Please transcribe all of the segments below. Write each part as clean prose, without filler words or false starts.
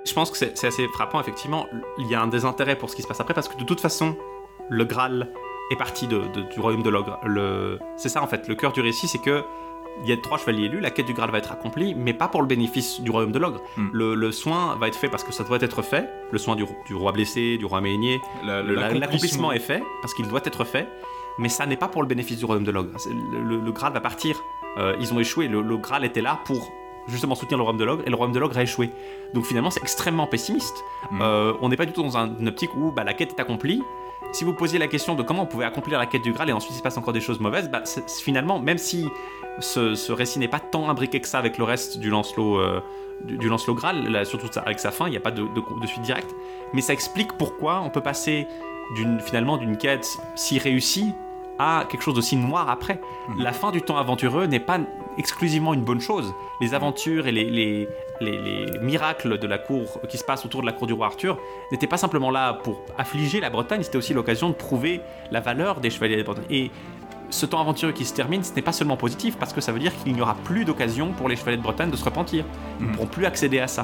Je pense que c'est assez frappant, effectivement. Il y a un désintérêt pour ce qui se passe après, parce que de toute façon, le Graal est parti du royaume de l'ogre. C'est ça, en fait, le cœur du récit, c'est que il y a 3 chevaliers élus, la quête du Graal va être accomplie, mais pas pour le bénéfice du royaume de l'ogre. Le soin va être fait parce que ça doit être fait, le soin du roi blessé, du roi Ménier, l'accomplissement est fait, parce qu'il doit être fait, mais ça n'est pas pour le bénéfice du royaume de l'ogre. Le Graal va partir, ils ont échoué, le Graal était là pour justement soutenir le royaume de l'ogre, et le royaume de l'ogre a échoué. Donc finalement, c'est extrêmement pessimiste. On n'est pas du tout dans une optique où la quête est accomplie. Si vous posiez la question de comment on pouvait accomplir la quête du Graal et ensuite il se passe encore des choses mauvaises, finalement, même si ce récit n'est pas tant imbriqué que ça avec le reste du Lancelot, du Lancelot Graal, là, surtout avec sa fin, il n'y a pas de suite directe, mais ça explique pourquoi on peut passer d'une quête si réussie à quelque chose d'aussi noir après. La fin du temps aventureux n'est pas exclusivement une bonne chose. Les aventures et les miracles de la cour qui se passent autour de la cour du roi Arthur n'étaient pas simplement là pour affliger la Bretagne, c'était aussi l'occasion de prouver la valeur des chevaliers de Bretagne. Et ce temps aventureux qui se termine, ce n'est pas seulement positif, parce que ça veut dire qu'il n'y aura plus d'occasion pour les chevaliers de Bretagne de se repentir. Ils ne pourront plus accéder à ça.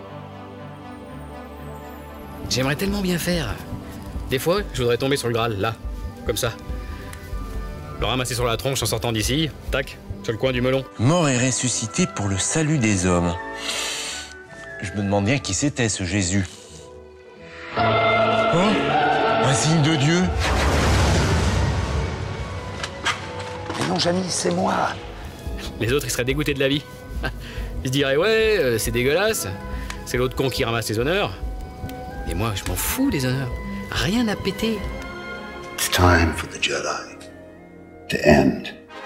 J'aimerais tellement bien faire. Des fois, je voudrais tomber sur le Graal, là, comme ça. Le ramasser sur la tronche en sortant d'ici, tac, sur le coin du melon. Mort et ressuscité pour le salut des hommes. Je me demande bien qui c'était, ce Jésus. Oh, un signe de Dieu. Mais non, Jamy, c'est moi. Les autres, ils seraient dégoûtés de la vie. Ils se diraient, ouais, c'est dégueulasse. C'est l'autre con qui ramasse les honneurs. Et moi, je m'en fous des honneurs. Rien à péter. It's time for the Jedi to end.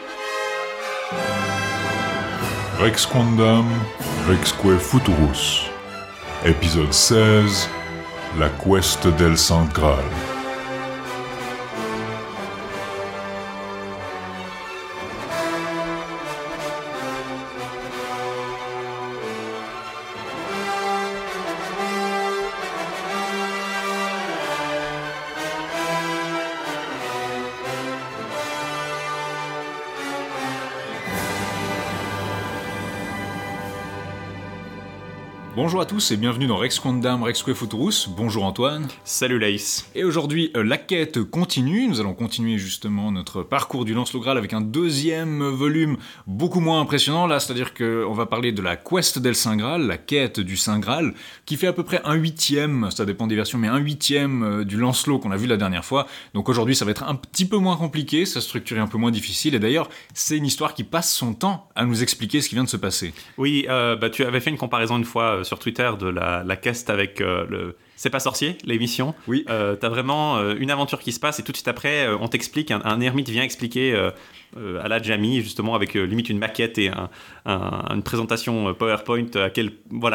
Rex Quandam, Rexque Futurus. Épisode 16, La Quest del Sant Graal. Bonjour à tous et bienvenue dans Rex Quandam, Rexque Futurus. Bonjour Antoine. Salut Laïs. Et aujourd'hui, la quête continue. Nous allons continuer justement notre parcours du Lancelot Graal avec un deuxième volume beaucoup moins impressionnant. Là, c'est-à-dire qu'on va parler de la Quest del Saint Graal, la quête du Saint Graal, qui fait à peu près 1/8, ça dépend des versions, mais 1/8 du Lancelot qu'on a vu la dernière fois. Donc aujourd'hui, ça va être un petit peu moins compliqué, sa structure est un peu moins difficile. Et d'ailleurs, c'est une histoire qui passe son temps à nous expliquer ce qui vient de se passer. Oui, tu avais fait une comparaison une fois sur Twitter de la quest avec le C'est pas sorcier, l'émission. Oui. T'as vraiment une aventure qui se passe et tout de suite après, on t'explique, un ermite vient expliquer à la Jamy, justement, avec limite une maquette et une présentation PowerPoint à quel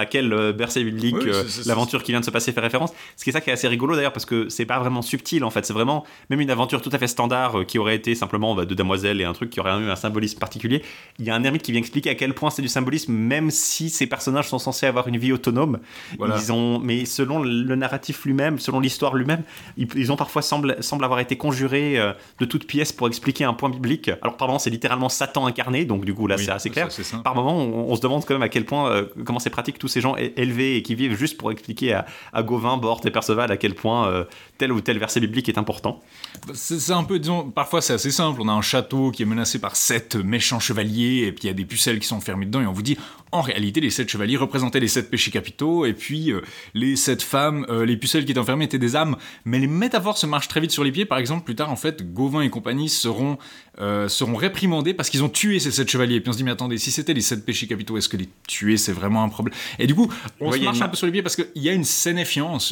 verset biblique l'aventure qui vient de se passer fait référence. Ce qui est ça qui est assez rigolo d'ailleurs, parce que c'est pas vraiment subtil en fait, c'est vraiment même une aventure tout à fait standard qui aurait été simplement de demoiselles et un truc qui aurait eu un symbolisme particulier. Il y a un ermite qui vient expliquer à quel point c'est du symbolisme, même si ces personnages sont censés avoir une vie autonome. Voilà. Mais selon le narratif lui-même, selon l'histoire lui-même, ils ont parfois semblent avoir été conjurés de toutes pièces pour expliquer un point biblique. Alors par moment, c'est littéralement Satan incarné, donc du coup là c'est assez clair. Par moment, on se demande quand même à quel point comment c'est pratique tous ces gens élevés et qui vivent juste pour expliquer à Gauvin, Bort et Perceval à quel point tel ou tel verset biblique est important. C'est un peu, disons, parfois c'est assez simple. On a un château qui est menacé par 7 méchants chevaliers, et puis il y a des pucelles qui sont enfermées dedans, et on vous dit, en réalité, les 7 chevaliers représentaient les 7 péchés capitaux, et puis les 7 femmes, les pucelles qui étaient enfermées étaient des âmes. Mais les métaphores se marchent très vite sur les pieds. Par exemple, plus tard, en fait, Gauvin et compagnie seront réprimandés parce qu'ils ont tué ces 7 chevaliers. Et puis on se dit, mais attendez, si c'était les 7 péchés capitaux, est-ce que les tuer, c'est vraiment un problème? Et du coup, on se marche un peu sur les pieds parce qu'il y a une signification,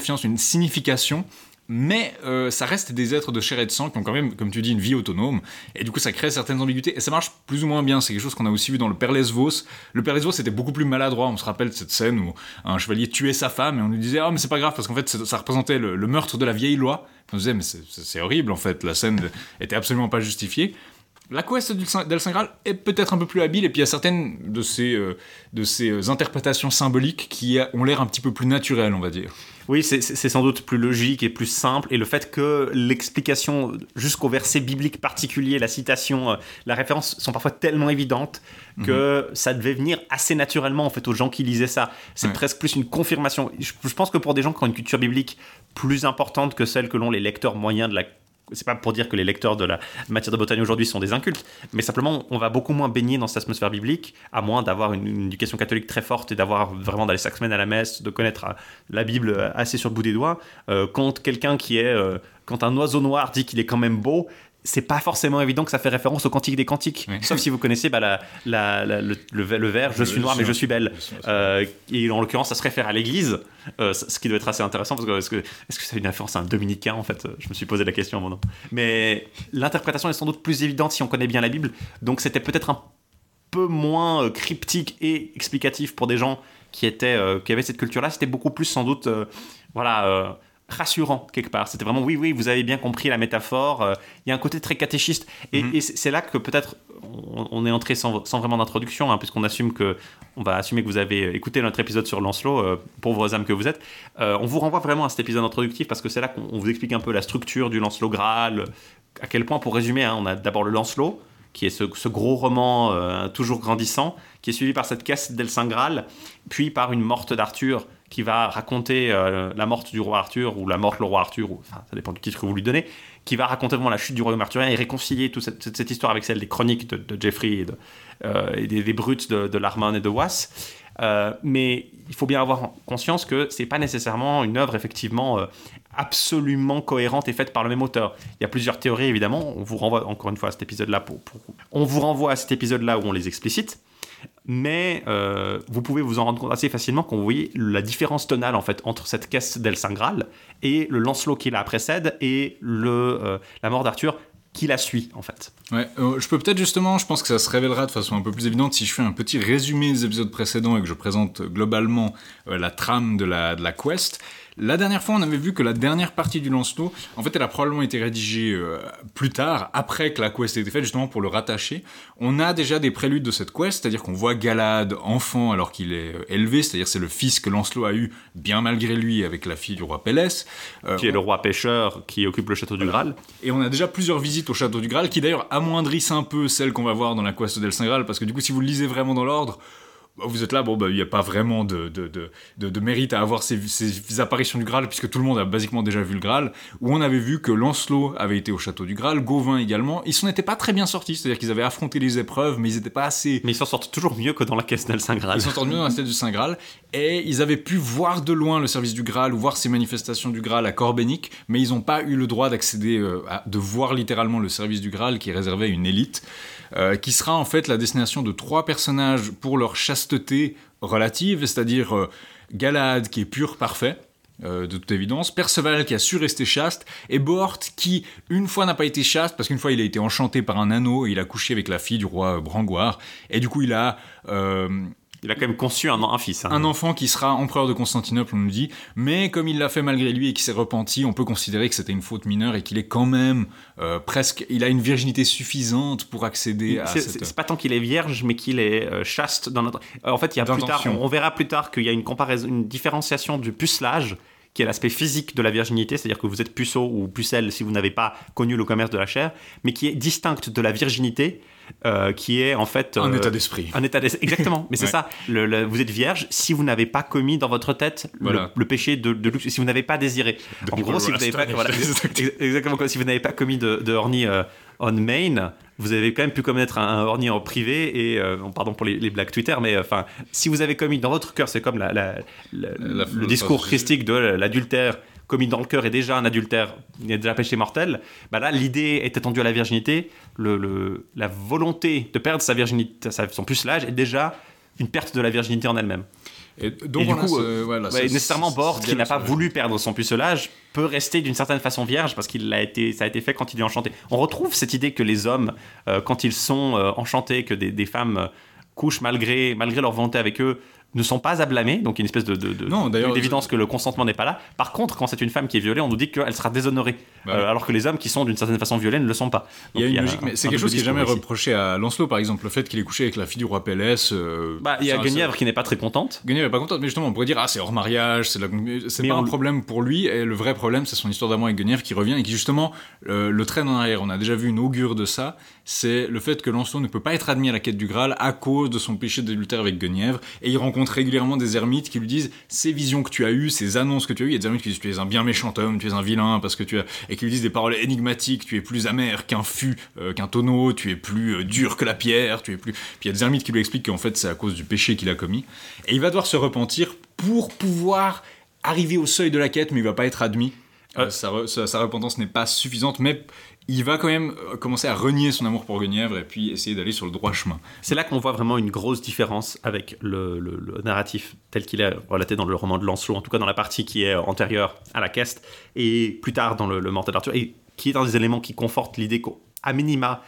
mais ça reste des êtres de chair et de sang qui ont quand même, comme tu dis, une vie autonome, et du coup ça crée certaines ambiguïtés, et ça marche plus ou moins bien. C'est quelque chose qu'on a aussi vu dans le Père Lesvos. Le Père Lesvos était beaucoup plus maladroit. On se rappelle de cette scène où un chevalier tuait sa femme, et on lui disait « Ah, mais c'est pas grave, parce qu'en fait ça représentait le meurtre de la vieille loi ». On se disait « Mais c'est horrible, en fait, la scène était absolument pas justifiée ». La quest d'El Saint Graal est peut-être un peu plus habile, et puis il y a certaines de ces interprétations symboliques qui ont l'air un petit peu plus naturelles, on va dire. Oui, c'est sans doute plus logique et plus simple, et le fait que l'explication jusqu'au verset biblique particulier, la citation, la référence sont parfois tellement évidentes que ça devait venir assez naturellement en fait aux gens qui lisaient ça. C'est presque plus une confirmation. Je pense que pour des gens qui ont une culture biblique plus importante que celle que l'ont les lecteurs moyens de la... C'est pas pour dire que les lecteurs de la matière de botanie aujourd'hui sont des incultes, mais simplement on va beaucoup moins baigner dans cette atmosphère biblique, à moins d'avoir une éducation catholique très forte et d'avoir vraiment d'aller chaque semaine à la messe, de connaître la Bible assez sur le bout des doigts. Quand quelqu'un quand un oiseau noir dit qu'il est quand même beau, c'est pas forcément évident que ça fait référence au Cantique des Cantiques, sauf si vous connaissez le vers « Je suis noir mais je suis belle ». Et en l'occurrence, ça se réfère à l'Église, ce qui doit être assez intéressant, parce que est-ce que ça a une référence à un dominicain, en fait? Je me suis posé la question à un moment. Mais l'interprétation est sans doute plus évidente si on connaît bien la Bible, donc c'était peut-être un peu moins cryptique et explicatif pour des gens qui avaient cette culture-là. C'était beaucoup plus sans doute... rassurant quelque part. C'était vraiment oui, vous avez bien compris la métaphore. Il y a un côté très catéchiste. Et c'est là que peut-être on est entré sans vraiment d'introduction, puisqu'on va assumer que vous avez écouté notre épisode sur Lancelot, pauvres âmes que vous êtes. On vous renvoie vraiment à cet épisode introductif parce que c'est là qu'on vous explique un peu la structure du Lancelot Graal. À quel point, pour résumer, on a d'abord le Lancelot, qui est ce gros roman toujours grandissant, qui est suivi par cette quête d'El Saint Graal, puis par une morte d'Arthur, qui va raconter la morte du roi Arthur, ou la morte le roi Arthur, ça dépend du titre que vous lui donnez, qui va raconter vraiment la chute du royaume arthurien et réconcilier toute cette histoire avec celle des chroniques de Geoffrey et des brutes de Larmon et de Was. Mais il faut bien avoir conscience que c'est pas nécessairement une œuvre effectivement absolument cohérente et faite par le même auteur. Il y a plusieurs théories évidemment, on vous renvoie encore une fois à cet épisode-là on vous renvoie à cet épisode-là où on les explicite. Mais vous pouvez vous en rendre compte assez facilement quand vous voyez la différence tonale en fait entre cette quête d'El Saint Graal et le Lancelot qui la précède et la mort d'Arthur qui la suit en fait. Ouais, je peux peut-être justement, je pense que ça se révélera de façon un peu plus évidente si je fais un petit résumé des épisodes précédents et que je présente globalement la trame de la quest. La dernière fois, on avait vu que la dernière partie du Lancelot, en fait, elle a probablement été rédigée plus tard, après que la quest ait été faite, justement pour le rattacher. On a déjà des préludes de cette quest, c'est-à-dire qu'on voit Galad enfant alors qu'il est élevé, c'est-à-dire c'est le fils que Lancelot a eu, bien malgré lui, avec la fille du roi Pélès. Qui est le roi pêcheur qui occupe le château du Graal. Et on a déjà plusieurs visites au château du Graal, qui d'ailleurs amoindrissent un peu celles qu'on va voir dans la quest d'El Saint Graal, parce que du coup, si vous le lisez vraiment dans l'ordre, vous êtes là, il n'y a pas vraiment de mérite à avoir ces apparitions du Graal, puisque tout le monde a basiquement déjà vu le Graal, où on avait vu que Lancelot avait été au château du Graal, Gauvin également. Ils s'en étaient pas très bien sortis, c'est-à-dire qu'ils avaient affronté les épreuves, mais ils n'étaient pas assez... Mais ils s'en sortent toujours mieux que dans la quête d'El Saint Graal. Ils s'en sortent mieux dans la quête du Saint Graal, et ils avaient pu voir de loin le service du Graal, ou voir ces manifestations du Graal à Corbenic, mais ils n'ont pas eu le droit d'accéder, de voir littéralement le service du Graal, qui est réservé à une élite. Qui sera en fait la destination de 3 personnages pour leur chasteté relative, c'est-à-dire Galad qui est pur, parfait, de toute évidence, Perceval qui a su rester chaste, et Bohort qui, une fois n'a pas été chaste, parce qu'une fois il a été enchanté par un anneau, et il a couché avec la fille du roi Brangoire, et du coup il a... Il a quand même conçu un fils. Un enfant qui sera empereur de Constantinople, on nous dit, mais comme il l'a fait malgré lui et qu'il s'est repenti, on peut considérer que c'était une faute mineure et qu'il est quand même presque... Il a une virginité suffisante pour accéder à cette... C'est pas tant qu'il est vierge, mais qu'il est chaste dans notre... En fait, il y a plus tard, on verra plus tard qu'il y a une différenciation du pucelage, qui est l'aspect physique de la virginité, c'est-à-dire que vous êtes puceau ou pucelle si vous n'avez pas connu le commerce de la chair, mais qui est distincte de la virginité, qui est en fait... un état d'esprit. Exactement, mais c'est ça. Vous êtes vierge si vous n'avez pas commis dans votre tête le péché de luxe, si vous n'avez pas désiré. En gros, si vous n'avez pas... exactement, si vous n'avez pas commis de horny on main, vous avez quand même pu commettre un horny en privé, et pardon pour les blagues Twitter, mais enfin, si vous avez commis dans votre cœur, c'est comme le discours christique de l'adultère commis dans le cœur est déjà un adultère, il y a déjà péché mortel. Bah là, l'idée est étendue à la virginité. La volonté de perdre sa virginité, son pucelage, est déjà une perte de la virginité en elle-même. Et donc, du coup, nécessairement, Bohort, qui n'a pas voulu perdre son pucelage, peut rester d'une certaine façon vierge parce ça a été fait quand il est enchanté. On retrouve cette idée que les hommes, quand ils sont enchantés, que des femmes couchent malgré leur volonté avec eux, ne sont pas à blâmer, donc il y a une espèce Non, d'ailleurs, d'évidence que le consentement n'est pas là. Par contre, quand c'est une femme qui est violée, on nous dit qu'elle sera déshonorée, alors que les hommes qui sont d'une certaine façon violés ne le sont pas. Donc, il y a une logique, mais c'est quelque chose qui est jamais reproché à Lancelot, par exemple, le fait qu'il ait couché avec la fille du roi Pélès. Il y a Guenièvre qui n'est pas très contente. Guenièvre n'est pas contente, mais justement, on pourrait dire c'est hors mariage, c'est pas un problème pour lui, et le vrai problème, c'est son histoire d'amour avec Guenièvre qui revient et qui justement le traîne en arrière. On a déjà vu une augure de ça, c'est le fait que Lancelot ne peut pas être admis à la quête du Graal à cause de son péché d'adultère avec Guenièvre, et il rencontre régulièrement des ermites qui lui disent ces visions que tu as eues, ces annonces que tu as eues. Il y a des ermites qui disent tu es un bien méchant homme, tu es un vilain parce que et qui lui disent des paroles énigmatiques, tu es plus amer qu'un fût, qu'un tonneau, tu es plus dur que la pierre, tu es plus. Puis il y a des ermites qui lui expliquent qu'en fait c'est à cause du péché qu'il a commis, et il va devoir se repentir pour pouvoir arriver au seuil de la quête, mais il va pas être admis. Sa repentance n'est pas suffisante, mais il va quand même commencer à renier son amour pour Guenièvre et puis essayer d'aller sur le droit chemin. C'est là qu'on voit vraiment une grosse différence avec le narratif tel qu'il est relaté dans le roman de Lancelot, en tout cas dans la partie qui est antérieure à la quête, et plus tard dans le Mortel d'Arthur, et qui est un des éléments qui conforte l'idée qu'à minima,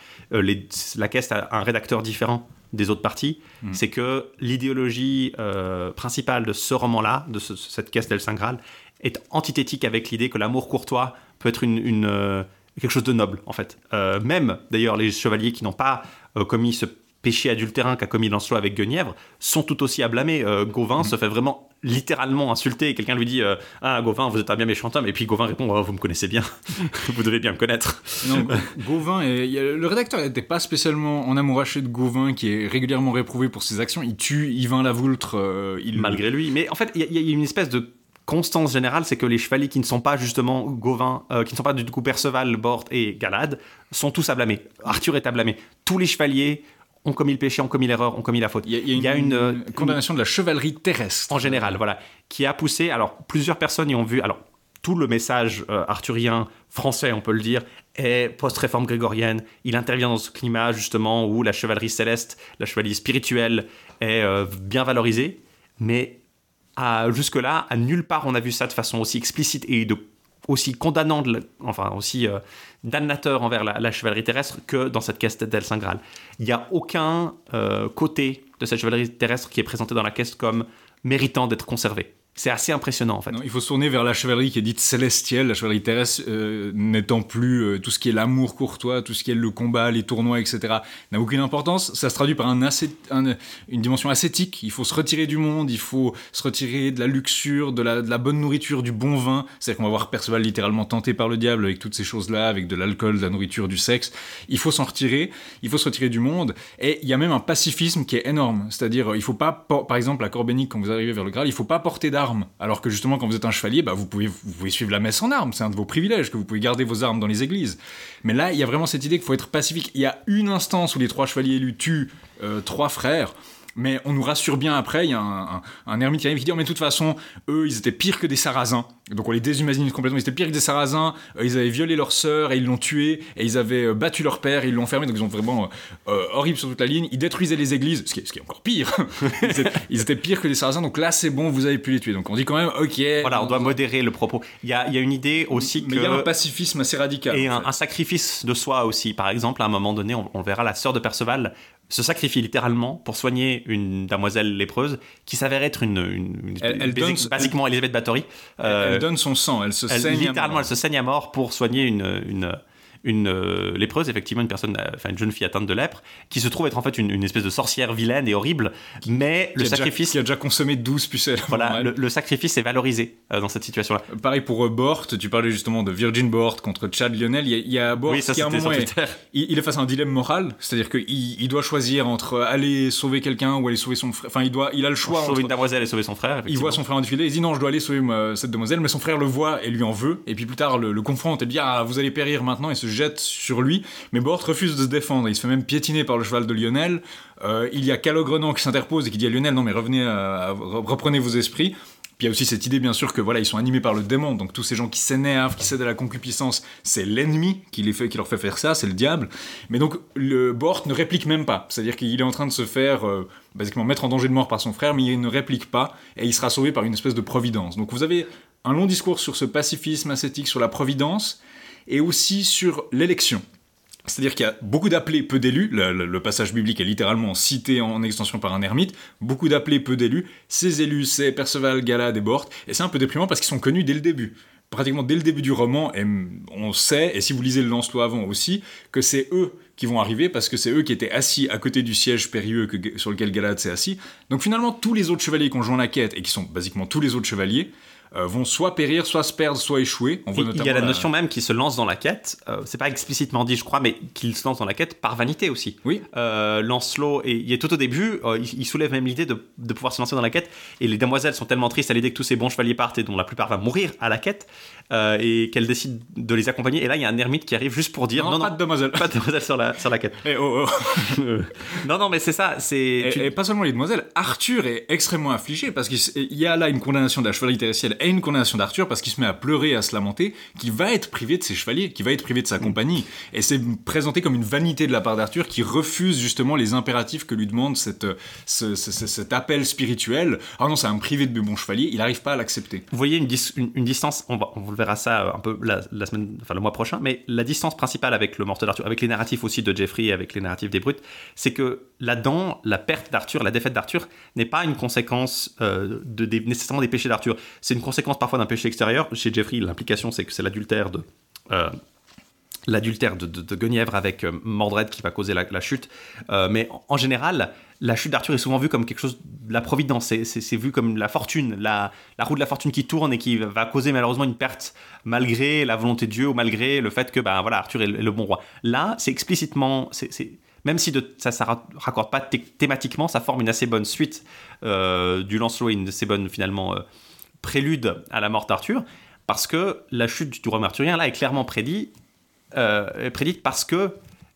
la quête a un rédacteur différent des autres parties. C'est que l'idéologie principale de ce roman-là, de cette quête d'El Saint Graal, est antithétique avec l'idée que l'amour courtois peut être quelque chose de noble, en fait. Même, d'ailleurs, les chevaliers qui n'ont pas commis ce péché adultérin qu'a commis Lancelot avec Guenièvre sont tout aussi à blâmer. Gauvin se fait vraiment littéralement insulter, et quelqu'un lui dit Gauvin, vous êtes un bien méchant homme, et puis Gauvin répond vous me connaissez bien, vous devez bien me connaître. Non, Gauvin, le rédacteur n'était pas spécialement en amouraché de Gauvin, qui est régulièrement réprouvé pour ses actions. Il tue Yvain la Voulte, malgré lui. Mais en fait, il y a une espèce de constance générale, c'est que les chevaliers qui ne sont pas justement Gauvin, qui ne sont pas du coup Perceval, Bort et Galad, sont tous à blâmer. Arthur est à blâmer. Tous les chevaliers ont commis le péché, ont commis l'erreur, ont commis la faute. Il y a une condamnation de la chevalerie terrestre. En général, voilà, qui a poussé. Alors, plusieurs personnes y ont vu. Alors, tout le message arthurien français, on peut le dire, est post-réforme grégorienne. Il intervient dans ce climat justement où la chevalerie céleste, la chevalerie spirituelle est bien valorisée, mais jusque-là, à nulle part on a vu ça de façon aussi explicite et aussi condamnant, aussi damnateur envers la chevalerie terrestre que dans cette quête d'El Saint Graal. Il n'y a aucun côté de cette chevalerie terrestre qui est présenté dans la quête comme méritant d'être conservé. C'est assez impressionnant en fait. Non, il faut se tourner vers la chevalerie qui est dite célestielle, la chevalerie terrestre n'étant plus tout ce qui est l'amour courtois, tout ce qui est le combat, les tournois, etc. n'a aucune importance. Ça se traduit par une dimension ascétique. Il faut se retirer du monde, il faut se retirer de la luxure, de la bonne nourriture, du bon vin. C'est-à-dire qu'on va voir Perceval littéralement tenté par le diable avec toutes ces choses-là, avec de l'alcool, de la nourriture, du sexe. Il faut s'en retirer, il faut se retirer du monde. Et il y a même un pacifisme qui est énorme. C'est-à-dire, il faut pas, par exemple, à Corbénic, quand vous arrivez vers le Graal, il faut pas porter d'armes. Alors que justement, quand vous êtes un chevalier, vous pouvez suivre la messe en armes. C'est un de vos privilèges, que vous pouvez garder vos armes dans les églises. Mais là, il y a vraiment cette idée qu'il faut être pacifique. Il y a une instance où les 3 chevaliers élus tuent 3 frères. Mais on nous rassure bien après, il y a un ermite qui arrive qui dit mais de toute façon, eux, ils étaient pires que des Sarrasins. Donc on les déshumanise complètement, ils étaient pires que des Sarrasins, ils avaient violé leur sœur et ils l'ont tué, et ils avaient battu leur père et ils l'ont enfermé, donc ils ont vraiment horrible sur toute la ligne. Ils détruisaient les églises, ce qui est encore pire. ils étaient pires que des Sarrasins, donc là c'est bon, vous avez pu les tuer. Donc on dit quand même, ok. Voilà, on doit modérer le propos. Il y a une idée aussi mais il y a un pacifisme assez radical. Et un sacrifice de soi aussi. Par exemple, à un moment donné, on verra la sœur de Perceval se sacrifie littéralement pour soigner une damoiselle lépreuse qui s'avère être basiquement Elisabeth Bathory. Elle donne son sang, elle se saigne littéralement, elle se saigne à mort pour soigner une lépreuse, effectivement une jeune fille atteinte de lèpre, qui se trouve être en fait une espèce de sorcière vilaine et horrible, mais le sacrifice... Qui a déjà consommé 12 pucelles. Voilà, le sacrifice est valorisé dans cette situation-là. Pareil pour Bort, tu parlais justement de Virgin Bort contre Chad Lionel, il y a Bort qui à un moment il est face à un dilemme moral, c'est-à-dire qu'il doit choisir entre aller sauver quelqu'un ou aller sauver son frère, enfin il a le choix sauver une damoiselle et sauver son frère. Il voit son frère en difficulté, il dit non, je dois aller sauver cette demoiselle, mais son frère le voit et lui en veut, et puis plus tard le confronte et dit vous allez périr maintenant, et se jette sur lui, mais Bort refuse de se défendre, il se fait même piétiner par le cheval de Lionel. Il y a Calogrenant qui s'interpose et qui dit à Lionel non mais reprenez vos esprits. Puis il y a aussi cette idée bien sûr que voilà, ils sont animés par le démon, donc tous ces gens qui s'énervent, qui cèdent à la concupiscence, c'est l'ennemi qui leur fait faire ça, c'est le diable. Mais donc le Bort ne réplique même pas, c'est-à-dire qu'il est en train de se faire basiquement mettre en danger de mort par son frère, mais il ne réplique pas et il sera sauvé par une espèce de providence. Donc vous avez un long discours sur ce pacifisme ascétique, sur la providence, et aussi sur l'élection. C'est-à-dire qu'il y a beaucoup d'appelés, peu d'élus. Le passage biblique est littéralement cité en extension par un ermite. Beaucoup d'appelés, peu d'élus. Ces élus, c'est Perceval, Galad et Bort. Et c'est un peu déprimant parce qu'ils sont connus dès le début. Pratiquement dès le début du roman, et on sait, et si vous lisez le Lancelot avant aussi, que c'est eux qui vont arriver parce que c'est eux qui étaient assis à côté du siège périlleux sur lequel Galad s'est assis. Donc finalement, tous les autres chevaliers qui ont joint la quête, et qui sont basiquement tous les autres chevaliers, vont soit périr, soit se perdre, soit échouer. On voit il y a la notion même qui se lance dans la quête, c'est pas explicitement dit je crois, mais qu'il se lance dans la quête par vanité aussi. Oui. Lancelot, et il est tout au début, il soulève même l'idée de pouvoir se lancer dans la quête, et les demoiselles sont tellement tristes à l'idée que tous ces bons chevaliers partent et dont la plupart vont mourir à la quête, et qu'elles décident de les accompagner, et là il y a un ermite qui arrive juste pour dire non, pas de demoiselles. Pas de demoiselles sur la quête. Non mais c'est ça, et pas seulement les demoiselles, Arthur est extrêmement affligé parce qu'il y a là une condamnation de la chevalerie terrestrielle et une condamnation d'Arthur parce qu'il se met à pleurer, à se lamenter, qu'il va être privé de ses chevaliers, qu'il va être privé de sa compagnie. Et c'est présenté comme une vanité de la part d'Arthur qui refuse justement les impératifs que lui demande cet appel spirituel. Ah non, c'est un privé de mes bons chevaliers, il n'arrive pas à l'accepter. Vous voyez une distance, on vous verra ça un peu la semaine, enfin le mois prochain, mais la distance principale avec le morceau d'Arthur, avec les narratifs aussi de Geoffrey, avec les narratifs des Brutes, c'est que là-dedans, la perte d'Arthur, la défaite d'Arthur n'est pas une conséquence nécessairement des péchés d'Arthur. C'est une conséquence parfois d'un péché extérieur. Chez Geoffrey, l'implication, c'est que c'est l'adultère de Guenièvre avec Mordred qui va causer la chute. Mais en général, la chute d'Arthur est souvent vue comme quelque chose de la providence. C'est vu comme la fortune, la roue de la fortune qui tourne et qui va causer malheureusement une perte malgré la volonté de Dieu ou malgré le fait que Arthur est le bon roi. Là, c'est explicitement... même si ça ne raccorde pas thématiquement, ça forme une assez bonne suite du Lancelot et une assez bonne, finalement, prélude à la mort d'Arthur, parce que la chute du royaume arthurien, là, est clairement prédite parce que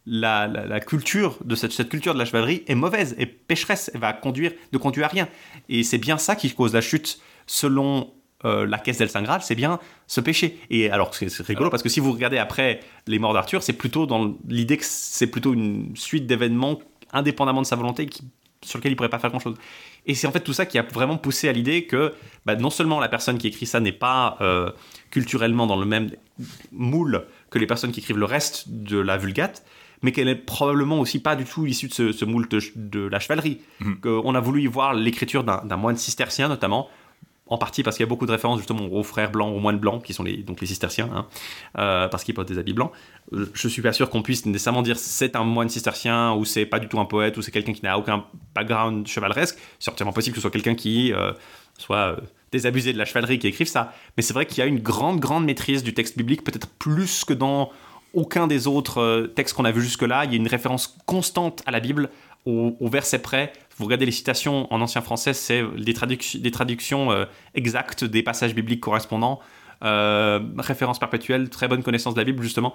la culture de cette culture de la chevalerie est mauvaise, et pécheresse, et ne conduit à rien. Et c'est bien ça qui cause la chute, selon... la caisse d'El Saint-Graal, c'est bien ce péché. Et alors, c'est rigolo parce que si vous regardez après les morts d'Arthur, c'est plutôt dans l'idée que c'est plutôt une suite d'événements indépendamment de sa volonté sur lequel il pourrait pas faire grand-chose. Et c'est en fait tout ça qui a vraiment poussé à l'idée que non seulement la personne qui écrit ça n'est pas culturellement dans le même moule que les personnes qui écrivent le reste de la Vulgate, mais qu'elle est probablement aussi pas du tout issue de ce moule de la chevalerie. On a voulu y voir l'écriture d'un moine cistercien notamment, en partie parce qu'il y a beaucoup de références justement aux frères blancs, aux moines blancs, qui sont les cisterciens, parce qu'ils portent des habits blancs. Je suis pas sûr qu'on puisse nécessairement dire c'est un moine cistercien, ou c'est pas du tout un poète, ou c'est quelqu'un qui n'a aucun background chevaleresque. C'est certainement possible que ce soit quelqu'un qui soit désabusé de la chevalerie qui écrive ça. Mais c'est vrai qu'il y a une grande maîtrise du texte biblique, peut-être plus que dans aucun des autres textes qu'on a vus jusque-là. Il y a une référence constante à la Bible, au verset près. Vous regardez les citations en ancien français, c'est des traductions exactes des passages bibliques correspondants, référence perpétuelle, très bonne connaissance de la Bible, justement.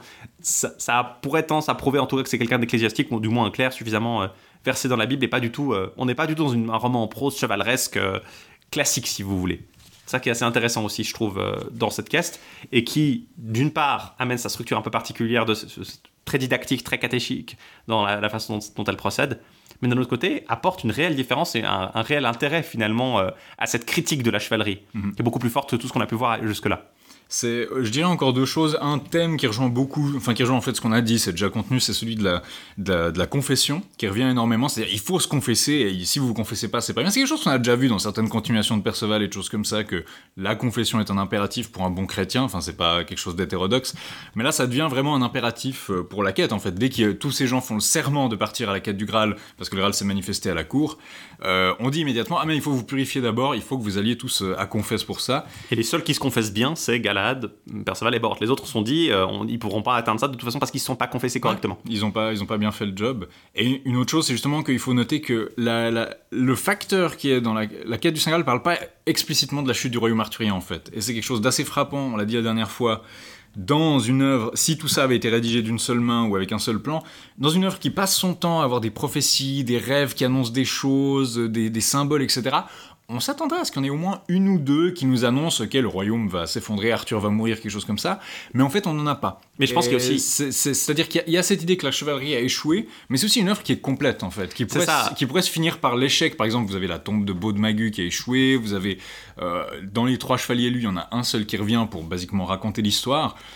Ça pourrait tendance à prouver en tout cas que c'est quelqu'un d'ecclésiastique, ou du moins un clerc suffisamment versé dans la Bible, et pas du tout, on n'est pas du tout dans un roman en prose chevaleresque classique, si vous voulez. C'est ça qui est assez intéressant aussi, je trouve, dans cette quête, et qui, d'une part, amène sa structure un peu particulière, très didactique, très catéchique, dans la façon dont elle procède, mais d'un autre côté, apporte une réelle différence et un réel intérêt, finalement, à cette critique de la chevalerie, qui est beaucoup plus forte que tout ce qu'on a pu voir jusque-là. Je dirais encore deux choses. Un thème qui rejoint beaucoup, qui rejoint en fait ce qu'on a dit, c'est déjà contenu, c'est celui de la confession, qui revient énormément. C'est-à-dire, il faut se confesser, et si vous vous confessez pas, c'est pas bien. C'est quelque chose qu'on a déjà vu dans certaines continuations de Perceval et de choses comme ça, que la confession est un impératif pour un bon chrétien. C'est pas quelque chose d'hétérodoxe. Mais là, ça devient vraiment un impératif pour la quête, en fait. Dès que tous ces gens font le serment de partir à la quête du Graal, parce que le Graal s'est manifesté à la cour, on dit immédiatement, mais il faut vous purifier d'abord, il faut que vous alliez tous à confesse pour ça. Et les seuls qui se confessent bien, c'est Galad, Perceval et Bort. Les autres sont dit, ils pourront pas atteindre ça de toute façon parce qu'ils ne sont pas confessés correctement. Ouais, ils ont pas bien fait le job. Et une autre chose, c'est justement qu'il faut noter que le facteur qui est dans la quête du Saint-Graal parle pas explicitement de la chute du royaume arthurien, en fait. Et c'est quelque chose d'assez frappant, on l'a dit la dernière fois, dans une œuvre, si tout ça avait été rédigé d'une seule main ou avec un seul plan, dans une œuvre qui passe son temps à avoir des prophéties, des rêves qui annoncent des choses, des symboles, etc., on s'attendrait à ce qu'il y en ait au moins une ou deux qui nous annoncent que le royaume va s'effondrer, Arthur va mourir, quelque chose comme ça, mais en fait on n'en a pas. Mais je pense qu'il y a aussi... C'est-à-dire qu'il y a cette idée que la chevalerie a échoué, mais c'est aussi une œuvre qui est complète en fait, qui pourrait se finir par l'échec. Par exemple, vous avez la tombe de Baudemagu qui a échoué, vous avez dans les trois chevaliers élus, il y en a un seul qui revient pour basiquement raconter l'histoire.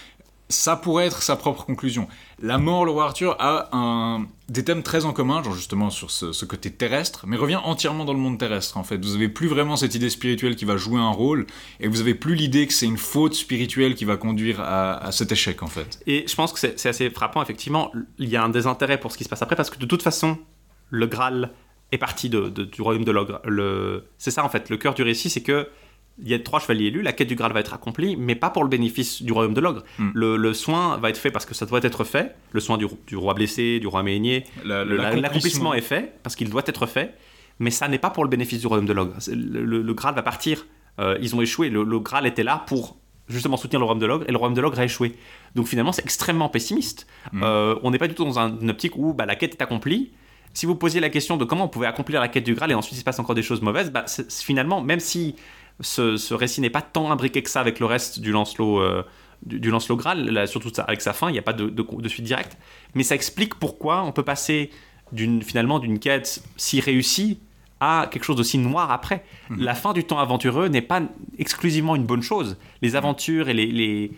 ça pourrait être sa propre conclusion. La mort, le roi Arthur, a des thèmes très en commun, genre justement sur ce côté terrestre, mais revient entièrement dans le monde terrestre, en fait. Vous avez plus vraiment cette idée spirituelle qui va jouer un rôle, et vous avez plus l'idée que c'est une faute spirituelle qui va conduire à cet échec, en fait. Et je pense que c'est assez frappant, effectivement. Il y a un désintérêt pour ce qui se passe après, parce que de toute façon, le Graal est parti du royaume de l'ogre. C'est ça, en fait, le cœur du récit, c'est que il y a 3 chevaliers élus, la quête du Graal va être accomplie, mais pas pour le bénéfice du royaume de l'ogre. Le soin va être fait parce que ça doit être fait, le soin du roi blessé, du roi ménier, l'accomplissement est fait, parce qu'il doit être fait, mais ça n'est pas pour le bénéfice du royaume de l'ogre. Le Graal va partir, ils ont échoué, le Graal était là pour justement soutenir le royaume de l'ogre, et le royaume de l'ogre a échoué. Donc finalement, c'est extrêmement pessimiste. On n'est pas du tout dans une optique où la quête est accomplie. Si vous posiez la question de comment on pouvait accomplir la quête du Graal et ensuite il se passe encore des choses mauvaises, finalement, même si ce récit n'est pas tant imbriqué que ça avec le reste du Lancelot, du Lancelot Graal, là, surtout avec sa fin, il n'y a pas de suite directe, mais ça explique pourquoi on peut passer d'une quête si réussie à quelque chose d'aussi noir après. La fin du temps aventureux n'est pas exclusivement une bonne chose. Les aventures et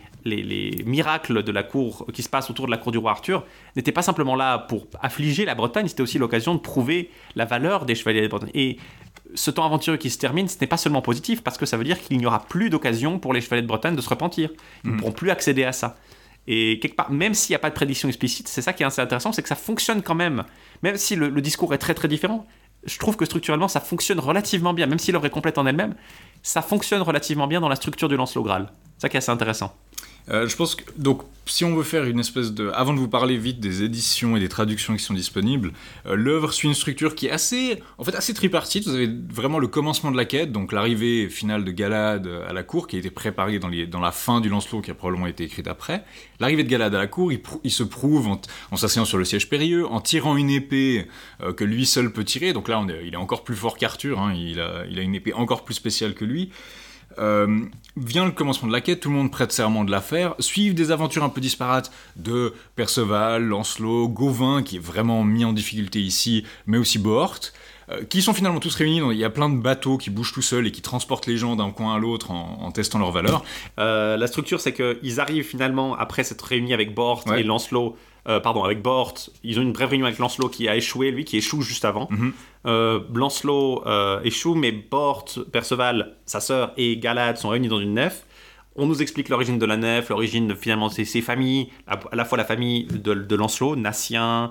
les miracles de la cour qui se passent autour de la cour du roi Arthur n'étaient pas simplement là pour affliger la Bretagne, c'était aussi l'occasion de prouver la valeur des chevaliers de Bretagne. Et ce temps aventureux qui se termine, ce n'est pas seulement positif, parce que ça veut dire qu'il n'y aura plus d'occasion pour les chevaliers de Bretagne de se repentir. Ils ne pourront plus accéder à ça. Et quelque part, même s'il n'y a pas de prédiction explicite, c'est ça qui est assez intéressant, c'est que ça fonctionne quand même. Même si le discours est très très différent, je trouve que structurellement ça fonctionne relativement bien, même si l'œuvre est complète en elle-même, ça fonctionne relativement bien dans la structure du Lancelot Graal. C'est ça qui est assez intéressant. Je pense que, donc, si on veut faire une espèce de... Avant de vous parler vite des éditions et des traductions qui sont disponibles, l'œuvre suit une structure qui est assez tripartite. Vous avez vraiment le commencement de la quête, donc l'arrivée finale de Galahad à la cour, qui a été préparée dans la fin du Lancelot, qui a probablement été écrite après. L'arrivée de Galahad à la cour, il se prouve en s'asseyant sur le siège périlleux, en tirant une épée que lui seul peut tirer. Donc là, il est encore plus fort qu'Arthur, hein, il a une épée encore plus spéciale que lui. Vient le commencement de la quête, tout le monde prête serment de la faire, suivent des aventures un peu disparates de Perceval, Lancelot, Gauvin, qui est vraiment mis en difficulté ici, mais aussi Bohort, qui sont finalement tous réunis. Il y a plein de bateaux qui bougent tout seuls et qui transportent les gens d'un coin à l'autre en testant leur valeur. La structure, c'est qu'ils arrivent finalement, après s'être réunis avec Bohort et Lancelot, avec Bohort, ils ont une brève réunion avec Lancelot qui a échoué, lui qui échoue juste avant. Lancelot échoue, mais Bohort, Perceval, sa sœur et Galahad sont réunis dans une nef. On nous explique l'origine de la nef, l'origine finalement de ses familles, à la fois la famille de Lancelot, Nassien,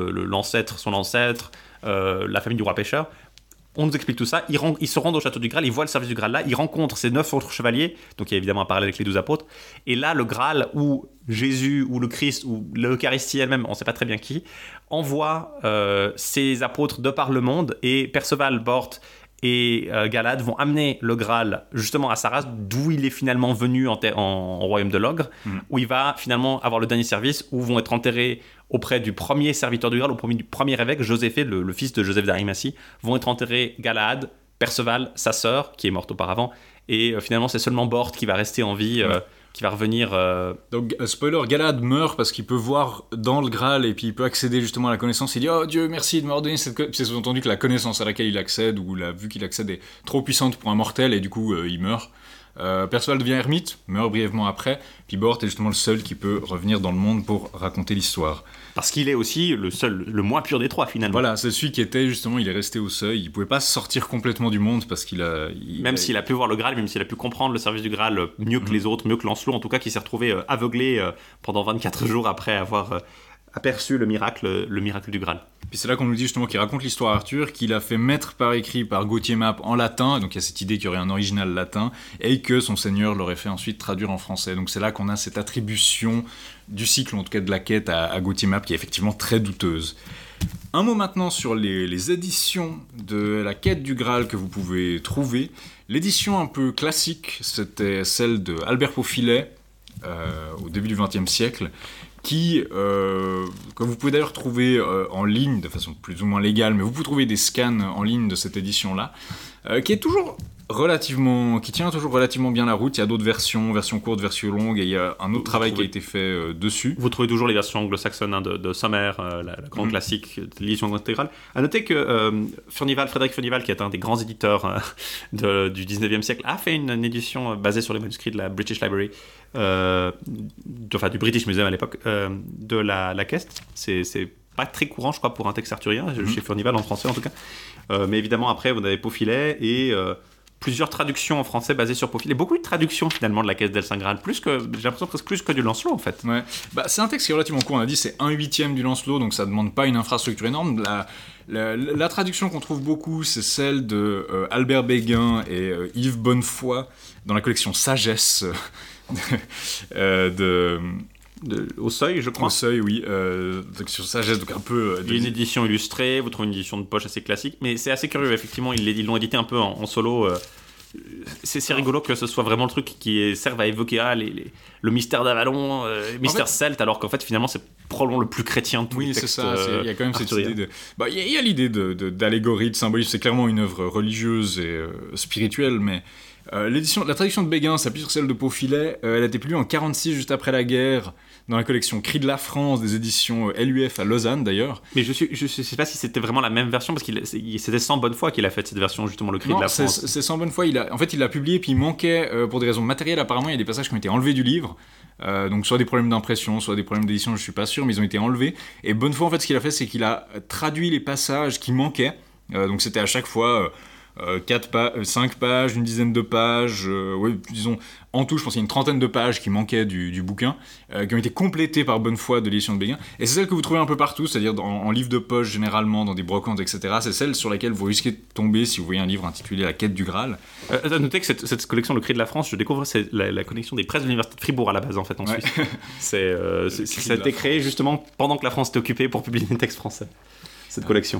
son ancêtre, la famille du roi pêcheur. On nous explique tout ça, ils se rendent au château du Graal, ils voient le service du Graal là, ils rencontrent ces 9 autres chevaliers, donc il y a évidemment un parallèle avec les 12 apôtres, et là le Graal, ou Jésus, ou le Christ, ou l'Eucharistie elle-même, on ne sait pas très bien qui, envoie ces apôtres de par le monde, et Perceval, Bohort et Galahad vont amener le Graal justement à Sarras, d'où il est finalement venu en royaume de l'ogre, où il va finalement avoir le dernier service, où vont être enterrés auprès du premier serviteur du Graal, du premier évêque, Joséphée, le fils de Joseph d'Arimathie, vont être enterrés Galahad, Perceval, sa sœur, qui est morte auparavant, et finalement c'est seulement Bohort qui va rester en vie, qui va revenir... Donc, spoiler, Galahad meurt parce qu'il peut voir dans le Graal et puis il peut accéder justement à la connaissance. Il dit « Oh Dieu, merci de m'avoir donné cette connaissance ». C'est sous-entendu que la connaissance à laquelle il accède, ou la vue qu'il accède est trop puissante pour un mortel, et du coup il meurt. Perceval devient ermite, meurt brièvement après, puis Bohort est justement le seul qui peut revenir dans le monde pour raconter l'histoire. Parce qu'il est aussi le moins pur des 3 finalement. Voilà, c'est celui qui était justement, il est resté au seuil, il pouvait pas sortir complètement du monde parce qu'il a... S'il a pu voir le Graal, même s'il a pu comprendre le service du Graal mieux que les autres, mieux que Lancelot en tout cas, qui s'est retrouvé aveuglé pendant 24 jours après avoir aperçu le miracle du Graal. Puis c'est là qu'on nous dit justement qu'il raconte l'histoire à Arthur, qu'il a fait mettre par écrit par Gauthier Map en latin, donc il y a cette idée qu'il y aurait un original latin, et que son seigneur l'aurait fait ensuite traduire en français. Donc c'est là qu'on a cette attribution du cycle, en tout cas de la quête à Gauthier Map, qui est effectivement très douteuse. Un mot maintenant sur les éditions de la quête du Graal que vous pouvez trouver. L'édition un peu classique, c'était celle de Albert Paufilet, au début du XXe siècle, que vous pouvez d'ailleurs trouver en ligne de façon plus ou moins légale, mais vous pouvez trouver des scans en ligne de cette édition-là, qui est toujours qui tient toujours relativement bien la route. Il y a d'autres versions courtes, versions longues, et il y a un autre travail qui a été fait dessus. Vous trouvez toujours les versions anglo-saxonnes de Sommer, la grande classique de l'édition intégrale. À noter que Frédéric Furnival, qui est un des grands éditeurs du 19e siècle, a fait une édition basée sur les manuscrits de la British Library, du British Museum à l'époque, de la Queste. C'est pas très courant, je crois, pour un texte arthurien, chez Furnival en français en tout cas. Mais évidemment, après, vous avez Paufilet et plusieurs traductions en français basées sur Paufilet. Beaucoup de traductions finalement de la Caisse d'El Saint-Graal, j'ai l'impression presque plus que du Lancelot en fait. Ouais. C'est un texte qui est relativement court, on a dit c'est 1/8 du Lancelot, donc ça demande pas une infrastructure énorme. La traduction qu'on trouve beaucoup, c'est celle de Albert Béguin et Yves Bonnefoy dans la collection Sagesse au Seuil, je crois. Au Seuil, oui. Sur Sagesse, donc un peu... Il y a une édition illustrée, vous trouvez une édition de poche assez classique, mais c'est assez curieux, effectivement, ils l'ont édité un peu en solo. C'est rigolo que ce soit vraiment le truc qui serve à évoquer le mystère d'Avalon, le mystère celte, alors qu'en fait, finalement, c'est probablement le plus chrétien de tous les textes. Oui, c'est ça. Il y a quand même cette idée de... Il y a l'idée d'allégorie, de symbolisme. C'est clairement une œuvre religieuse et spirituelle, mais... la traduction de Béguin s'appuie sur celle de Paufilet. Elle a été publiée en 1946, juste après la guerre, dans la collection Cris de la France des éditions LUF à Lausanne d'ailleurs. Mais je sais pas si c'était vraiment la même version, parce que c'était sans Bonnefoy qu'il a fait cette version, justement, le Cris de la France. C'est sans Bonnefoy. En fait, il l'a publié, puis il manquait, pour des raisons matérielles apparemment, il y a des passages qui ont été enlevés du livre. Donc soit des problèmes d'impression, soit des problèmes d'édition, je suis pas sûr, mais ils ont été enlevés. Et Bonnefoy, en fait, ce qu'il a fait, c'est qu'il a traduit les passages qui manquaient. Donc c'était à chaque fois... 5 pages, une dizaine de pages, disons en tout je pense qu'il y a une trentaine de pages qui manquaient du bouquin, qui ont été complétées par Bonnefoy de l'édition de Béguin, et c'est celle que vous trouvez un peu partout, c'est-à-dire en livre de poche généralement, dans des brocantes, etc. C'est celle sur laquelle vous risquez de tomber si vous voyez un livre intitulé La quête du Graal. Notez que cette collection Le Cri de la France, je découvre c'est la connexion des presses de l'université de Fribourg à la base en fait en Suisse. Ça a été créé justement pendant que la France était occupée pour publier des textes français, cette collection.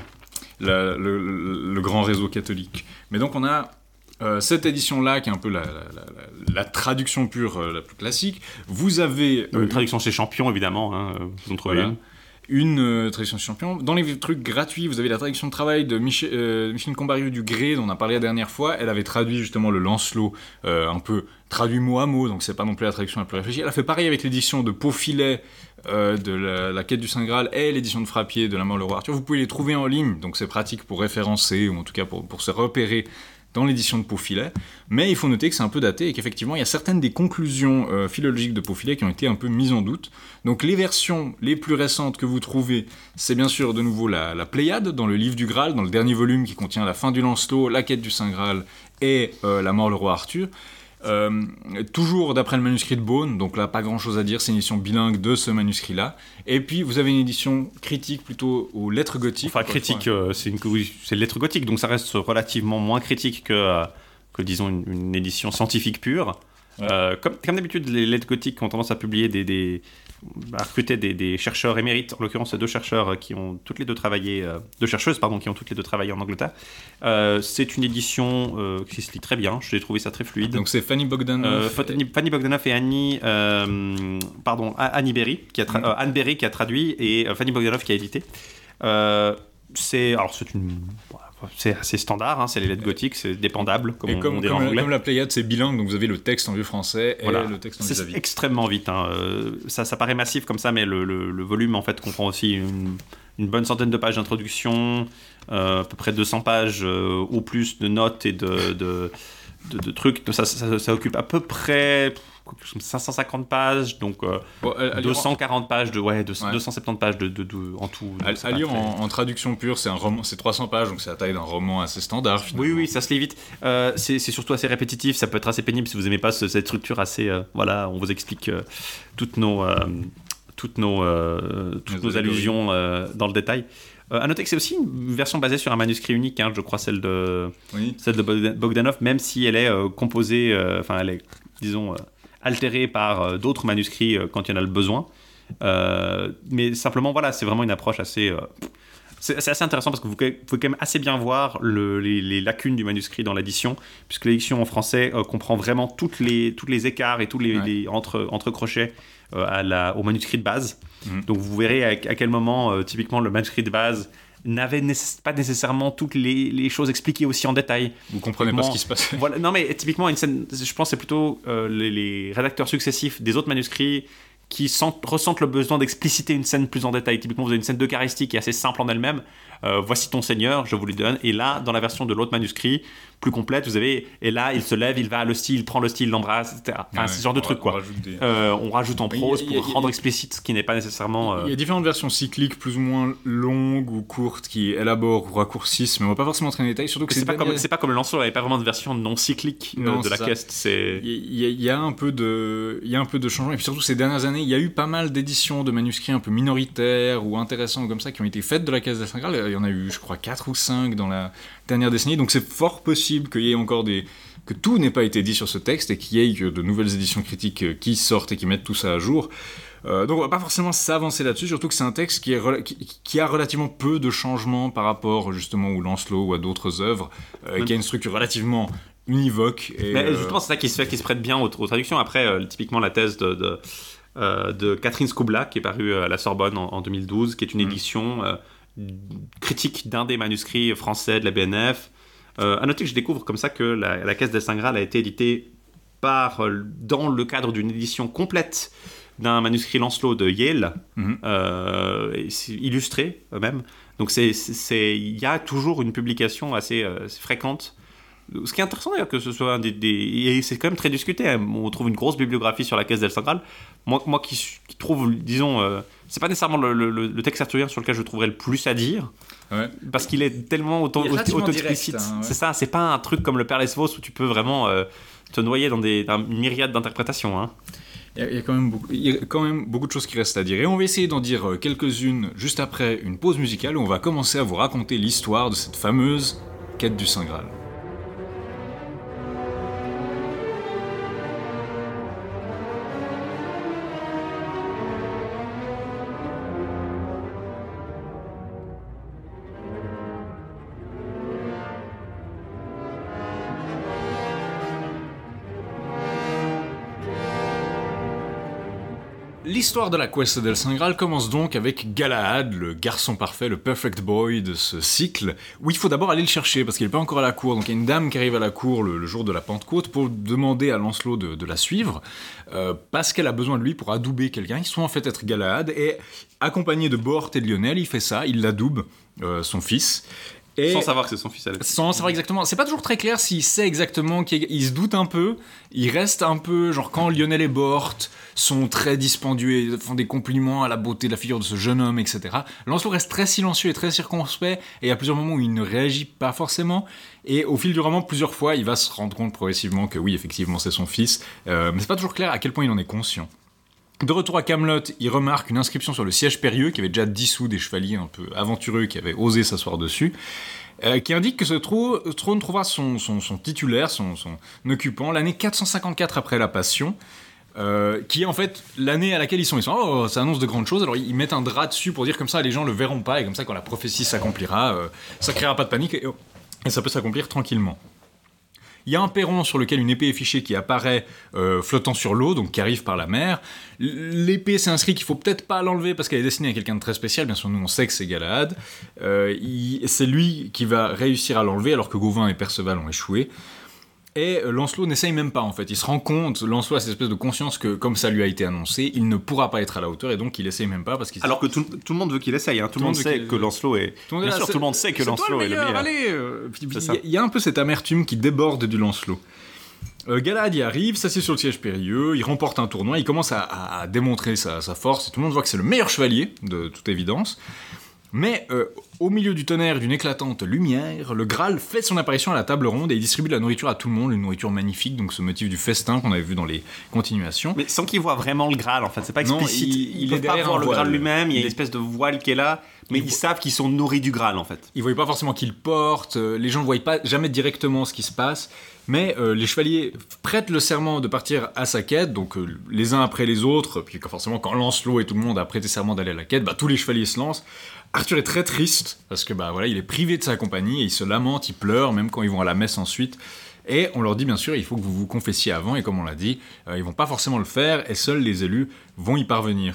Le grand réseau catholique. Mais donc on a cette édition-là qui est un peu la traduction pure la plus classique. Vous avez... une traduction chez Champion, évidemment, vous en trouvez une traduction chez Champion. Dans les trucs gratuits, vous avez la traduction de travail de Micheline Combarieu du Gré, dont on a parlé la dernière fois. Elle avait traduit justement le Lancelot, un peu traduit mot à mot, donc c'est pas non plus la traduction la plus réfléchie. Elle a fait pareil avec l'édition de Paufilet, de la quête du Saint-Graal, et l'édition de Frappier de La mort le roi Arthur. Vous pouvez les trouver en ligne, donc c'est pratique pour référencer, ou en tout cas pour se repérer dans l'édition de Paufilet, mais il faut noter que c'est un peu daté et qu'effectivement il y a certaines des conclusions philologiques de Paufilet qui ont été un peu mises en doute. Donc les versions les plus récentes que vous trouvez, c'est bien sûr de nouveau la Pléiade dans le livre du Graal, dans le dernier volume qui contient la fin du Lancelot, la quête du Saint-Graal et La mort le roi Arthur. Toujours d'après le manuscrit de Beaune, donc là pas grand chose à dire, c'est une édition bilingue de ce manuscrit-là. Et puis vous avez une édition critique plutôt aux lettres gothiques. Enfin critique, c'est lettres gothiques, donc ça reste relativement moins critique que disons une édition scientifique pure. Ouais. Comme d'habitude, les lettres gothiques ont tendance à publier à recruter des chercheurs émérites, en l'occurrence deux chercheurs qui ont toutes les deux travaillé, deux chercheuses pardon, qui ont toutes les deux travaillé en Angleterre. C'est une édition qui se lit très bien, j'ai trouvé ça très fluide. Donc c'est Fanny Bogdanoff. Fanny Bogdanoff et Annie Berry, Anne Berry qui a traduit et Fanny Bogdanoff qui a édité. C'est assez standard, c'est les lettres gothiques, c'est dépendable, comme on dirait en anglais. Comme la Pléiade, c'est bilingue, donc vous avez le texte en vieux français et le texte en vieux avis. C'est extrêmement vite. Ça paraît massif comme ça, mais le volume en fait comprend aussi une bonne centaine de pages d'introduction, à peu près 200 pages ou plus de notes et de trucs. Ça occupe à peu près 550 pages, donc 240 pages 270 pages en tout. À lire en traduction pure, c'est un roman, c'est 300 pages, donc c'est la taille d'un roman assez standard. Finalement. Oui, ça se lit vite. C'est surtout assez répétitif, ça peut être assez pénible si vous n'aimez pas cette structure assez. On vous explique toutes nos allusions dans le détail. À noter que c'est aussi une version basée sur un manuscrit unique, je crois, celle de Bogdanoff, même si elle est composée, elle est, disons, altérée par d'autres manuscrits quand il y en a le besoin. Mais simplement, c'est vraiment une approche assez... C'est assez intéressant parce que vous pouvez quand même assez bien voir les lacunes du manuscrit dans l'édition, puisque l'édition en français comprend vraiment tous les écarts et tous les entre crochets au manuscrit de base. Donc vous verrez à quel moment, typiquement, le manuscrit de base n'avait pas nécessairement toutes les choses expliquées aussi en détail. Vous comprenez pas ce qui se passe. Voilà, non, mais typiquement, une scène, je pense que c'est plutôt les rédacteurs successifs des autres manuscrits qui ressentent le besoin d'expliciter une scène plus en détail. Typiquement, vous avez une scène d'Eucharistie qui est assez simple en elle-même. Voici ton Seigneur, je vous lui donne. Et là, dans la version de l'autre manuscrit, plus complète, vous avez, et là, il se lève, il va à l'hostie, il prend l'hostie, il l'embrasse, etc. Enfin, ce genre de truc, quoi. On rajoute en prose pour rendre explicite ce qui n'est pas nécessairement... Il y a différentes versions cycliques, plus ou moins longues ou courtes, qui élaborent ou raccourcissent, mais on va pas forcément entrer dans les détails, surtout que c'est pas comme le Lancelot, il n'y avait pas vraiment de version non cyclique de la quête. Il y a un peu de changement, et puis surtout ces dernières années, il y a eu pas mal d'éditions de manuscrits un peu minoritaires ou intéressants comme ça qui ont été faites de la caisse des Saints Graal. Il y en a eu, je crois, 4 ou 5 dans la dernière décennie, donc c'est fort possible qu'il y ait encore que tout n'ait pas été dit sur ce texte et qu'il y ait de nouvelles éditions critiques qui sortent et qui mettent tout ça à jour. Donc on va pas forcément s'avancer là-dessus, surtout que c'est un texte qui a relativement peu de changements par rapport justement au Lancelot ou à d'autres œuvres, qui a une structure relativement univoque. Mais justement, c'est ça qui se prête bien aux traductions. Après, typiquement la thèse de Catherine Skoubla, qui est parue à la Sorbonne en 2012, qui est une édition critique d'un des manuscrits français de la BNF. À noter que je découvre comme ça que la Caisse des Saints Graal a été éditée dans le cadre d'une édition complète d'un manuscrit Lancelot de Yale, illustré même. Donc il y a toujours une publication assez fréquente. Ce qui est intéressant d'ailleurs que ce soit et c'est quand même très discuté, hein. On trouve une grosse bibliographie sur la Caisse des Saints Graal. Moi qui trouve, disons, c'est pas nécessairement le texte arthurien sur lequel je trouverais le plus à dire, parce qu'il est tellement auto-explicite. Hein, c'est ça, c'est pas un truc comme le Père Lesvos où tu peux vraiment te noyer dans une myriade d'interprétations. Hein. Il y a quand même beaucoup de choses qui restent à dire, et on va essayer d'en dire quelques-unes juste après une pause musicale où on va commencer à vous raconter l'histoire de cette fameuse quête du Saint Graal. L'histoire de la Quest del Saint Graal commence donc avec Galahad, le garçon parfait, le perfect boy de ce cycle, où il faut d'abord aller le chercher, parce qu'il n'est pas encore à la cour. Donc il y a une dame qui arrive à la cour le jour de la Pentecôte pour demander à Lancelot de la suivre, parce qu'elle a besoin de lui pour adouber quelqu'un, qui soit en fait être Galahad, et accompagné de Bohort et de Lionel, il fait ça, il l'adoube, son fils. Et sans savoir que c'est son fils. Sans savoir exactement. C'est pas toujours très clair s'il sait exactement. Il se doute un peu. Il reste un peu. Genre, quand Lionel et Bohort sont très dispendieux et font des compliments à la beauté de la figure de ce jeune homme, etc. Lancelot reste très silencieux et très circonspect. Et il y a plusieurs moments où il ne réagit pas forcément. Et au fil du roman, plusieurs fois, il va se rendre compte progressivement que oui, effectivement, c'est son fils. Mais c'est pas toujours clair à quel point il en est conscient. De retour à Camelot, il remarque une inscription sur le siège Périlleux qui avait déjà dissous des chevaliers un peu aventureux qui avaient osé s'asseoir dessus, qui indique que ce trône trouvera son titulaire, son occupant, l'année 454 après la Passion, qui est en fait l'année à laquelle ils sont oh, ça annonce de grandes choses, alors ils mettent un drap dessus pour dire comme ça les gens le verront pas, et comme ça quand la prophétie s'accomplira, ça créera pas de panique, et ça peut s'accomplir tranquillement. Il y a un perron sur lequel une épée est fichée qui apparaît flottant sur l'eau, donc qui arrive par la mer. L'épée, c'est inscrit qu'il faut peut-être pas l'enlever parce qu'elle est destinée à quelqu'un de très spécial. Bien sûr, nous on sait que c'est Galahad. C'est lui qui va réussir à l'enlever alors que Gauvin et Perceval ont échoué. Et Lancelot n'essaye même pas en fait, il se rend compte, Lancelot a cette espèce de conscience que comme ça lui a été annoncé, il ne pourra pas être à la hauteur et donc il essaye même pas parce qu'il... Alors que tout le monde veut qu'il essaye, hein. Tout le monde sait que Lancelot est... Bien sûr, tout le monde sait que Lancelot est le meilleur. Allez, il y a un peu cette amertume qui déborde du Lancelot. Galahad y arrive, s'assied sur le siège Périlleux, il remporte un tournoi, il commence à démontrer sa force, et tout le monde voit que c'est le meilleur chevalier, de toute évidence. Mais au milieu du tonnerre d'une éclatante lumière, le Graal fait son apparition à la table ronde et il distribue de la nourriture à tout le monde, une nourriture magnifique, donc ce motif du festin qu'on avait vu dans les continuations. Mais sans qu'il voit vraiment le Graal en fait, c'est pas explicite. Non, il est derrière pas voir le Graal lui-même, il y a une espèce de voile qui est là, mais ils savent qu'ils sont nourris du Graal en fait. Ils voient pas forcément qu'il porte, les gens ne voient pas jamais directement ce qui se passe, mais les chevaliers prêtent le serment de partir à sa quête, donc les uns après les autres, puis forcément quand Lancelot et tout le monde a prêté serment d'aller à la quête, tous les chevaliers se lancent. Arthur est très triste, parce que voilà, il est privé de sa compagnie, et il se lamente, il pleure, même quand ils vont à la messe ensuite. Et on leur dit bien sûr, il faut que vous vous confessiez avant, et comme on l'a dit, ils vont pas forcément le faire, et seuls les élus vont y parvenir.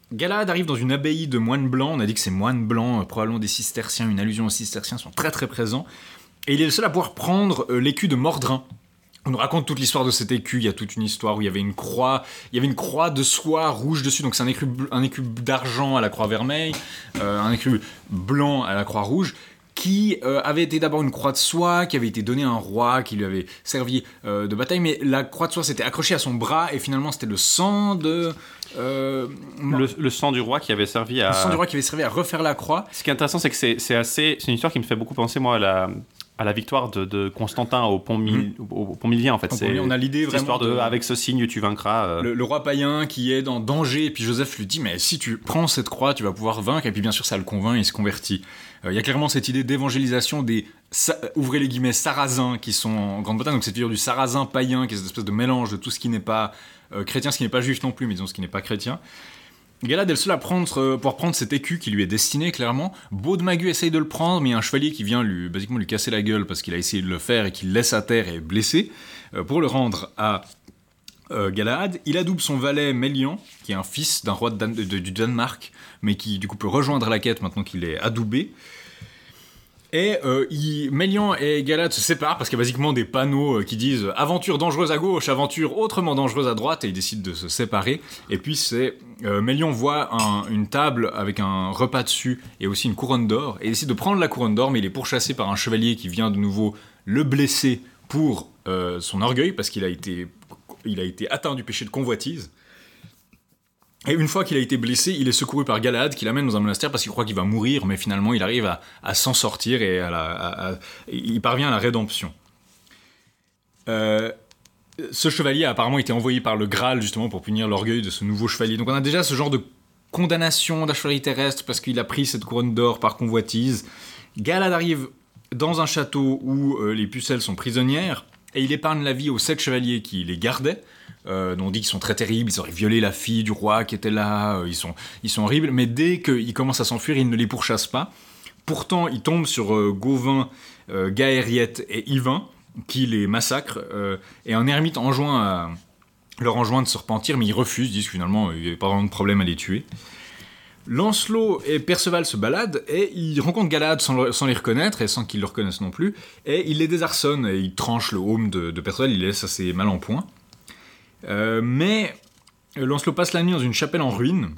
Galahad arrive dans une abbaye de moines blancs, on a dit que ces moines blancs, probablement des cisterciens, une allusion aux cisterciens, sont très très présents, et il est le seul à pouvoir prendre l'écu de Mordrin. On nous raconte toute l'histoire de cet écu, il y a toute une histoire où il y avait une croix de soie rouge dessus, donc c'est un écu d'argent à la croix vermeille, un écu blanc à la croix rouge, qui avait été d'abord une croix de soie, qui avait été donnée à un roi, qui lui avait servi de bataille, mais la croix de soie s'était accrochée à son bras, et finalement c'était le sang de... le sang du roi qui avait servi à... Le sang du roi qui avait servi à refaire la croix. Ce qui est intéressant, c'est que c'est une histoire qui me fait beaucoup penser, moi, à la victoire de Constantin au pont Milvien, en fait. On a l'idée vraiment l'histoire avec ce signe tu vaincras. Le roi païen qui est en danger, et puis Joseph lui dit mais si tu prends cette croix, tu vas pouvoir vaincre, et puis bien sûr ça le convainc et il se convertit. Il y a clairement cette idée d'évangélisation des, ouvrez les guillemets, sarrasins qui sont en Grande-Bretagne, donc cette figure du sarrasin païen qui est cette espèce de mélange de tout ce qui n'est pas chrétien, ce qui n'est pas juif non plus, mais disons ce qui n'est pas chrétien. Galahad est le seul à pouvoir prendre cet écu qui lui est destiné, clairement. Baudemagu essaye de le prendre, mais il y a un chevalier qui vient lui casser la gueule parce qu'il a essayé de le faire et qu'il laisse à terre et est blessé. Pour le rendre à Galahad, il adoube son valet Mélian, qui est un fils d'un roi du Danemark, mais qui du coup peut rejoindre la quête maintenant qu'il est adoubé. Et Mélian et Galahad se séparent parce qu'il y a basiquement des panneaux qui disent « Aventure dangereuse à gauche, aventure autrement dangereuse à droite » et ils décident de se séparer. Et puis Mélian voit une table avec un repas dessus et aussi une couronne d'or, et il décide de prendre la couronne d'or, mais il est pourchassé par un chevalier qui vient de nouveau le blesser pour son orgueil, parce qu'il a été atteint du péché de convoitise. Et une fois qu'il a été blessé, il est secouru par Galahad qui l'amène dans un monastère parce qu'il croit qu'il va mourir, mais finalement il arrive à s'en sortir et il parvient à la rédemption. Ce chevalier a apparemment été envoyé par le Graal justement pour punir l'orgueil de ce nouveau chevalier. Donc on a déjà ce genre de condamnation d'un chevalier terrestre parce qu'il a pris cette couronne d'or par convoitise. Galahad arrive dans un château où les pucelles sont prisonnières et il épargne la vie aux 7 chevaliers qui les gardaient. Dont on dit qu'ils sont très terribles, ils auraient violé la fille du roi qui était là, ils sont horribles, mais dès qu'ils commencent à s'enfuir, ils ne les pourchassent pas. Pourtant, ils tombent sur Gauvin, Gaëriette et Yvain, qui les massacrent, et un ermite leur enjoint de se repentir, mais ils refusent, disent que finalement, il n'y avait pas vraiment de problème à les tuer. Lancelot et Perceval se baladent, et ils rencontrent Galahad sans les reconnaître, et sans qu'ils le reconnaissent non plus, et ils les désarçonnent, et ils tranchent le haume de Perceval, ils les laissent assez mal en point. Mais Lancelot passe la nuit dans une chapelle en ruine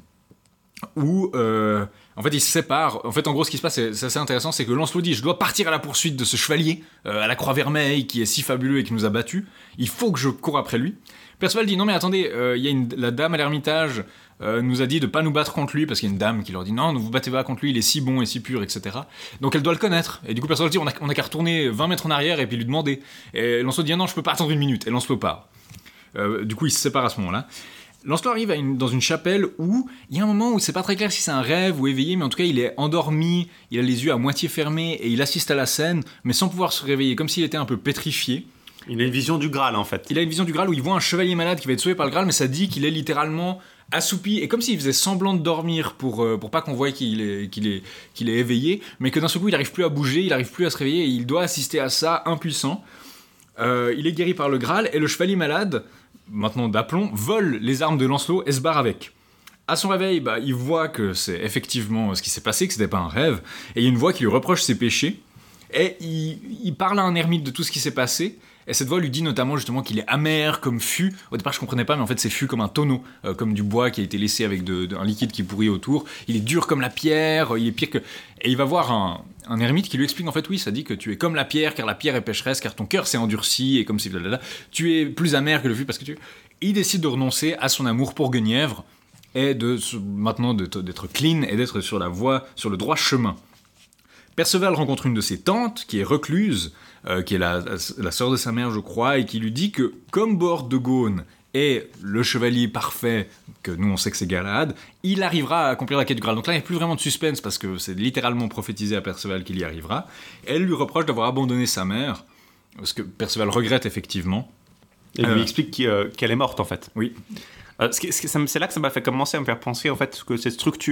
où en fait il se sépare. En fait, en gros, ce qui se passe, c'est assez intéressant, c'est que Lancelot dit: je dois partir à la poursuite de ce chevalier à la croix vermeille qui est si fabuleux et qui nous a battus, il faut que je cours après lui. Perceval dit: non mais attendez, la dame à l'ermitage nous a dit de pas nous battre contre lui, parce qu'il y a une dame qui leur dit: non, ne vous battez pas contre lui, il est si bon et si pur, etc. Donc elle doit le connaître. Et du coup Perceval dit: on a qu'à retourner 20 mètres en arrière et puis lui demander. Et Lancelot dit: non, je peux pas attendre une minute. Et Lancelot part. Du coup, ils se séparent à ce moment-là. Lancelot arrive dans une chapelle où il y a un moment où c'est pas très clair si c'est un rêve ou éveillé, mais en tout cas, il est endormi, il a les yeux à moitié fermés et il assiste à la scène, mais sans pouvoir se réveiller, comme s'il était un peu pétrifié. Il a une vision du Graal, en fait. Il a une vision du Graal où il voit un chevalier malade qui va être sauvé par le Graal, mais ça dit qu'il est littéralement assoupi, et comme s'il faisait semblant de dormir pour pas qu'on voie qu'il est éveillé, mais que d'un seul coup, il n'arrive plus à bouger, il n'arrive plus à se réveiller, et il doit assister à ça, impuissant. Il est guéri par le Graal, et le chevalier malade, maintenant d'aplomb, vole les armes de Lancelot et se barre avec. À son réveil, il voit que c'est effectivement ce qui s'est passé, que c'était pas un rêve, et il y a une voix qui lui reproche ses péchés, et il parle à un ermite de tout ce qui s'est passé, et cette voix lui dit notamment justement qu'il est amer comme fût. Au départ je comprenais pas, mais en fait c'est fût comme un tonneau, comme du bois qui a été laissé avec un liquide qui pourrit autour. Il est dur comme la pierre, il est pire que... Et il va voir un ermite qui lui explique en fait: oui, ça dit que tu es comme la pierre, car la pierre est pécheresse, car ton cœur s'est endurci, et comme si tu es plus amer que le fût parce que tu... Il décide de renoncer à son amour pour Guenièvre, et maintenant d'être clean, et d'être sur la voie, sur le droit chemin. Perceval rencontre une de ses tantes, qui est recluse, qui est la sœur de sa mère, je crois, et qui lui dit que, comme Bohort de Gaune est le chevalier parfait, que nous on sait que c'est Galahad, il arrivera à accomplir la quête du Graal. Donc là, il n'y a plus vraiment de suspense, parce que c'est littéralement prophétisé à Perceval qu'il y arrivera. Elle lui reproche d'avoir abandonné sa mère, ce que Perceval regrette effectivement. Et lui explique qu'elle est morte, en fait. Oui. C'est là que ça m'a fait commencer à me faire penser, en fait, que cette structure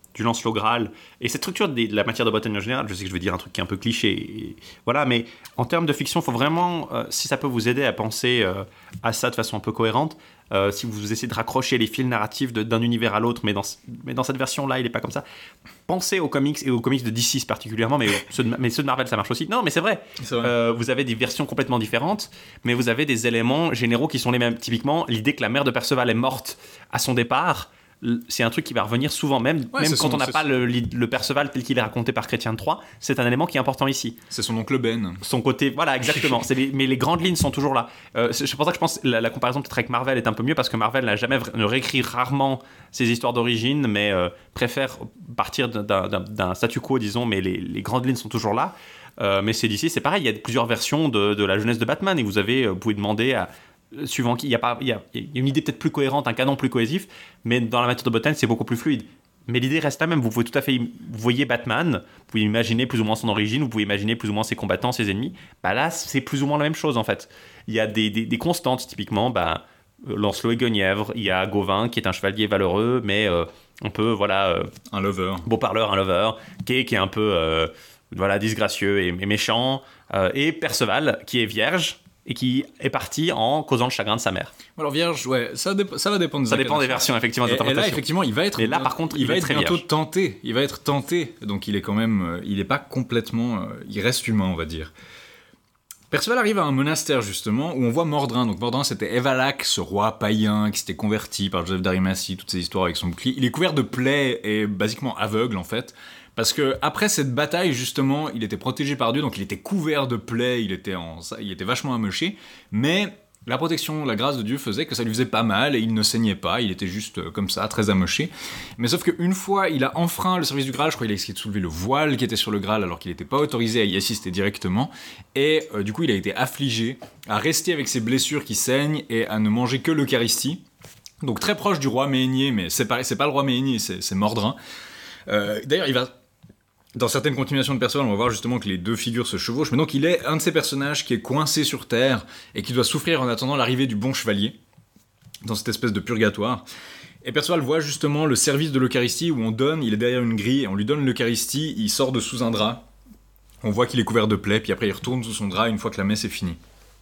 du Lancelot Graal, et cette structure de la matière de Bretagne en général, je sais que je vais dire un truc qui est un peu cliché, voilà, mais en termes de fiction, il faut vraiment, si ça peut vous aider à penser à ça de façon un peu cohérente, si vous essayez de raccrocher les fils narratifs d'un univers à l'autre, mais dans cette version-là, il n'est pas comme ça. Pensez aux comics, et aux comics de DC particulièrement, mais ceux de Marvel, ça marche aussi. Non, mais c'est vrai. Vous avez des versions complètement différentes, mais vous avez des éléments généraux qui sont les mêmes. Typiquement, l'idée que la mère de Perceval est morte à son départ, c'est un truc qui va revenir souvent, même quand on n'a pas le Perceval tel qu'il est raconté par Chrétien de Troyes, c'est un élément qui est important ici. C'est son oncle Ben. Son côté, voilà, exactement. Mais les grandes lignes sont toujours là. C'est pour ça que je pense que la comparaison peut-être avec Marvel est un peu mieux, parce que Marvel ne réécrit rarement ses histoires d'origine, mais préfère partir d'un statu quo, disons, mais les grandes lignes sont toujours là. Mais c'est d'ici, c'est pareil, il y a plusieurs versions de la jeunesse de Batman, et vous pouvez demander à... Suivant qui, il y a une idée peut-être plus cohérente, un canon plus cohésif, mais dans la matière de Bretagne, c'est beaucoup plus fluide. Mais l'idée reste la même. Vous pouvez tout à fait, vous voyez Batman, vous pouvez imaginer plus ou moins son origine, vous pouvez imaginer plus ou moins ses combattants, ses ennemis. Bah là, c'est plus ou moins la même chose en fait. Il y a des constantes, typiquement, Lancelot et Guenièvre. Il y a Gauvin qui est un chevalier valeureux, mais un peu un lover, beau parleur, un lover, qui est un peu disgracieux et méchant, et Perceval qui est vierge et qui est parti en causant le chagrin de sa mère. Alors vierge, ouais, ça va dépendre. Ça dépend des versions, effectivement. Et là, effectivement, il va être. Et là, par contre, il va être très bientôt vierge. tenté. Il va être tenté. Donc, il est quand même, il est pas complètement, il reste humain, on va dire. Perceval arrive à un monastère justement où on voit Mordrin. Donc Mordrin, c'était Evalac, ce roi païen qui s'était converti par Joseph d'Arimathie, toutes ces histoires avec son bouclier. Il est couvert de plaies et basiquement aveugle en fait. Parce que après cette bataille, justement, il était protégé par Dieu, donc il était couvert de plaies, il était vachement amoché, mais la protection, la grâce de Dieu faisait que ça lui faisait pas mal et il ne saignait pas, il était juste comme ça, très amoché. Mais sauf qu'une fois, il a enfreint le service du Graal, je crois qu'il a essayé de soulever le voile qui était sur le Graal alors qu'il n'était pas autorisé à y assister directement, et du coup il a été affligé à rester avec ses blessures qui saignent et à ne manger que l'Eucharistie. Donc très proche du roi Méhénier, mais c'est pas le roi Méhénier, c'est Mordrin. D'ailleurs, il va... Dans certaines continuations de Perceval, on va voir justement que les deux figures se chevauchent, mais donc il est un de ces personnages qui est coincé sur Terre et qui doit souffrir en attendant l'arrivée du bon chevalier, dans cette espèce de purgatoire. Et Perceval voit justement le service de l'Eucharistie où il est derrière une grille, et on lui donne l'Eucharistie, il sort de sous un drap, on voit qu'il est couvert de plaies, puis après il retourne sous son drap une fois que la messe est finie.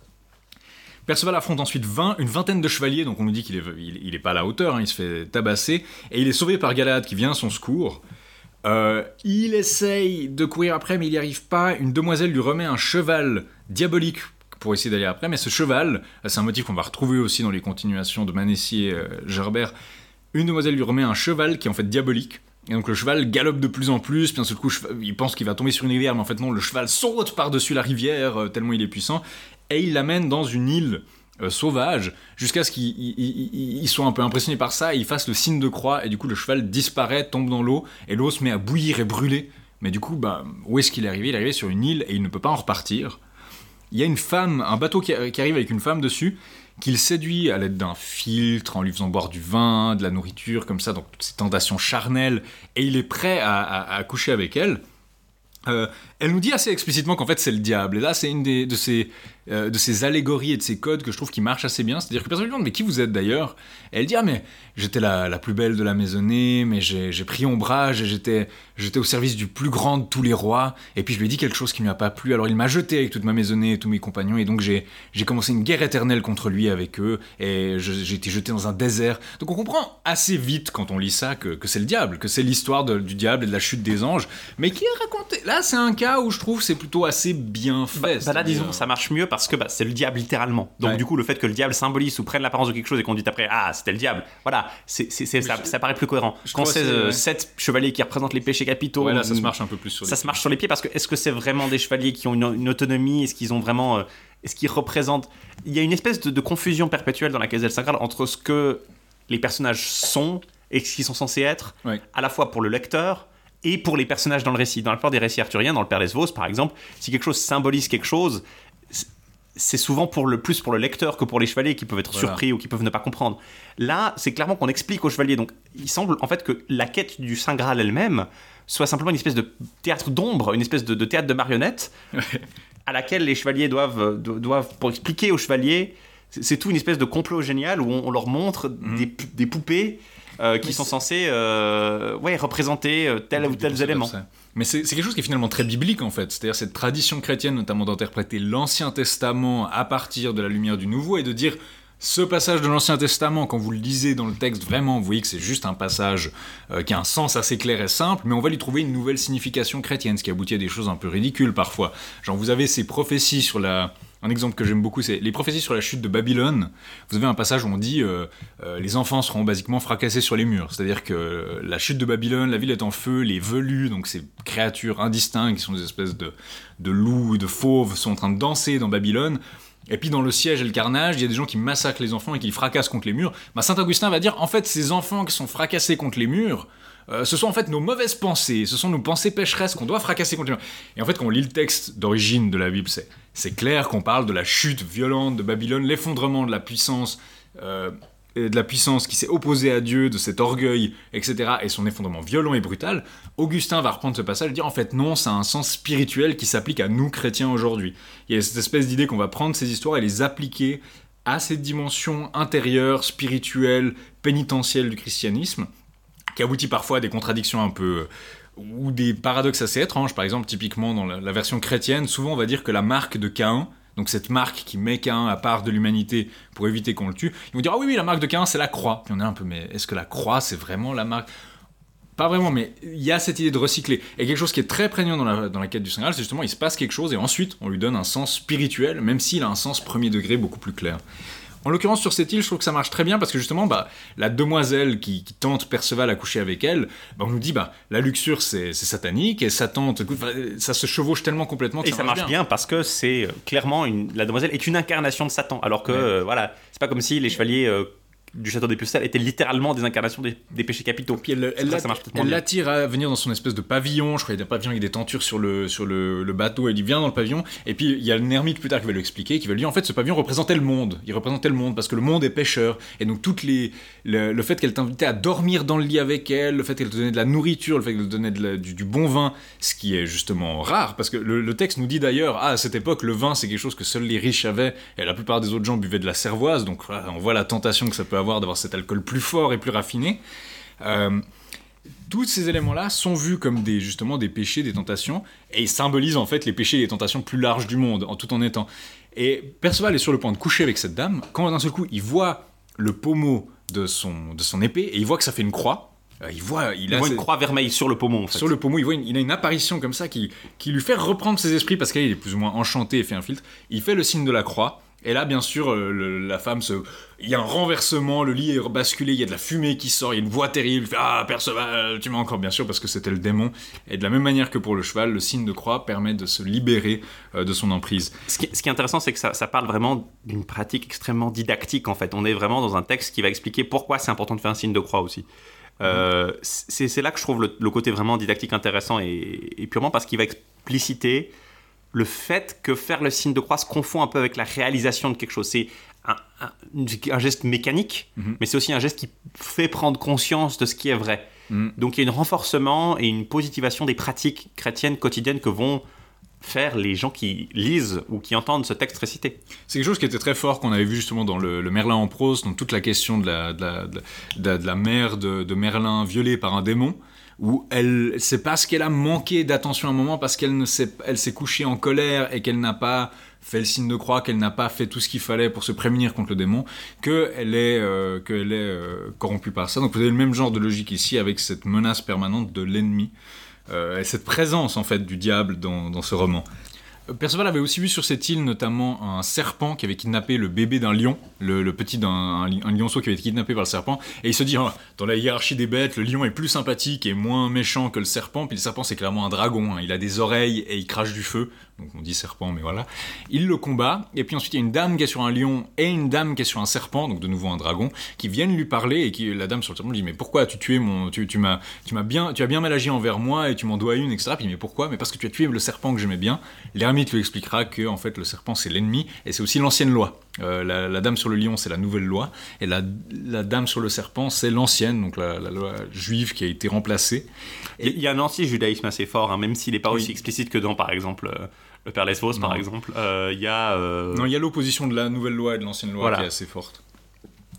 Perceval affronte ensuite une vingtaine de chevaliers, donc on nous dit qu'il est pas à la hauteur, hein, il se fait tabasser, et il est sauvé par Galahad qui vient à son secours. Il essaye de courir après, mais il n'y arrive pas. Une demoiselle lui remet un cheval diabolique pour essayer d'aller après, mais ce cheval, c'est un motif qu'on va retrouver aussi dans les continuations de Manessier Gerbert. Une demoiselle lui remet un cheval qui est en fait diabolique. Et donc le cheval galope de plus en plus, puis d'un seul coup, il pense qu'il va tomber sur une rivière, mais en fait non, le cheval saute par-dessus la rivière, tellement il est puissant, et il l'amène dans une île sauvage, jusqu'à ce qu'il soit un peu impressionné par ça, et il fasse le signe de croix, et du coup le cheval disparaît, tombe dans l'eau, et l'eau se met à bouillir et brûler. Mais du coup, où est-ce qu'il est arrivé ? Il est arrivé sur une île, et il ne peut pas en repartir. Il y a une femme, un bateau qui arrive avec une femme dessus, qu'il séduit à l'aide d'un filtre, en lui faisant boire du vin, de la nourriture, comme ça, donc toutes ces tentations charnelles, et il est prêt à coucher avec elle. Elle nous dit assez explicitement qu'en fait c'est le diable, et là c'est une de ces allégories et de ces codes que je trouve qui marchent assez bien, c'est-à-dire que personne lui demande mais qui vous êtes d'ailleurs, et elle dit mais j'étais la plus belle de la maisonnée, mais j'ai pris ombrage et j'étais au service du plus grand de tous les rois, et puis je lui ai dit quelque chose qui ne lui a pas plu, alors il m'a jeté avec toute ma maisonnée et tous mes compagnons, et donc j'ai commencé une guerre éternelle contre lui avec eux, et j'ai été jeté dans un désert. Donc on comprend assez vite quand on lit ça que c'est le diable, que c'est l'histoire du diable et de la chute des anges, mais qui est raconté. Là c'est un cas où je trouve c'est plutôt assez bien fait. Là disons ça marche mieux parce que c'est le diable littéralement. Donc du coup le fait que le diable symbolise ou prenne l'apparence de quelque chose et qu'on dit après c'était le diable, voilà, ça paraît plus cohérent. Quand c'est 7 chevaliers qui représentent les péchés capitaux, ouais, là ça se marche un peu plus sur les pieds. Ça se marche sur les pieds parce que est-ce que c'est vraiment des chevaliers qui ont une autonomie, est-ce qu'ils ont vraiment est-ce qu'ils représentent, il y a une espèce de confusion perpétuelle dans la Caisse del Saint Graal entre ce que les personnages sont et ce qu'ils sont censés être, à la fois pour le lecteur et pour les personnages dans le récit. Dans la plupart des récits arthuriens, dans le Père Lesvos par exemple, si quelque chose symbolise quelque chose, c'est souvent plus pour le lecteur que pour les chevaliers qui peuvent être surpris ou qui peuvent ne pas comprendre. Là, c'est clairement qu'on explique aux chevaliers. Donc, il semble en fait que la quête du Saint Graal elle-même soit simplement une espèce de théâtre d'ombre, une espèce de théâtre de marionnettes à laquelle les chevaliers doivent, pour expliquer aux chevaliers, c'est tout une espèce de complot génial où on leur montre des poupées qui sont censés représenter tel ou tel élément. Mais c'est quelque chose qui est finalement très biblique en fait, c'est-à-dire cette tradition chrétienne notamment d'interpréter l'Ancien Testament à partir de la lumière du Nouveau et de dire ce passage de l'Ancien Testament, quand vous le lisez dans le texte, vraiment vous voyez que c'est juste un passage qui a un sens assez clair et simple, mais on va lui trouver une nouvelle signification chrétienne, ce qui aboutit à des choses un peu ridicules parfois. Genre vous avez ces prophéties sur la... Un exemple que j'aime beaucoup, c'est les prophéties sur la chute de Babylone. Vous avez un passage où on dit les enfants seront basiquement fracassés sur les murs. C'est-à-dire que la chute de Babylone, la ville est en feu, les velus, donc ces créatures indistinctes qui sont des espèces de loups et de fauves, sont en train de danser dans Babylone. Et puis dans le siège et le carnage, il y a des gens qui massacrent les enfants et qui les fracassent contre les murs. Saint Augustin va dire, en fait, ces enfants qui sont fracassés contre les murs, ce sont en fait nos mauvaises pensées, ce sont nos pensées pécheresses qu'on doit fracasser contre les murs. Et en fait, quand on lit le texte d'origine de la Bible, c'est clair qu'on parle de la chute violente de Babylone, l'effondrement de la puissance qui s'est opposée à Dieu, de cet orgueil, etc., et son effondrement violent et brutal. Augustin va reprendre ce passage et dire en fait non, ça a un sens spirituel qui s'applique à nous chrétiens aujourd'hui. Il y a cette espèce d'idée qu'on va prendre ces histoires et les appliquer à cette dimension intérieure, spirituelle, pénitentielle du christianisme, qui aboutit parfois à des contradictions un peu... ou des paradoxes assez étranges. Par exemple, typiquement dans la version chrétienne, souvent on va dire que la marque de Caïn, donc cette marque qui met Caïn à part de l'humanité pour éviter qu'on le tue, ils vont dire « Ah oui, la marque de Caïn, c'est la croix ». Puis on est un peu « Mais est-ce que la croix, c'est vraiment la marque ?» Pas vraiment, mais il y a cette idée de recycler. Et quelque chose qui est très prégnant dans la quête du Saint Graal, c'est justement il se passe quelque chose et ensuite on lui donne un sens spirituel, même s'il a un sens premier degré beaucoup plus clair. En l'occurrence, sur cette île, je trouve que ça marche très bien parce que justement, la demoiselle qui tente Perceval à coucher avec elle, on nous dit, la luxure, c'est satanique, et sa tante, ça se chevauche tellement complètement que ça marche bien parce que c'est clairement, la demoiselle est une incarnation de Satan, alors que, c'est pas comme si les chevaliers du château des Pucelles étaient littéralement des incarnations des péchés capitaux. Puis elle l'attire à venir dans son espèce de pavillon, je crois qu'il y a un pavillon avec des tentures sur le bateau, elle dit viens dans le pavillon, et puis il y a le ermite plus tard qui va lui expliquer, qui va lui dire en fait ce pavillon représentait le monde, parce que le monde est pécheur, et donc le fait qu'elle t'invitait à dormir dans le lit avec elle, le fait qu'elle te donnait de la nourriture, le fait qu'elle te donnait du bon vin, ce qui est justement rare, parce que le texte nous dit d'ailleurs, à cette époque le vin c'est quelque chose que seuls les riches avaient, et la plupart des autres gens buvaient de la cervoise, donc on voit la tentation que ça peut avoir d'avoir cet alcool plus fort et plus raffiné. Tous ces éléments-là sont vus comme justement des péchés, des tentations, et ils symbolisent en fait les péchés et les tentations plus larges du monde, tout en étant. Et Perceval est sur le point de coucher avec cette dame, quand d'un seul coup il voit le pommeau de son épée, et il voit que ça fait une croix. Il voit une croix vermeille sur le pommeau en fait. Sur le pommeau, il a une apparition comme ça qui lui fait reprendre ses esprits, parce qu'il est plus ou moins enchanté et fait un filtre. Il fait le signe de la croix. Et là, bien sûr, la femme il y a un renversement, le lit est basculé, il y a de la fumée qui sort, il y a une voix terrible, il fait « Ah, Perceval, tu m'as encore », bien sûr, parce que c'était le démon. Et de la même manière que pour le cheval, le signe de croix permet de se libérer de son emprise. Ce qui est intéressant, c'est que ça parle vraiment d'une pratique extrêmement didactique, en fait. On est vraiment dans un texte qui va expliquer pourquoi c'est important de faire un signe de croix aussi. C'est là que je trouve le côté vraiment didactique intéressant, et purement parce qu'il va expliciter le fait que faire le signe de croix se confond un peu avec la réalisation de quelque chose. C'est un geste mécanique, mais c'est aussi un geste qui fait prendre conscience de ce qui est vrai. Donc il y a un renforcement et une positivation des pratiques chrétiennes quotidiennes que vont faire les gens qui lisent ou qui entendent ce texte récité. C'est quelque chose qui était très fort, qu'on avait vu justement dans le Merlin en prose, donc toute la question de la mère de Merlin violée par un démon, où c'est parce qu'elle a manqué d'attention à un moment, parce qu'elle s'est couchée en colère et qu'elle n'a pas fait le signe de croix, qu'elle n'a pas fait tout ce qu'il fallait pour se prémunir contre le démon, qu'elle est corrompue par ça. Donc vous avez le même genre de logique ici, avec cette menace permanente de l'ennemi, et cette présence en fait du diable dans ce roman. Perceval avait aussi vu sur cette île notamment un serpent qui avait kidnappé le bébé d'un lion, le petit un lionceau qui avait été kidnappé par le serpent, et il se dit dans la hiérarchie des bêtes, le lion est plus sympathique et moins méchant que le serpent, puis le serpent c'est clairement un dragon, il a des oreilles et il crache du feu, donc on dit serpent mais voilà. Il le combat, et puis ensuite il y a une dame qui est sur un lion et une dame qui est sur un serpent, donc de nouveau un dragon, qui viennent lui parler, et la dame sur le serpent lui dit mais pourquoi as-tu tué tu as bien mal agi envers moi et tu m'en dois une, etc. Puis mais pourquoi? Mais parce que tu as tué le serpent que j'aimais bien. L'ermite lui expliquera que en fait le serpent c'est l'ennemi et c'est aussi l'ancienne loi. La dame sur le lion c'est la nouvelle loi, et la dame sur le serpent c'est l'ancienne, donc la loi juive qui a été remplacée. Il y a un anti-judaïsme assez fort, même s'il n'est pas aussi explicite que dans par exemple le Père Lesvos par exemple. Il y a non, il y a l'opposition de la nouvelle loi et de l'ancienne loi qui est assez forte.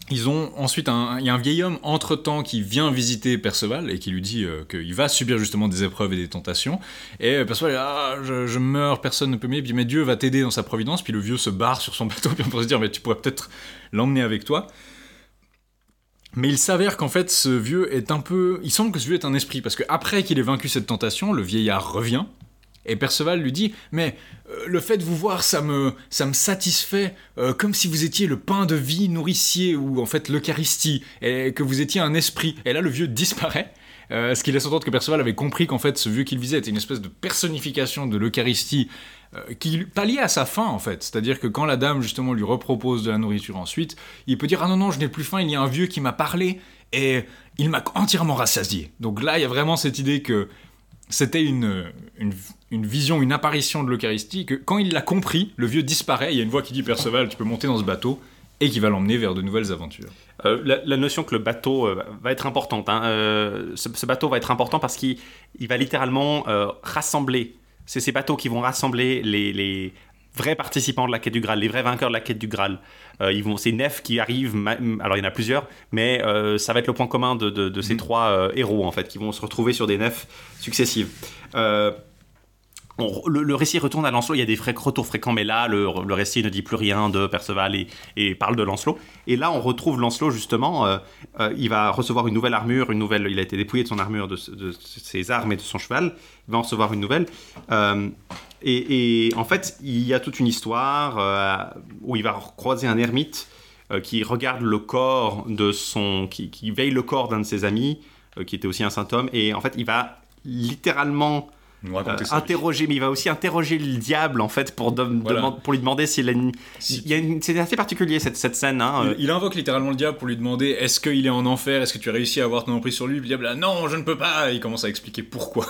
ils ont ensuite il y a un vieil homme entre-temps qui vient visiter Perceval et qui lui dit qu'il va subir justement des épreuves et des tentations. Et Perceval est je meurs, personne ne peut m'aider. Puis mais Dieu va t'aider dans sa providence. Puis le vieux se barre sur son bateau puis on peut se dire mais tu pourrais peut-être l'emmener avec toi. Mais il s'avère qu'en fait ce vieux est il semble que ce vieux est un esprit parce qu'après qu'il ait vaincu cette tentation, le vieillard revient. Et Perceval lui dit « Mais le fait de vous voir, ça me satisfait, comme si vous étiez le pain de vie nourricier, ou en fait l'Eucharistie, et que vous étiez un esprit. » Et là, le vieux disparaît, ce qui laisse entendre que Perceval avait compris qu'en fait, ce vieux qu'il visait était une espèce de personnification de l'Eucharistie, qui palliait à sa faim, en fait. C'est-à-dire que quand la dame, justement, lui repropose de la nourriture ensuite, il peut dire « Ah non, je n'ai plus faim, il y a un vieux qui m'a parlé, et il m'a entièrement rassasié. » Donc là, il y a vraiment cette idée que c'était une vision, une apparition de l'Eucharistie, que quand il l'a compris, le vieux disparaît, il y a une voix qui dit « Perceval, tu peux monter dans ce bateau », et qui va l'emmener vers de nouvelles aventures. La notion que le bateau va être importante. Ce bateau va être important parce qu'il va littéralement rassembler. C'est ces bateaux qui vont rassembler les vrais participants de la quête du Graal, les vrais vainqueurs de la quête du Graal. Ces nefs qui arrivent, alors il y en a plusieurs, mais ça va être le point commun de ces trois héros en fait, qui vont se retrouver sur des nefs successives. Le récit retourne à Lancelot, il y a des retours fréquents, mais là, le récit ne dit plus rien de Perceval et parle de Lancelot. Et là, on retrouve Lancelot, justement, il va recevoir une nouvelle armure, il a été dépouillé de son armure, de ses armes et de son cheval, il va en recevoir une nouvelle. Et en fait, il y a toute une histoire où il va croiser un ermite qui regarde le corps qui veille le corps d'un de ses amis, qui était aussi un saint homme, et en fait, il va littéralement... interroger, mais il va aussi interroger le diable en fait pour lui demander s'il a c'est assez particulier cette scène. Il invoque littéralement le diable pour lui demander est-ce qu'il est en enfer, est-ce que tu as réussi à avoir ton emprise sur lui. Le diable non, je ne peux pas. Et il commence à expliquer pourquoi.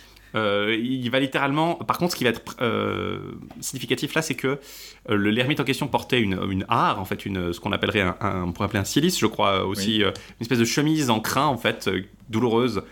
Il va littéralement. Par contre, ce qui va être significatif là, c'est que l'ermite en question portait une hare, en fait, ce qu'on appellerait on pourrait appeler un cilice, je crois aussi, une espèce de chemise en crin en fait, douloureuse.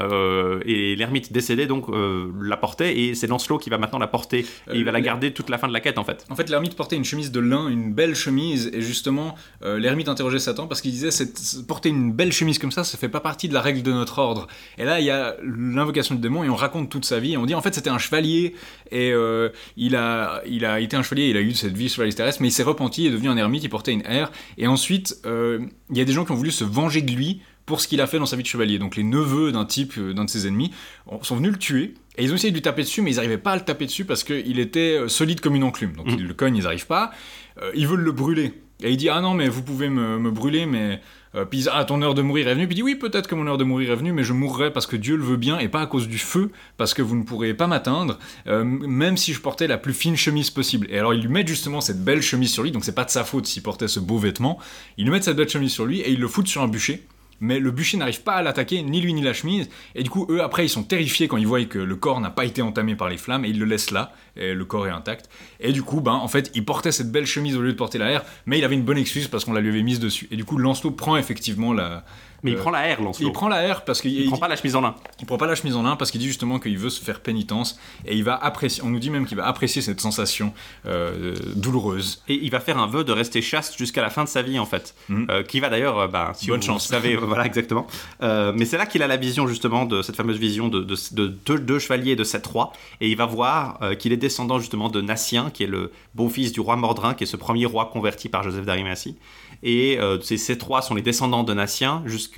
Et l'ermite décédé donc la portait, et c'est Lancelot qui va maintenant la porter et il va la garder toute la fin de la quête en fait. En fait, l'ermite portait une chemise de lin, une belle chemise, et justement l'ermite interrogeait Satan parce qu'il disait porter une belle chemise comme ça fait pas partie de la règle de notre ordre. Et là il y a l'invocation du démon et on raconte toute sa vie et on dit en fait c'était un chevalier et il a été un chevalier, il a eu cette vie chevalier terrestre, mais il s'est repenti et est devenu un ermite, il portait une haire, et ensuite il y a des gens qui ont voulu se venger de lui pour ce qu'il a fait dans sa vie de chevalier. Donc les neveux d'un de ses ennemis sont venus le tuer, et ils ont essayé de lui taper dessus, mais ils n'arrivaient pas à le taper dessus parce qu'il était solide comme une enclume. Donc ils le cognent, ils n'arrivent pas. Ils veulent le brûler. Et il dit « Ah non, mais vous pouvez me brûler, mais... » Puis ils disent « Ah, ton heure de mourir est venue. » Puis il dit « Oui, peut-être que mon heure de mourir est venue, mais je mourrai parce que Dieu le veut bien, et pas à cause du feu, parce que vous ne pourrez pas m'atteindre, même si je portais la plus fine chemise possible. » Et alors ils lui mettent justement cette belle chemise sur lui, donc c'est pas de sa faute s'il portait ce beau vêtement. Ils lui mettent cette belle chemise sur lui, et ils le foutent sur un bûcher. Mais le bûcher n'arrive pas à l'attaquer, ni lui ni la chemise, et du coup eux après ils sont terrifiés quand ils voient que le corps n'a pas été entamé par les flammes, et ils le laissent là, et le corps est intact, et du coup en fait il portait cette belle chemise au lieu de porter la haire, mais il avait une bonne excuse parce qu'on la lui avait mise dessus, et du coup Lancelot prend effectivement la... Mais il prend la haire, Lancelot. Il prend la haire parce qu'il prend pas la chemise en lin. Il prend pas la chemise en lin parce qu'il dit justement qu'il veut se faire pénitence, et il va apprécier, on nous dit même qu'il va apprécier cette sensation douloureuse. Et il va faire un vœu de rester chaste jusqu'à la fin de sa vie en fait, qui va d'ailleurs, si bonne vous chance. Savez, voilà exactement. Mais c'est là qu'il a la vision justement de cette fameuse vision de deux chevaliers de 7 rois, et il va voir qu'il est descendant justement de Natien, qui est le beau-fils du roi Mordrin, qui est ce premier roi converti par Joseph d'Arimathie. Et ces 7 rois sont les descendants de Natien jusque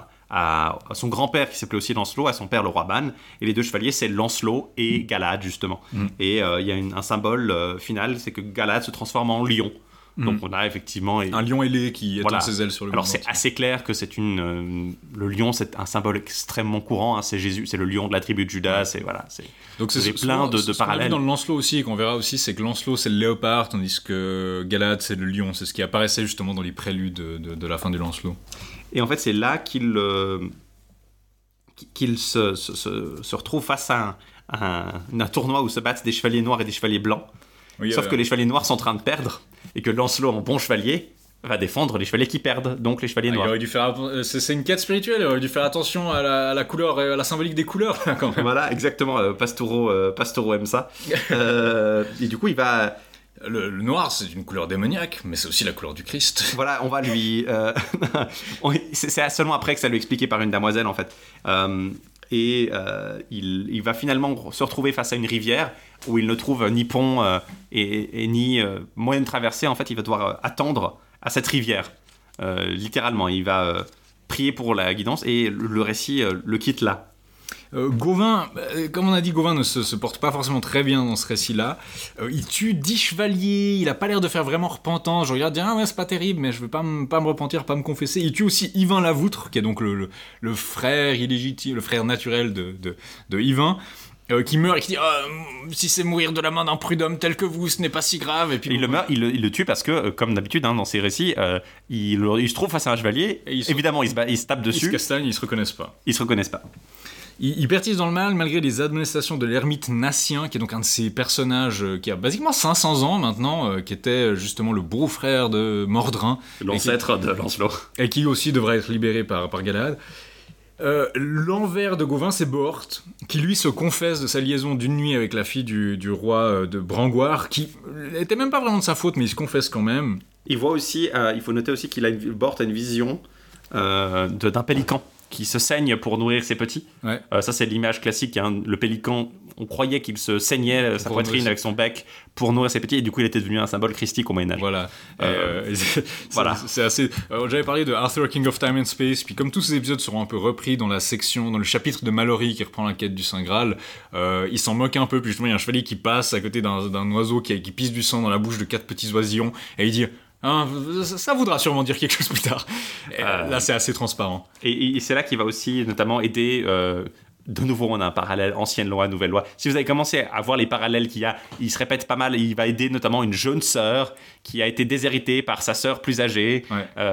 à son grand-père qui s'appelait aussi Lancelot, à son père le roi Ban, et les deux chevaliers c'est Lancelot et Galahad justement. Et il y a un symbole final, c'est que Galahad se transforme en lion. Donc on a effectivement un lion ailé qui étend ses ailes sur le monde. Alors c'est assez clair que c'est le lion, c'est un symbole extrêmement courant, c'est Jésus, c'est le lion de la tribu de Judas, donc c'est plein de parallèles. Dans le Lancelot aussi, et qu'on verra aussi, c'est que Lancelot c'est le léopard, tandis que Galahad c'est le lion. C'est ce qui apparaissait justement dans les préludes de la fin du Lancelot. Et en fait c'est là qu'il se retrouve face à un tournoi où se battent des chevaliers noirs et des chevaliers blancs. Sauf que les chevaliers noirs sont en train de perdre, et que Lancelot, en bon chevalier, va défendre les chevaliers qui perdent, donc les chevaliers noirs. Il aurait dû faire, c'est une quête spirituelle, il aurait dû faire attention à la couleur, à la symbolique des couleurs, quand même. Voilà, exactement, Pastoureau aime ça. Et du coup, il va Le noir, c'est une couleur démoniaque, mais c'est aussi la couleur du Christ. Voilà, on va lui... c'est seulement après que ça lui est expliqué par une damoiselle, en fait. Il va finalement se retrouver face à une rivière où il ne trouve ni pont et ni moyen de traverser. En fait, il va devoir attendre à cette rivière. Littéralement, il va prier pour la guidance et le récit le quitte là. Gauvin, comme on a dit, Gauvin ne se porte pas forcément très bien dans ce récit-là. Il tue 10 chevaliers, il a pas l'air de faire vraiment repentance. Je regarde, ouais, c'est pas terrible, mais je veux pas me repentir, pas me confesser. Il tue aussi Yvain Lavoutre, qui est donc le frère illégitime, le frère naturel de Yvain. Qui meurt et qui dit si c'est mourir de la main d'un prud'homme tel que vous, ce n'est pas si grave. Et puis il le tue parce que, comme d'habitude dans ces récits, il se trouve face à un chevalier. Évidemment, il se tape dessus. Ils se castagnent, ils se reconnaissent pas. Ils persistent dans le mal malgré les admonestations de l'ermite Nassien, qui est donc un de ces personnages qui a basiquement 500 ans maintenant, qui était justement le beau-frère de Mordrin. L'ancêtre de Lancelot. Et qui aussi devrait être libéré par Galahad. L'envers de Gauvin, c'est Bohort, qui lui se confesse de sa liaison d'une nuit avec la fille du roi de Brangoire, qui n'était même pas vraiment de sa faute, mais il se confesse quand même. Il voit aussi, il faut noter aussi Bohort a une vision d'un pélican qui se saigne pour nourrir ses petits. Ouais. Ça, c'est l'image classique. Hein. Le pélican, on croyait qu'il se saignait sa poitrine avec son bec pour nourrir ses petits, et du coup, il était devenu un symbole christique au Moyen-Âge. Voilà. Voilà. C'est assez... j'avais parlé de Arthur, King of Time and Space, puis comme tous ces épisodes seront un peu repris dans le chapitre de Mallory qui reprend la quête du Saint Graal, il s'en moque un peu, puis justement, il y a un chevalier qui passe à côté d'un oiseau qui pisse du sang dans la bouche de 4 petits oisillons, et il dit... ça voudra sûrement dire quelque chose plus tard. Là, c'est assez transparent. Et c'est là qu'il va aussi notamment aider. De nouveau, on a un parallèle ancienne loi, nouvelle loi. Si vous avez commencé à voir les parallèles qu'il y a, il se répète pas mal. Il va aider notamment une jeune sœur qui a été déshéritée par sa sœur plus âgée,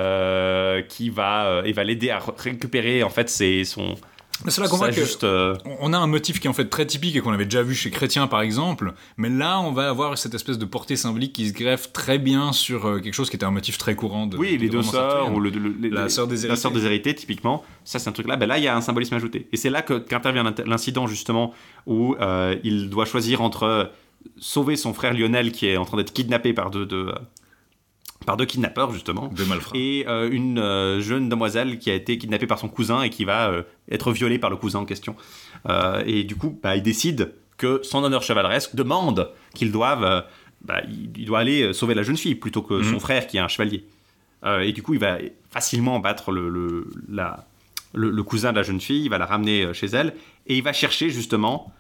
qui va l'aider à récupérer en fait son. Mais c'est là qu'on voit on a un motif qui est en fait très typique et qu'on avait déjà vu chez Chrétien par exemple, mais là on va avoir cette espèce de portée symbolique qui se greffe très bien sur quelque chose qui était un motif très courant les deux sœurs ou la sœur déshéritée typiquement, ça c'est un truc là, là il y a un symbolisme ajouté et c'est là qu'intervient l'incident justement où il doit choisir entre sauver son frère Lionel qui est en train d'être kidnappé par deux kidnappeurs justement, deux malfrats, et une jeune demoiselle qui a été kidnappée par son cousin et qui va être violée par le cousin en question. Et du coup, il décide que son honneur chevaleresque demande qu'il doive, il doit aller sauver la jeune fille plutôt que son frère qui est un chevalier. Et du coup, il va facilement battre le cousin de la jeune fille, il va la ramener chez elle et il va chercher justement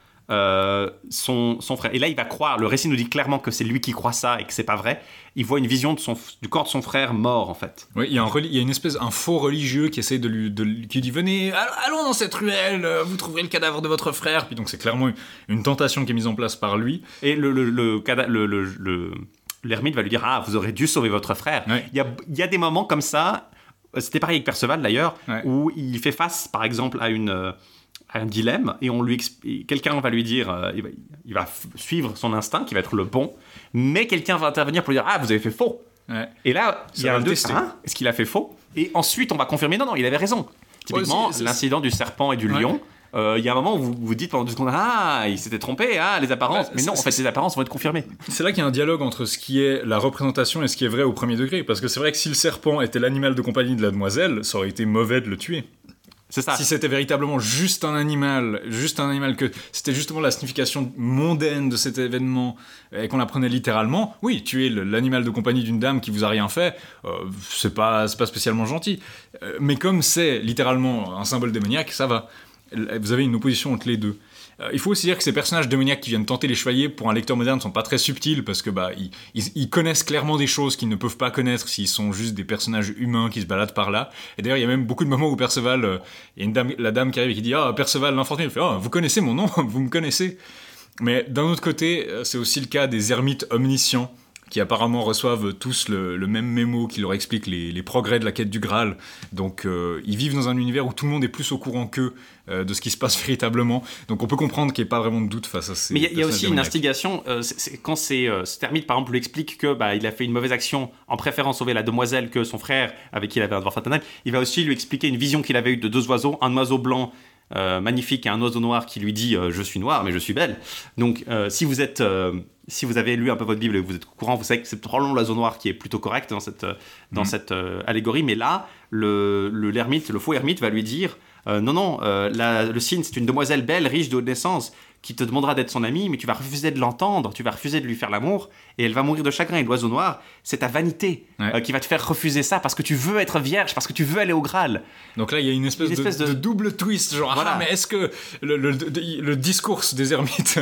son frère. Et là, il va croire, le récit nous dit clairement que c'est lui qui croit ça et que c'est pas vrai. Il voit une vision du corps de son frère mort, en fait. Oui, il y a une espèce, un faux religieux qui essaie qui dit venez, allons dans cette ruelle, vous trouverez le cadavre de votre frère. Puis donc c'est clairement une tentation qui est mise en place par lui. Et l'ermite va lui dire vous aurez dû sauver votre frère. Ouais. Il y a des moments comme ça. C'était pareil avec Perceval d'ailleurs, où il fait face, par exemple, à un dilemme et quelqu'un va lui dire il va suivre son instinct qui va être le bon, mais quelqu'un va intervenir pour lui dire vous avez fait faux. Et là il y a un doute, est-ce qu'il a fait faux, et ensuite on va confirmer non il avait raison. Typiquement l'incident du serpent et du lion, il y a un moment où vous vous dites pendant 2 secondes il s'était trompé, les apparences, mais non en fait les apparences vont être confirmées. C'est là qu'il y a un dialogue entre ce qui est la représentation et ce qui est vrai au premier degré, parce que c'est vrai que si le serpent était l'animal de compagnie de la demoiselle, ça aurait été mauvais de le tuer. C'est ça. Si c'était véritablement juste un animal, que c'était justement la signification mondaine de cet événement et qu'on la prenait littéralement, oui, tuer l'animal de compagnie d'une dame qui vous a rien fait, c'est pas spécialement gentil. Mais comme c'est littéralement un symbole démoniaque, ça va. Vous avez une opposition entre les deux. Il faut aussi dire que ces personnages démoniaques qui viennent tenter les chevaliers, pour un lecteur moderne, sont pas très subtils, parce que ils connaissent clairement des choses qu'ils ne peuvent pas connaître s'ils sont juste des personnages humains qui se baladent par là. Et d'ailleurs, il y a même beaucoup de moments où Perceval, il y a la dame qui arrive et qui dit Perceval l'infortuné, il fait vous connaissez mon nom, vous me connaissez. Mais d'un autre côté, c'est aussi le cas des ermites omniscients, qui apparemment reçoivent tous le même mémo qui leur explique les progrès de la quête du Graal. Donc ils vivent dans un univers où tout le monde est plus au courant qu'eux de ce qui se passe véritablement. Donc on peut comprendre qu'il n'y ait pas vraiment de doute face à ces... Mais il y a aussi une instigation. Quand cet ermite, par exemple, lui explique qu'il a fait une mauvaise action en préférant sauver la demoiselle que son frère, avec qui il avait un devoir fraternel, il va aussi lui expliquer une vision qu'il avait eue de 2 oiseaux, un oiseau blanc magnifique à un oiseau noir qui lui dit je suis noir mais je suis belle. Donc si vous avez lu un peu votre Bible et que vous êtes au courant, vous savez que c'est probablement l'oiseau noir qui est plutôt correct dans cette allégorie. Mais là, l'ermite, le faux ermite va lui dire non, le cygne, c'est une demoiselle belle, riche de haute naissance, qui te demandera d'être son amie, mais tu vas refuser de l'entendre, tu vas refuser de lui faire l'amour, et elle va mourir de chagrin. Et l'oiseau noir, c'est ta vanité qui va te faire refuser ça, parce que tu veux être vierge, parce que tu veux aller au Graal. Donc là, il y a une espèce de double twist, genre, voilà. Mais est-ce que le discours des ermites,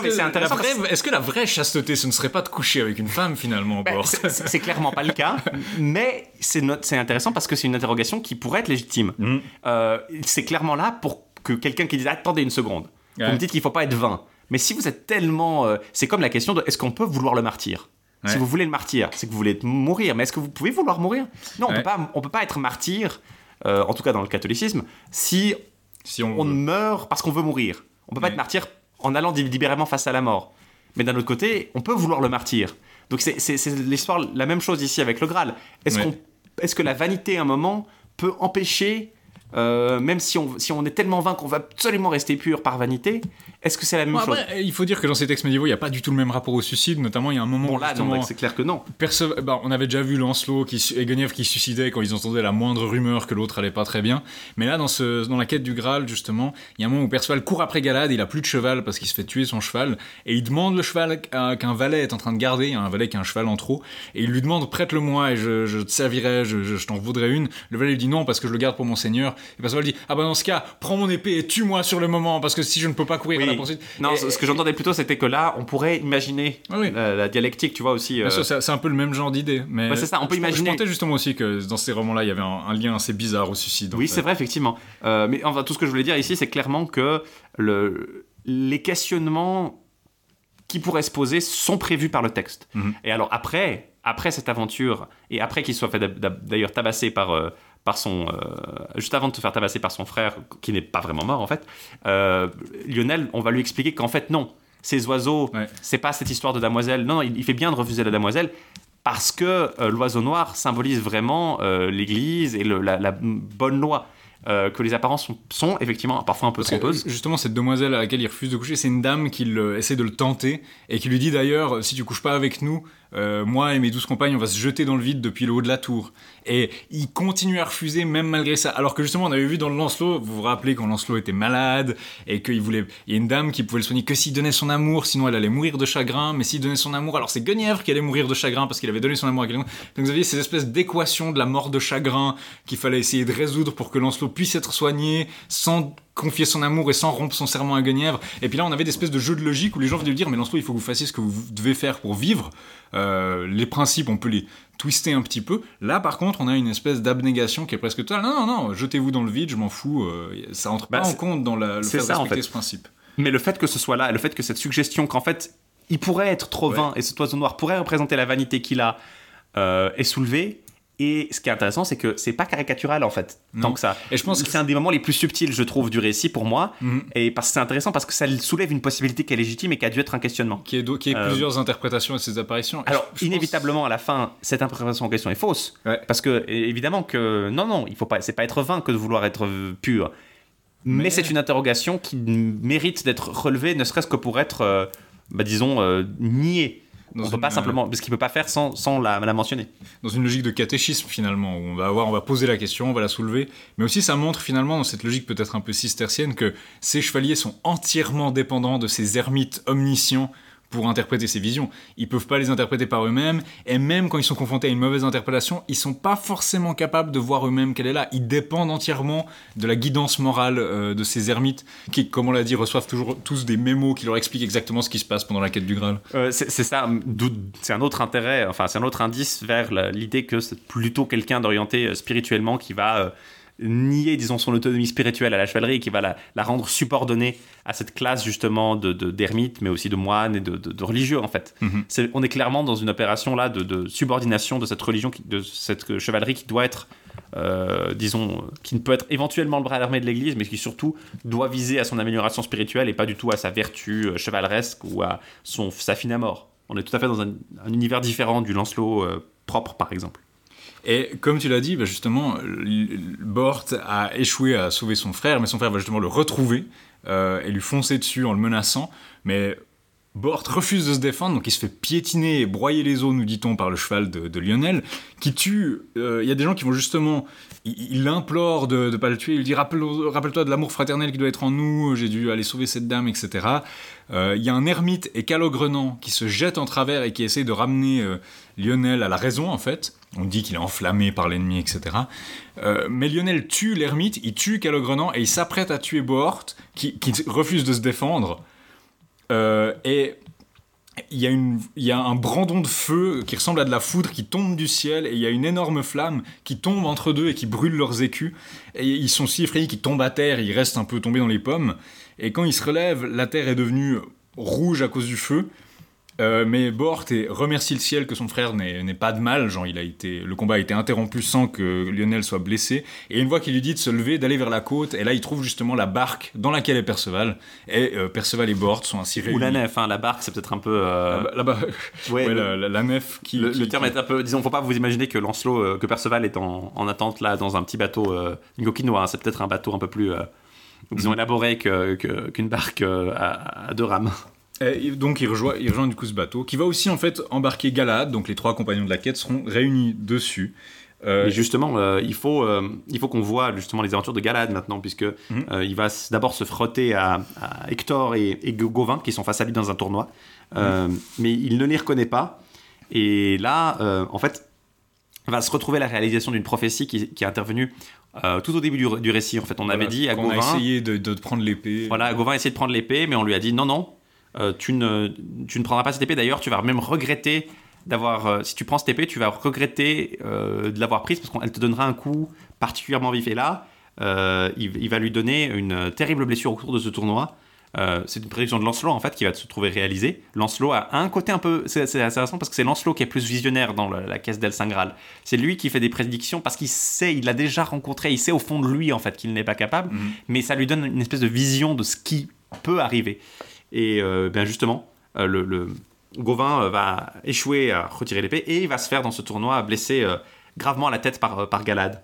est-ce que la vraie chasteté, ce ne serait pas de coucher avec une femme, finalement, c'est clairement pas le cas, mais c'est intéressant parce que c'est une interrogation qui pourrait être légitime. C'est clairement là pour que quelqu'un qui dise « Attendez une seconde ». Vous me dites qu'il ne faut pas être vain. Mais si vous êtes tellement... c'est comme la question de est-ce qu'on peut vouloir le martyr ? Si vous voulez le martyr, c'est que vous voulez mourir. Mais est-ce que vous pouvez vouloir mourir ? Non, on peut pas être martyr, en tout cas dans le catholicisme, si on meurt parce qu'on veut mourir. On peut pas être martyr en allant libérément face à la mort. Mais d'un autre côté, on peut vouloir le martyr. Donc c'est l'histoire, la même chose ici avec le Graal. Est-ce que la vanité, à un moment, peut empêcher... même si on est tellement vain qu'on va absolument rester pur par vanité, est-ce que c'est la même chose ? Il faut dire que dans ces textes médiévaux, il n'y a pas du tout le même rapport au suicide, notamment il y a un moment où c'est clair que non. On avait déjà vu Lancelot et Guenièvre qui se suicidaient quand ils entendaient la moindre rumeur que l'autre allait pas très bien, mais là dans la quête du Graal justement, il y a un moment où Perceval court après Galad, il a plus de cheval parce qu'il se fait tuer son cheval, et il demande le cheval qu'un valet est en train de garder, il y a un valet qui a un cheval en trop, et il lui demande prête-le-moi et je te servirai, je t'en voudrais une. Le valet lui dit non parce que je le garde pour mon seigneur. Et Perceval dit dans ce cas prends mon épée et tue-moi sur le moment parce que si je ne peux pas courir à la poursuite. Non, ce que j'entendais plutôt c'était que là on pourrait imaginer la dialectique, tu vois aussi. C'est un peu le même genre d'idée, mais c'est ça, on peut imaginer. Je pensais justement aussi que dans ces romans-là il y avait un lien assez bizarre au suicide. Oui, c'est vrai effectivement. Mais enfin tout ce que je voulais dire ici c'est clairement que les questionnements qui pourraient se poser sont prévus par le texte. Et alors après cette aventure et après qu'il soit fait d'ailleurs tabasser par son juste avant de se faire tabasser par son frère qui n'est pas vraiment mort en fait, Lionel, on va lui expliquer qu'en fait non, ces oiseaux c'est pas cette histoire de damoiselle, non il fait bien de refuser la damoiselle parce que l'oiseau noir symbolise vraiment l'église et la bonne loi. Que les apparences sont effectivement parfois un peu trompeuses. Justement, cette demoiselle à laquelle il refuse de coucher, c'est une dame qui essaie de le tenter et qui lui dit d'ailleurs si tu couches pas avec nous, moi et mes 12 compagnes, on va se jeter dans le vide depuis le haut de la tour. Et il continue à refuser même malgré ça. Alors que justement, on avait vu dans le Lancelot, vous vous rappelez quand Lancelot était malade et qu'il voulait, il y a une dame qui pouvait le soigner que s'il donnait son amour, sinon elle allait mourir de chagrin. Mais s'il donnait son amour, alors c'est Guenièvre qui allait mourir de chagrin parce qu'il avait donné son amour à quelqu'un. Donc vous aviez ces espèces d'équations de la mort de chagrin qu'il fallait essayer de résoudre pour que Lancelot puisse être soigné sans confier son amour et sans rompre son serment à Guenièvre. Et puis là, on avait des espèces de jeux de logique où les gens venaient lui dire mais Lancelot, il faut que vous fassiez ce que vous devez faire pour vivre. Les principes, on peut les twister un petit peu. Là, par contre, on a une espèce d'abnégation qui est presque totale. Non, jetez-vous dans le vide, je m'en fous. Ça entre pas en compte dans le fait de respecter ce principe. Mais le fait que ce soit là, le fait que cette suggestion qu'en fait, il pourrait être trop vain et cet oiseau noir pourrait représenter la vanité qu'il a est soulevée. Et ce qui est intéressant, c'est que c'est pas caricatural en fait, tant que ça. Et je pense que c'est un des moments les plus subtils, je trouve, du récit pour moi. Et parce que c'est intéressant parce que ça soulève une possibilité qui est légitime et qui a dû être un questionnement. Qui est plusieurs interprétations de ces apparitions. Alors, inévitablement, à la fin, cette interprétation en question est fausse. Parce que, évidemment, que non, il faut pas, c'est pas être vain que de vouloir être pur. Mais c'est une interrogation qui mérite d'être relevée, ne serait-ce que pour être, niée. On peut pas simplement, parce qu'il peut pas faire sans la mentionner. Dans une logique de catéchisme finalement, où on va poser la question, on va la soulever, mais aussi ça montre finalement dans cette logique peut-être un peu cistercienne que ces chevaliers sont entièrement dépendants de ces ermites omniscients pour interpréter ces visions. Ils peuvent pas les interpréter par eux-mêmes, et même quand ils sont confrontés à une mauvaise interprétation, ils sont pas forcément capables de voir eux-mêmes qu'elle est là. Ils dépendent entièrement de la guidance morale de ces ermites, qui, comme on l'a dit, reçoivent toujours tous des mémos qui leur expliquent exactement ce qui se passe pendant la quête du Graal. C'est ça, c'est un autre intérêt, enfin c'est un autre indice vers l'idée que c'est plutôt quelqu'un d'orienté spirituellement qui va nier, disons, son autonomie spirituelle à la chevalerie et qui va la rendre subordonnée à cette classe justement d'ermites, mais aussi de moines et de religieux en fait. On est clairement dans une opération là de subordination de cette religion, de cette chevalerie qui doit être, qui ne peut être éventuellement le bras armé de l'Église, mais qui surtout doit viser à son amélioration spirituelle et pas du tout à sa vertu chevaleresque ou à sa fine à mort. On est tout à fait dans un univers différent du Lancelot propre par exemple. Et comme tu l'as dit, bah justement, Bort a échoué à sauver son frère, mais son frère va justement le retrouver et lui foncer dessus en le menaçant. Mais Bort refuse de se défendre, donc il se fait piétiner et broyer les os, nous dit-on, par le cheval de Lionel, qui tue... Il y a des gens qui vont justement... Il l'implore de ne pas le tuer, il lui dit « Rappelle-toi de l'amour fraternel qui doit être en nous, j'ai dû aller sauver cette dame, etc. » Il y a un ermite et Calogrenant qui se jettent en travers et qui essaient de ramener Lionel à la raison, en fait. On dit qu'il est enflammé par l'ennemi, etc. Mais Lionel tue l'ermite, il tue Calogrenant et il s'apprête à tuer Bort, qui refuse de se défendre. Et il y a un brandon de feu qui ressemble à de la foudre qui tombe du ciel, et il y a une énorme flamme qui tombe entre deux et qui brûle leurs écus. Et ils sont si effrayés qu'ils tombent à terre, ils restent un peu tombés dans les pommes. Et quand ils se relèvent, la terre est devenue rouge à cause du feu. Mais Bort remercie le ciel que son frère n'ait pas de mal, genre le combat a été interrompu sans que Lionel soit blessé, et une fois qu'il lui dit de se lever, d'aller vers la côte, et là il trouve justement la barque dans laquelle est Perceval, et Perceval et Bort sont ainsi réunis. Ou la nef, hein, la barque c'est peut-être un peu... La nef qui... Le terme est un peu... Disons, faut pas vous imaginer que Lancelot, que Perceval est en attente là dans un petit bateau Ngokinois, hein, c'est peut-être un bateau un peu plus, disons, élaboré qu'une barque à deux rames. Et donc il rejoint du coup ce bateau, qui va aussi en fait embarquer Galahad, donc les 3 compagnons de la quête seront réunis dessus. Mais justement, il faut qu'on voit justement les aventures de Galahad maintenant, puisque il va d'abord se frotter à Hector et Gauvin, qui sont face à lui dans un tournoi, mais il ne les reconnaît pas, et là, en fait, va se retrouver la réalisation d'une prophétie qui est intervenue tout au début du récit. En fait, on avait dit à Gauvin... On a essayé de prendre l'épée. Voilà, Gauvin a essayé de prendre l'épée, mais on lui a dit non, tu ne prendras pas cette épée. D'ailleurs, tu vas même regretter d'avoir... si tu prends cette épée, tu vas regretter de l'avoir prise, parce qu'elle te donnera un coup particulièrement vif. Et là, il va lui donner une terrible blessure au cours de ce tournoi. C'est une prédiction de Lancelot, en fait, qui va se trouver réalisée. Lancelot a un côté un peu... C'est assez intéressant, parce que c'est Lancelot qui est plus visionnaire dans la caisse d'El Saint-Graal. C'est lui qui fait des prédictions, parce qu'il sait, il l'a déjà rencontré, il sait au fond de lui, en fait, qu'il n'est pas capable, mais ça lui donne une espèce de vision de ce qui peut arriver. Et bien justement, le Gauvin va échouer à retirer l'épée, et il va se faire dans ce tournoi blesser gravement à la tête par Galahad.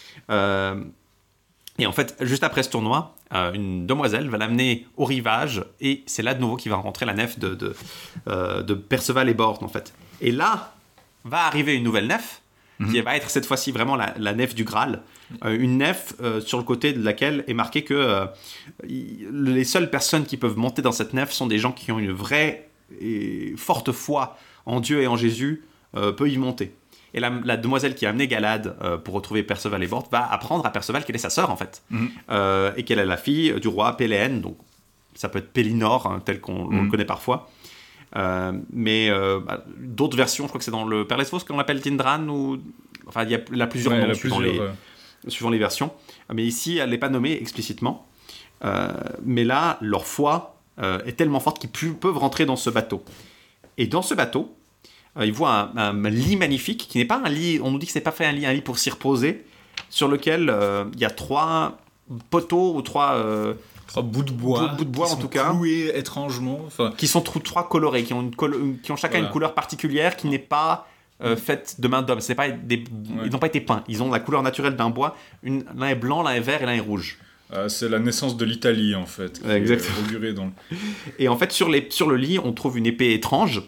Et en fait, juste après ce tournoi, une demoiselle va l'amener au rivage, et c'est là de nouveau qu'il va rencontrer la nef de Perceval et Bort, en fait. Et là, va arriver une nouvelle nef, qui va être cette fois-ci vraiment la nef du Graal. Une nef sur le côté de laquelle est marqué que les seules personnes qui peuvent monter dans cette nef sont des gens qui ont une vraie et forte foi en Dieu et en Jésus, peut y monter. Et la demoiselle qui a amené Galahad pour retrouver Perceval et Bort va apprendre à Perceval qu'elle est sa sœur, en fait, et qu'elle est la fille du roi Péléen, donc ça peut être Pélinor, hein, tel qu'on le connaît parfois. Mais d'autres versions, je crois que c'est dans le Père Lesvos qu'on appelle Tindran, ou... Enfin, il y a plusieurs noms suivant les versions. Mais ici, elle n'est pas nommée explicitement. Mais là, leur foi est tellement forte qu'ils peuvent rentrer dans ce bateau. Et dans ce bateau, ils voient un lit magnifique, qui n'est pas un lit... On nous dit que ce n'est pas fait un lit pour s'y reposer, sur lequel il y a 3 poteaux ou 3 bouts de bois, en tout cas, cloués étrangement, qui sont 3 colorés, qui ont chacun une couleur particulière, qui n'est pas faite de main d'homme. C'est pas ils n'ont pas été peints. Ils ont la couleur naturelle d'un bois. L'un est blanc, l'un est vert et l'un est rouge. C'est la naissance de l'Italie, en fait. Exactement. Et en fait, sur le lit, on trouve une épée étrange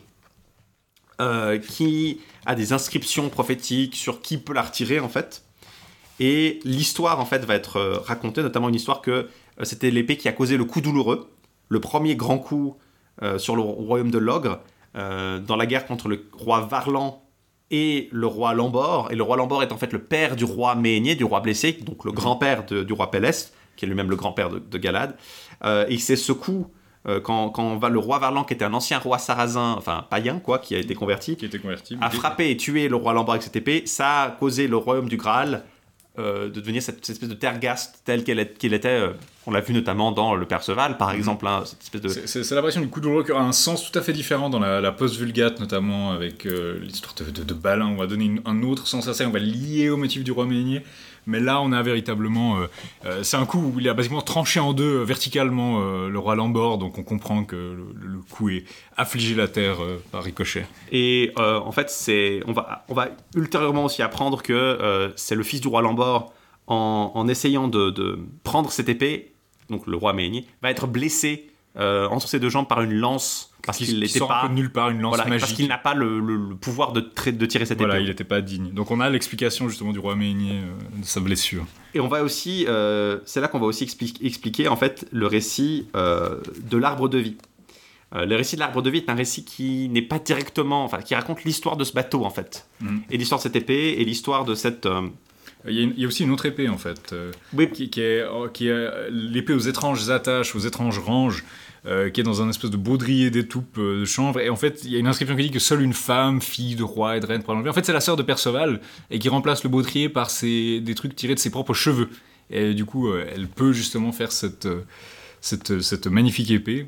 qui a des inscriptions prophétiques sur qui peut la retirer, en fait. Et l'histoire, en fait, va être racontée, notamment une histoire que c'était l'épée qui a causé le coup douloureux, le premier grand coup sur le royaume de l'Ogre, dans la guerre contre le roi Varlan et le roi Lambord. Et le roi Lambord est en fait le père du roi Méhénier, du roi blessé, donc le grand-père du roi Péleste, qui est lui-même le grand-père de Galahad. Et c'est ce coup, quand le roi Varlan, qui était un ancien roi sarrasin, enfin païen, quoi, qui a été converti, a frappé et tué le roi Lambord avec cette épée. Ça a causé le royaume du Graal de devenir cette espèce de terre gaste telle qu'il était On l'a vu notamment dans le Perceval, par exemple, hein, cette espèce de... C'est l'apparition du coup douloureux qui a un sens tout à fait différent dans la post-vulgate, notamment avec l'histoire de Balin. On va donner un autre sens à ça, on va lier au motif du roi Ménier. Mais là, on a véritablement... c'est un coup où il a basiquement tranché en deux verticalement le roi Lambord, donc on comprend que le coup est affligé la terre par ricochet. Et en fait, on va ultérieurement aussi apprendre que c'est le fils du roi Lambord, en essayant de prendre cette épée, donc le roi Ménier, va être blessé entre ses deux jambes par une lance, parce qu'il n'était pas... un peu nulle part, une lance magique. Parce qu'il n'a pas le pouvoir de tirer cette épée. Voilà, il n'était pas digne. Donc on a l'explication justement du roi Ménier de sa blessure. Et on va aussi... c'est là qu'on va aussi expliquer en fait le récit de l'arbre de vie. Le récit de l'arbre de vie est un récit qui n'est pas directement... Enfin, qui raconte l'histoire de ce bateau, en fait. Et l'histoire de cette épée, et l'histoire de cette... Il y a aussi une autre épée, en fait, Oui. qui est l'épée aux étranges attaches, aux étranges ranges, qui est dans un espèce de baudrier d'étoupe de chanvre. Et en fait, il y a une inscription qui dit que seule une femme, fille de roi et de reine, pourra l'enlever. En fait, c'est la sœur de Perceval, et qui remplace le baudrier par des trucs tirés de ses propres cheveux. Et du coup, elle peut justement faire cette magnifique épée.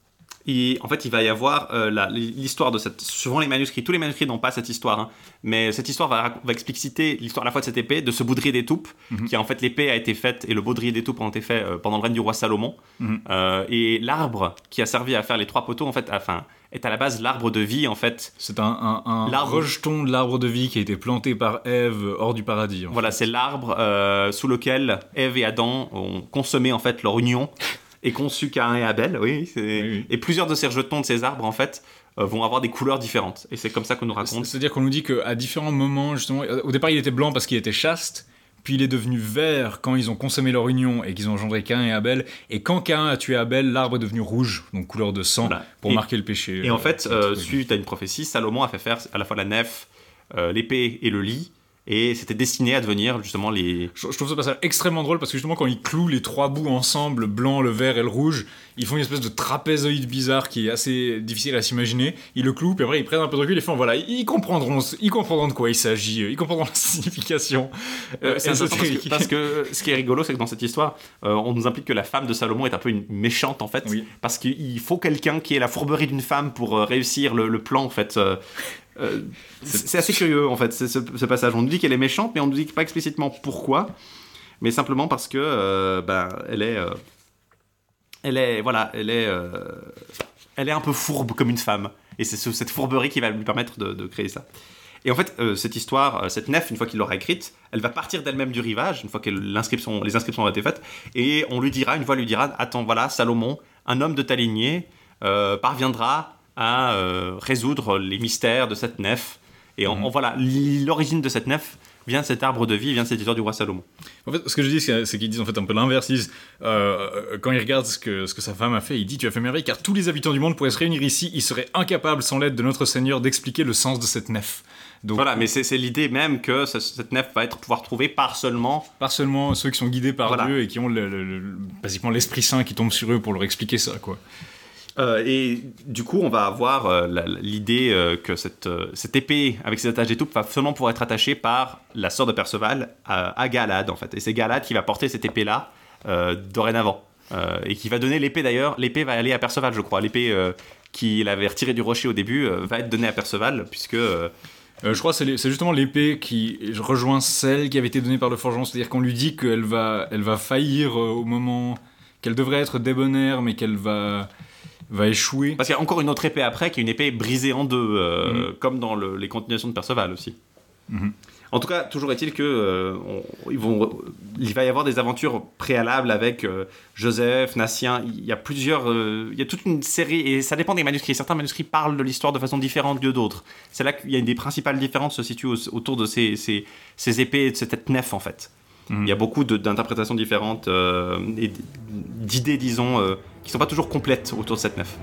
Et en fait, il va y avoir l'histoire de cette... Souvent les manuscrits, tous les manuscrits n'ont pas cette histoire, hein, mais cette histoire va expliciter l'histoire à la fois de cette épée, de ce baudrier d'étoupe, qui en fait l'épée a été faite et le baudrier d'étoupe ont été faits pendant le règne du roi Salomon. Et l'arbre qui a servi à faire les 3 poteaux, en fait, est à la base l'arbre de vie, en fait. C'est un rejeton de l'arbre de vie qui a été planté par Ève hors du paradis. Voilà, c'est l'arbre sous lequel Ève et Adam ont consommé en fait leur union. Et conçu Caïn et Abel, oui. Et plusieurs de ces rejetons de ces arbres, en fait, vont avoir des couleurs différentes. Et c'est comme ça qu'on nous raconte. C'est-à-dire qu'on nous dit qu'à différents moments, justement, au départ, il était blanc parce qu'il était chaste, puis il est devenu vert quand ils ont consommé leur union et qu'ils ont engendré Caïn et Abel. Et quand Caïn a tué Abel, l'arbre est devenu rouge, donc couleur de sang, pour marquer le péché. Et en fait, suite à une prophétie, Salomon a fait faire à la fois la nef, l'épée et le lit. Et c'était destiné à devenir justement les... Je trouve ce passage extrêmement drôle parce que justement quand ils clouent les 3 bouts ensemble, le blanc, le vert et le rouge, ils font une espèce de trapézoïde bizarre qui est assez difficile à s'imaginer. Ils le clouent, puis après ils prennent un peu de recul et font voilà, ils comprendront de quoi il s'agit, ils comprendront la signification. C'est parce que ce qui est rigolo, c'est que dans cette histoire, on nous implique que la femme de Salomon est un peu une méchante en fait, parce qu'il faut quelqu'un qui ait la fourberie d'une femme pour réussir le plan en fait. C'est assez curieux en fait ce passage. On nous dit qu'elle est méchante, mais on nous dit pas explicitement pourquoi, mais simplement parce que elle est un peu fourbe comme une femme, et c'est cette fourberie qui va lui permettre de créer ça. Et en fait, cette histoire, cette nef, une fois qu'il l'aura écrite, elle va partir d'elle-même du rivage, une fois que les inscriptions ont été faites, et on lui dira, attends, voilà, Salomon, un homme de ta lignée, parviendra à résoudre les mystères de cette nef. Et voilà, l'origine de cette nef vient de cet arbre de vie, vient de cette histoire du roi Salomon. En fait, ce que je dis, c'est qu'ils disent en fait un peu l'inverse. Ils disent, quand ils regardent ce que sa femme a fait, il dit « Tu as fait merveille, car tous les habitants du monde pourraient se réunir ici, ils seraient incapables, sans l'aide de notre Seigneur, d'expliquer le sens de cette nef. » Donc, voilà, mais c'est l'idée même que cette nef va pouvoir trouvée par seulement ceux qui sont guidés par Dieu et qui ont basiquement l'Esprit Saint qui tombe sur eux pour leur expliquer ça, quoi. Et du coup, on va avoir l'idée que cette épée avec ses attaches d'étoupe va seulement pouvoir être attachée par la sœur de Perceval à Galad, en fait. Et c'est Galad qui va porter cette épée-là dorénavant. Et qui va donner l'épée, d'ailleurs. L'épée va aller à Perceval, je crois. L'épée qu'il avait retirée du rocher au début va être donnée à Perceval, puisque... je crois que c'est justement l'épée qui rejoint celle qui avait été donnée par le forgeron. C'est-à-dire qu'on lui dit qu'elle va faillir au moment... qu'elle devrait être débonnaire, mais qu'elle va échouer. Parce qu'il y a encore une autre épée après, qui est une épée brisée en deux, comme dans les continuations de Perceval aussi. En tout cas, toujours est-il que il va y avoir des aventures préalables avec Joseph, Natien. Il y a toute une série, et ça dépend des manuscrits. Certains manuscrits parlent de l'histoire de façon différente que d'autres. C'est là qu'il y a une des principales différences se situe autour de ces épées et de cette nef, en fait. Il y a beaucoup d'interprétations différentes et d'idées, disons, qui ne sont pas toujours complètes autour de cette nef.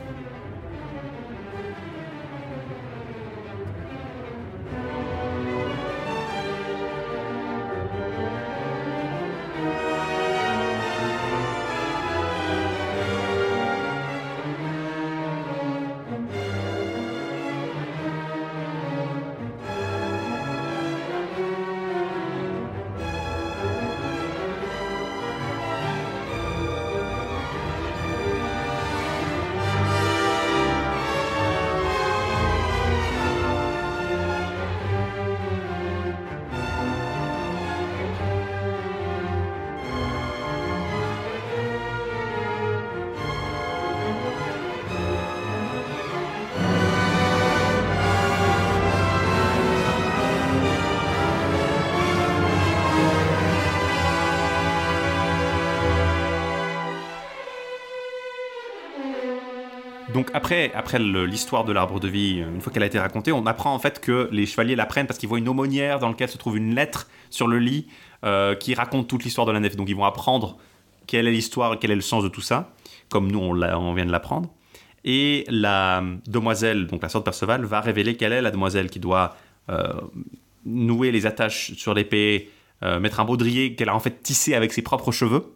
Donc après l'histoire de l'arbre de vie, une fois qu'elle a été racontée, on apprend en fait que les chevaliers la prennent parce qu'ils voient une aumônière dans laquelle se trouve une lettre sur le lit qui raconte toute l'histoire de la nef. Donc ils vont apprendre quelle est l'histoire, quel est le sens de tout ça, comme nous on vient de l'apprendre. Et la demoiselle, donc la sœur de Perceval, va révéler quelle est la demoiselle qui doit nouer les attaches sur l'épée, mettre un baudrier qu'elle a en fait tissé avec ses propres cheveux.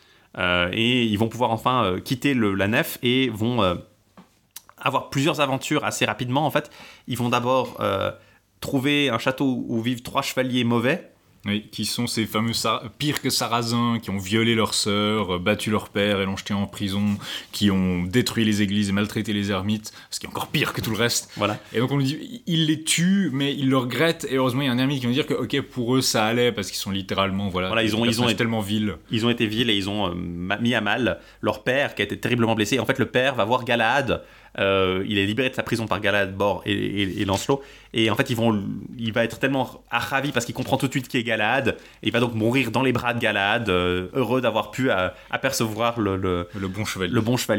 Et ils vont pouvoir enfin quitter la nef et vont avoir plusieurs aventures assez rapidement. En fait, ils vont d'abord trouver un château où vivent 3 chevaliers mauvais. Oui, qui sont ces fameux pires que sarrasins qui ont violé leur sœur, battu leur père et l'ont jeté en prison, qui ont détruit les églises et maltraité les ermites, ce qui est encore pire que tout le reste. Voilà. Et donc on nous dit, ils les tuent, mais ils le regrettent, et heureusement il y a un ermite qui va dire que ok, pour eux ça allait, parce qu'ils sont littéralement, ils ont été tellement vils. Ils ont été vils et ils ont mis à mal leur père qui a été terriblement blessé. En fait, le père va voir Galahad. Il est libéré de sa prison par Galahad, Bor et Lancelot, et en fait il va être tellement ravi parce qu'il comprend tout de suite qui est Galahad, et il va donc mourir dans les bras de Galahad, heureux d'avoir pu apercevoir le bon chevalier,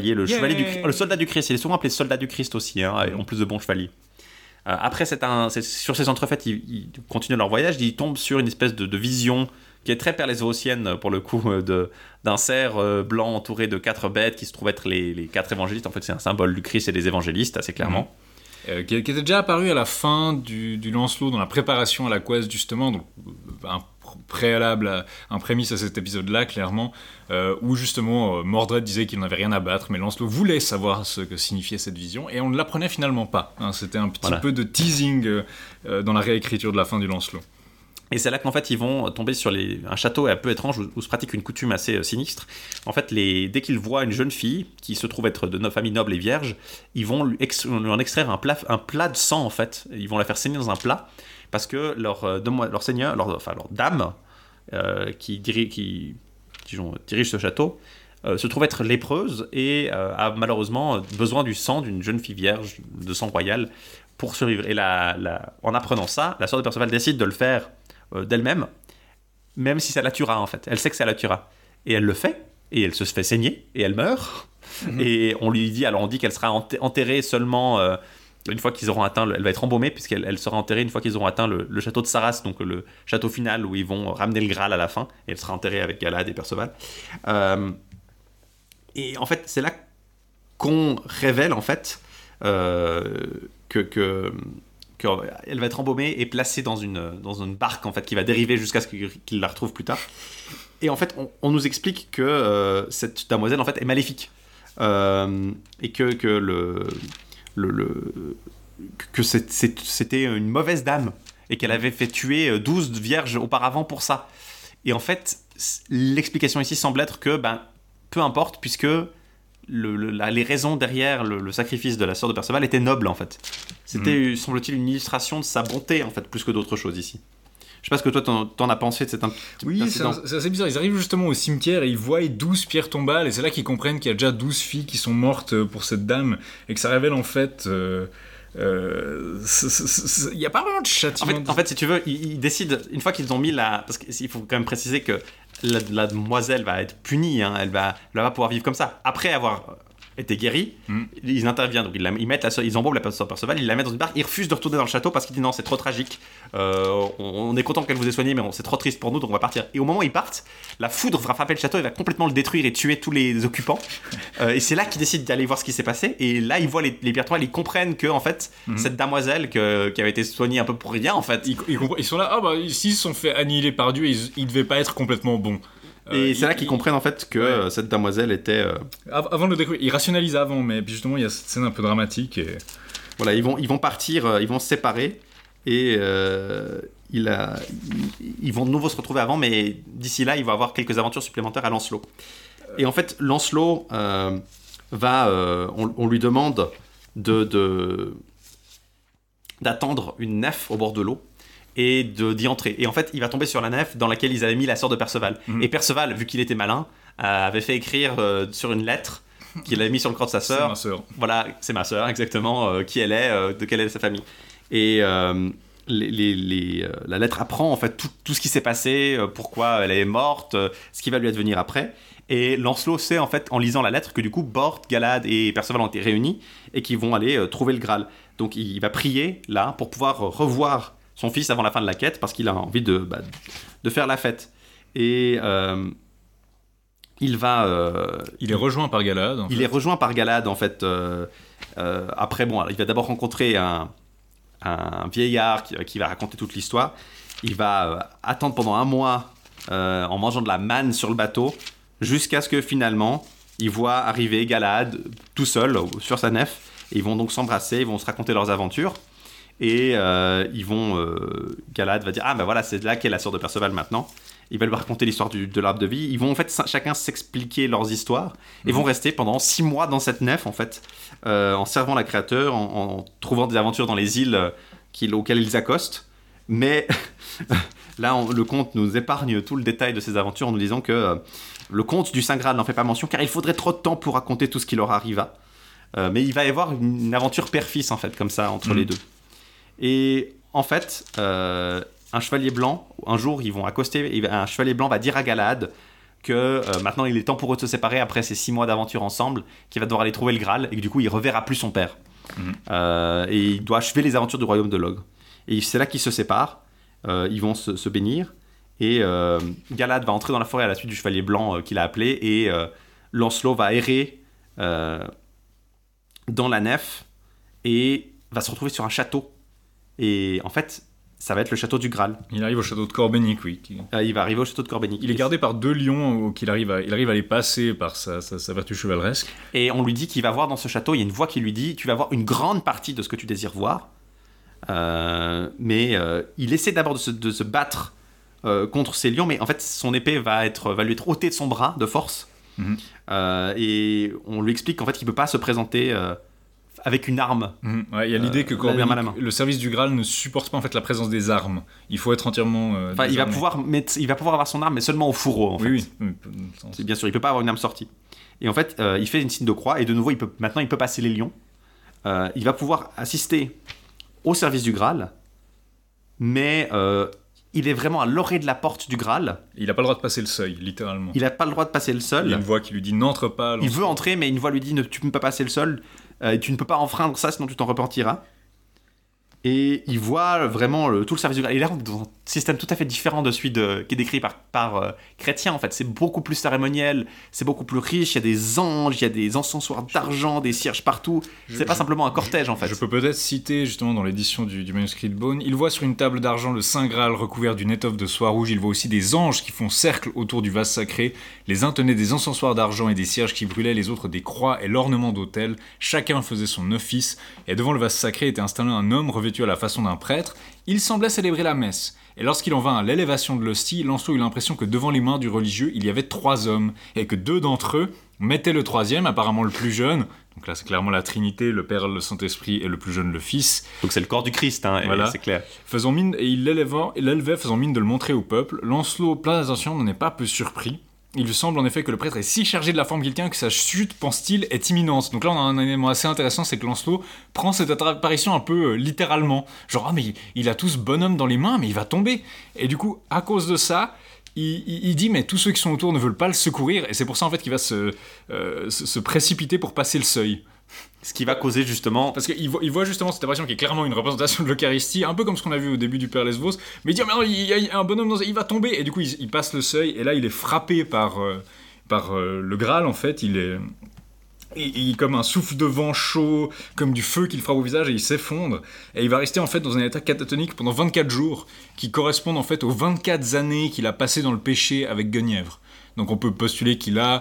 le soldat du Christ. Il est souvent appelé soldat du Christ aussi, en plus de bon chevalier. Après sur ces entrefaites, ils continuent leur voyage, ils tombent sur une espèce de vision qui est très perléséotienne pour le coup, d'un cerf blanc entouré de 4 bêtes qui se trouvent être les 4 évangélistes. En fait, c'est un symbole du Christ et des évangélistes, assez clairement. Qui était déjà apparu à la fin du Lancelot, dans la préparation à la quest, justement, donc un préalable, un prémisse à cet épisode-là, clairement, où justement Mordred disait qu'il n'avait rien à battre, mais Lancelot voulait savoir ce que signifiait cette vision, et on ne l'apprenait finalement pas. C'était un petit peu de teasing dans la réécriture de la fin du Lancelot. Et c'est là qu'en fait ils vont tomber sur un château un peu étrange où se pratique une coutume assez sinistre. En fait, dès qu'ils voient une jeune fille qui se trouve être de famille noble et vierge, ils vont lui en extraire un plat de sang en fait. Ils vont la faire saigner dans un plat parce que leur seigneur, leur dame qui dirige ce château se trouve être lépreuse et a malheureusement besoin du sang d'une jeune fille vierge de sang royal pour survivre. Et en apprenant ça, la sœur de Perceval décide de le faire d'elle-même, même si ça la tuera en fait. Elle sait que ça la tuera. Et elle le fait, et elle se fait saigner, et elle meurt. Et on dit qu'elle sera enterrée seulement une fois qu'ils auront atteint, elle va être embaumée, puisqu'elle sera enterrée une fois qu'ils auront atteint le château de Sarras, donc le château final où ils vont ramener le Graal à la fin, et elle sera enterrée avec Galahad et Perceval. Et en fait, c'est là qu'on révèle en fait qu'elle va être embaumée et placée dans une barque en fait qui va dériver jusqu'à ce qu'il la retrouve plus tard. Et en fait, on nous explique que cette demoiselle en fait est maléfique et que c'était une mauvaise dame et qu'elle avait fait tuer 12 vierges auparavant pour ça. Et en fait, l'explication ici semble être que peu importe, puisque les raisons derrière le sacrifice de la sœur de Perceval étaient nobles en fait. C'était, semble-t-il, une illustration de sa bonté en fait, plus que d'autres choses ici. Je sais pas ce que toi t'en as pensé de cet incident. Oui, c'est assez bizarre. Ils arrivent justement au cimetière et ils voient 12 pierres tombales, et c'est là qu'ils comprennent qu'il y a déjà 12 filles qui sont mortes pour cette dame, et que ça révèle en fait... il n'y a pas vraiment de châtiment. En fait, si tu veux, ils décident, une fois qu'ils ont mis parce qu'il faut quand même préciser que la demoiselle va être punie, elle va pouvoir vivre comme ça. Après avoir été guérie, ils interviennent, donc ils embaument la sœur Perceval, ils la mettent dans une barque, ils refusent de retourner dans le château parce qu'ils disent non, c'est trop tragique, on est content qu'elle vous ait soigné, mais c'est trop triste pour nous, donc on va partir. Et au moment où ils partent, la foudre va frapper le château et va complètement le détruire et tuer tous les occupants. Et c'est là qu'ils décident d'aller voir ce qui s'est passé, et là ils voient les pierres tombales, ils comprennent que en fait cette damoiselle qui avait été soignée un peu pour rien en fait, ils sont là, s'ils se sont fait annihiler par Dieu, ils devaient pas être complètement bons. Et c'est là qu'ils comprennent en fait que cette demoiselle était... Avant de le découvrir, ils rationalisent avant, mais puis justement il y a cette scène un peu dramatique. Et... Voilà, ils vont partir, ils vont se séparer, et ils vont de nouveau se retrouver avant, mais d'ici là, il va avoir quelques aventures supplémentaires à Lancelot. Et en fait, Lancelot on lui demande d'attendre une nef au bord de l'eau, et d'y entrer. Et en fait, il va tomber sur la nef dans laquelle ils avaient mis la sœur de Perceval. Et Perceval, vu qu'il était malin, avait fait écrire sur une lettre qu'il avait mis sur le corps de sa sœur. C'est ma sœur. Voilà, c'est ma sœur, exactement, qui elle est, de quelle est sa famille. Et la lettre apprend en fait tout ce qui s'est passé, pourquoi elle est morte, ce qui va lui advenir après. Et Lancelot sait en fait en lisant la lettre que du coup Bort, Galad et Perceval ont été réunis et qu'ils vont aller trouver le Graal. Donc il va prier là pour pouvoir revoir son fils avant la fin de la quête parce qu'il a envie de faire la fête. Et il est rejoint par Galad. Il est rejoint par Galad en fait. Après bon, il va d'abord rencontrer un vieillard qui va raconter toute l'histoire. Il va attendre pendant 1 mois en mangeant de la manne sur le bateau. Jusqu'à ce que finalement, il voit arriver Galad tout seul sur sa nef. Et ils vont donc s'embrasser, ils vont se raconter leurs aventures. Et Galad va dire « Ah ben voilà, c'est là qu'est la sœur de Perceval maintenant. » Il va lui raconter l'histoire de l'arbre de vie. Ils vont en fait chacun s'expliquer leurs histoires. Et vont rester pendant 6 mois dans cette nef en fait. En servant la créateur, en trouvant des aventures dans les îles auxquelles ils accostent. Mais là, le conte nous épargne tout le détail de ces aventures en nous disant que le conte du Saint Graal n'en fait pas mention car il faudrait trop de temps pour raconter tout ce qui leur arriva. Mais il va y avoir une aventure père-fils en fait, comme ça, entre les deux. Et en fait, un chevalier blanc, un jour ils vont accoster, et un chevalier blanc va dire à Galad que maintenant il est temps pour eux de se séparer après ces 6 mois d'aventure ensemble, qu'il va devoir aller trouver le Graal et que du coup il reverra plus son père. Et il doit achever les aventures du royaume de l'ogre. Et c'est là qu'ils se séparent, ils vont se bénir. Et Galad va entrer dans la forêt à la suite du chevalier blanc qu'il a appelé, et Lancelot va errer dans la nef et va se retrouver sur un château. Et en fait, ça va être le château du Graal. Il arrive au château de Corbenic, oui. Il va arriver au château de Corbenic. Il est gardé par 2 lions qu'il arrive à les passer par sa vertu chevaleresque. Et on lui dit qu'il va voir dans ce château, il y a une voix qui lui dit « Tu vas voir une grande partie de ce que tu désires voir. » Mais il essaie d'abord de se battre contre ces lions, mais en fait son épée va lui être ôtée de son bras de force. Et on lui explique qu'en fait il peut pas se présenter avec une arme. Ouais, il y a l'idée que le service du Graal ne supporte pas en fait la présence des armes. Il faut être entièrement il va pouvoir avoir son arme, mais seulement au fourreau en fait. Oui. C'est bien sûr, il peut pas avoir une arme sortie. Et en fait il fait une signe de croix, et de nouveau il peut passer les lions. Il va pouvoir assister au service du Graal, mais il est vraiment à l'orée de la porte du Graal. Il n'a pas le droit de passer le seuil, littéralement. Il n'a pas le droit de passer le seuil. Il y a une voix qui lui dit « N'entre pas ». Il veut entrer, mais une voix lui dit « Tu ne peux pas passer le seuil, tu ne peux pas enfreindre ça, sinon tu t'en repentiras ». Et il voit vraiment tout le service du Graal. Il est dans un système tout à fait différent de celui qui est décrit par Chrétien, en fait. C'est beaucoup plus cérémoniel, c'est beaucoup plus riche, il y a des anges, il y a des encensoirs d'argent, des cierges partout. C'est pas simplement un cortège, en fait. Je peux peut-être citer, justement, dans l'édition du manuscrit de Bone, il voit sur une table d'argent le Saint Graal recouvert d'une étoffe de soie rouge. Il voit aussi des anges qui font cercle autour du vase sacré. Les uns tenaient des encensoirs d'argent et des cierges qui brûlaient, les autres des croix et l'ornement d'autel. Chacun faisait son office, et devant le vase sacré était installé un homme revêtu à la façon d'un prêtre. Il semblait célébrer la messe. Et lorsqu'il en vint à l'élévation de l'hostie, Lancelot eut l'impression que devant les mains du religieux, il y avait 3 hommes, et que 2 d'entre eux mettaient le 3e, apparemment le plus jeune. Donc là, c'est clairement la Trinité, le Père, le Saint-Esprit, et le plus jeune, le Fils. Donc c'est le corps du Christ, voilà. C'est clair. Faisant mine, et il l'élevait, faisant mine de le montrer au peuple. Lancelot, plein d'attention, n'en est pas peu surpris. Il lui semble en effet que le prêtre est si chargé de la forme qu'il tient que sa chute, pense-t-il, est imminente. Donc là, on a un élément assez intéressant, c'est que Lancelot prend cette apparition un peu littéralement. Genre, ah mais il a tout ce bonhomme dans les mains, mais il va tomber. Et du coup, à cause de ça, il dit, mais tous ceux qui sont autour ne veulent pas le secourir, et c'est pour ça en fait qu'il va se précipiter pour passer le seuil. Ce qui va causer justement... Parce qu'il voit justement cette apparition qui est clairement une représentation de l'Eucharistie, un peu comme ce qu'on a vu au début du Père Lesvos, mais il dit, mais non, il y a un bonhomme il va tomber, et du coup il passe le seuil, et là il est frappé par le Graal en fait, il est comme un souffle de vent chaud, comme du feu qui le frappe au visage, et il s'effondre, et il va rester en fait dans un état catatonique pendant 24 jours, qui correspondent en fait aux 24 années qu'il a passées dans le péché avec Guenièvre. Donc on peut postuler qu'il a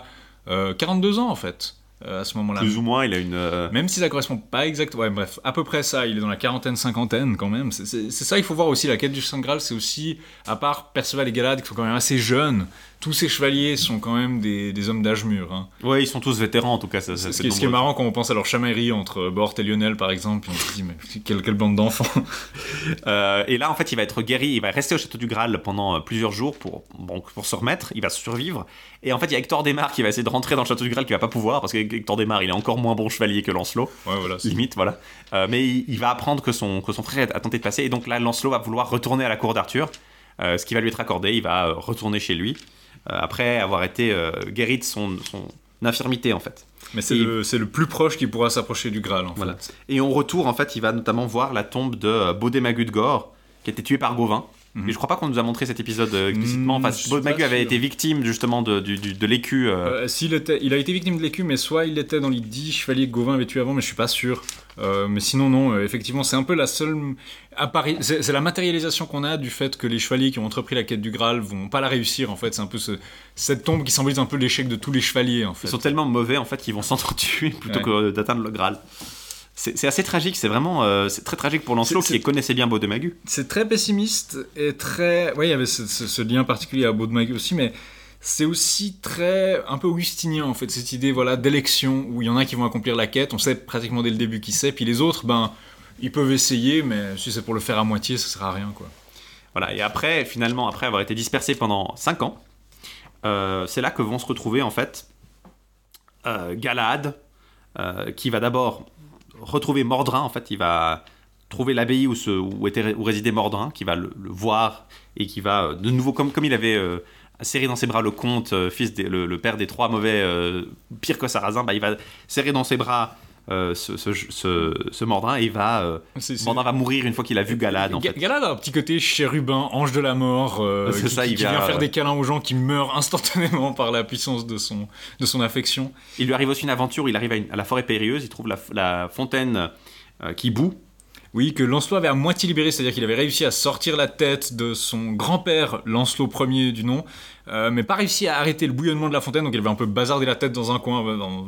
42 ans en fait. À ce moment-là. Plus ou moins, il a une... Même si ça correspond pas exactement... Ouais, bref, à peu près ça, il est dans la quarantaine-cinquantaine quand même. C'est ça, il faut voir aussi, la quête du Saint Graal, c'est aussi, à part Perceval et Galad, qui sont quand même assez jeunes, tous ces chevaliers sont quand même des hommes d'âge mûr. Hein. Ouais, ils sont tous vétérans en tout cas. Ce qui est marrant quand on pense à leur chamaillerie entre Bort et Lionel par exemple, on se dit, mais quelle bande d'enfants. Et là, en fait, il va être guéri, il va rester au château du Graal pendant plusieurs jours pour se remettre, il va survivre. Et en fait, il y a Hector Desmar qui va essayer de rentrer dans le château du Graal qui va pas pouvoir, parce que qu'Hector Desmar, il est encore moins bon chevalier que Lancelot. Ouais, voilà. Limite, voilà. Mais il va apprendre que son frère a tenté de passer, et donc là, Lancelot va vouloir retourner à la cour d'Arthur, ce qui va lui être accordé. Il va retourner chez lui, après avoir été guéri de son infirmité, en fait. Mais c'est le plus proche qui pourra s'approcher du Graal, en Voilà. fait. Et au retour, en fait, il va notamment voir la tombe de Baudemagu de Gore, qui a été tué par Gauvin. Et je crois pas qu'on nous a montré cet épisode explicitement. Enfin, Baudemagu avait été victime justement de l'écu. Il a été victime de l'écu, mais soit il était dans les 10 chevaliers que Gauvin avait tué avant, mais je suis pas sûr. Mais sinon, non, effectivement, c'est un peu la seule. C'est la matérialisation qu'on a du fait que les chevaliers qui ont entrepris la quête du Graal vont pas la réussir, en fait. C'est un peu cette tombe qui symbolise un peu l'échec de tous les chevaliers, en fait. Ils sont tellement mauvais, en fait, qu'ils vont s'entretuer plutôt que d'atteindre le Graal. C'est assez tragique, c'est très tragique pour Lancelot qui connaissait bien Baudemagu. C'est très pessimiste et très. Oui, il y avait ce lien particulier à Baudemagu aussi, mais c'est aussi un peu augustinien en fait, cette idée d'élection où il y en a qui vont accomplir la quête, on sait pratiquement dès le début qui c'est, puis les autres, ils peuvent essayer, mais si c'est pour le faire à moitié, ça sert à rien, quoi. Voilà, et après, finalement, après avoir été dispersés pendant 5 ans, c'est là que vont se retrouver en fait Galahad, qui va d'abord retrouver Mordrin. En fait, il va trouver l'abbaye où résidait Mordrin, qui va le voir et qui va de nouveau, comme il avait serré dans ses bras le comte, le père des 3 mauvais, pire que Sarrazin, il va serrer dans ses bras ce Mordrin, et Mordrin va mourir une fois qu'il a vu Galahad, en fait. Galahad a un petit côté chérubin, ange de la mort, qui vient faire des câlins aux gens qui meurent instantanément par la puissance de son affection. Il lui arrive aussi une aventure où il arrive à la forêt périlleuse, il trouve la fontaine qui bout. Oui, que Lancelot avait à moitié libéré, c'est-à-dire qu'il avait réussi à sortir la tête de son grand-père, Lancelot Ier du nom, mais pas réussi à arrêter le bouillonnement de la fontaine, donc il avait un peu bazardé la tête dans un coin,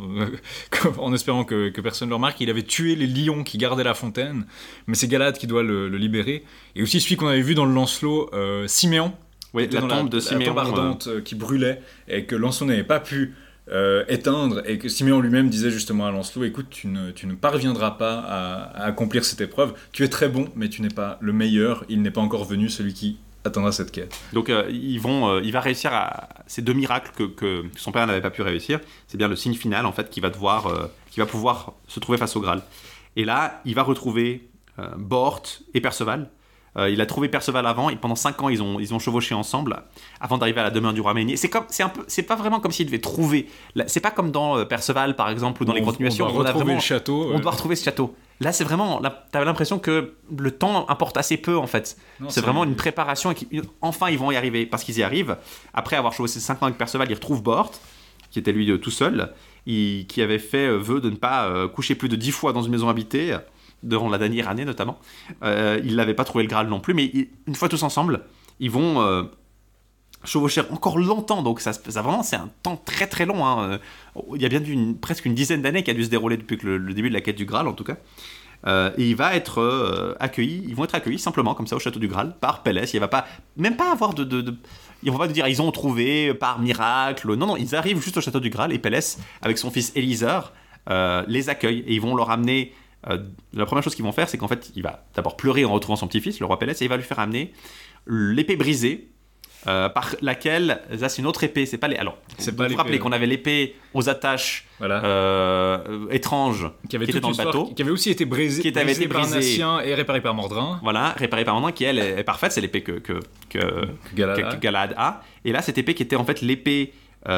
en espérant que personne ne le remarque. Il avait tué les lions qui gardaient la fontaine, mais c'est Galahad qui doit le libérer. Et aussi celui qu'on avait vu dans le Lancelot, Siméon, oui, la tombe de Siméon, la tombe ardente qui brûlait, et que Lancelot n'avait pas pu éteindre, et que Siméon lui-même disait justement à Lancelot: écoute, tu ne parviendras pas à accomplir cette épreuve, tu es très bon, mais tu n'es pas le meilleur, il n'est pas encore venu celui qui atteindra cette quête. Donc il va réussir à ces 2 miracles que son père n'avait pas pu réussir. C'est bien le signe final, en fait, qui va pouvoir se trouver face au Graal. Et là, il va retrouver Bort et Perceval. Il a trouvé Perceval avant, et pendant 5 ans ils ont chevauché ensemble avant d'arriver à la demeure du roi Ménier. C'est pas vraiment comme s'il devait trouver. C'est pas comme dans Perceval par exemple, ou dans les continuations. On doit retrouver le château. On doit retrouver ce château. Là, c'est vraiment. T'as l'impression que le temps importe assez peu, en fait. Non, c'est vraiment une préparation, et enfin ils vont y arriver, parce qu'ils y arrivent. Après avoir chevauché 5 ans avec Perceval, ils retrouvent Bort, qui était lui tout seul, qui avait fait vœu de ne pas coucher plus de 10 fois dans une maison habitée, durant la dernière année notamment. Ils n'avaient pas trouvé le Graal non plus, mais une fois tous ensemble, ils vont chevaucher encore longtemps, donc ça vraiment c'est un temps très très long, hein. Il y a bien presque une dizaine d'années qui a dû se dérouler depuis le début de la quête du Graal, en tout cas. Et ils vont être accueillis simplement comme ça au château du Graal par Pélès. Il va pas avoir ils vont pas dire ils ont trouvé par miracle. Non, ils arrivent juste au château du Graal, et Pélès avec son fils Éliseur les accueille, et ils vont leur amener. La première chose qu'ils vont faire, c'est qu'en fait il va d'abord pleurer en retrouvant son petit-fils, le roi Pélès, et il va lui faire amener l'épée brisée, par laquelle, ça c'est une autre épée, c'est pas les. Alors, vous vous rappelez qu'on avait l'épée aux attaches étranges qui était dans le bateau, qui avait aussi été brisée, par un Nassien et réparée par Mordrin. Voilà, réparée par Mordrin, qui elle est parfaite, c'est l'épée que Galahad a. Et là, cette épée qui était en fait l'épée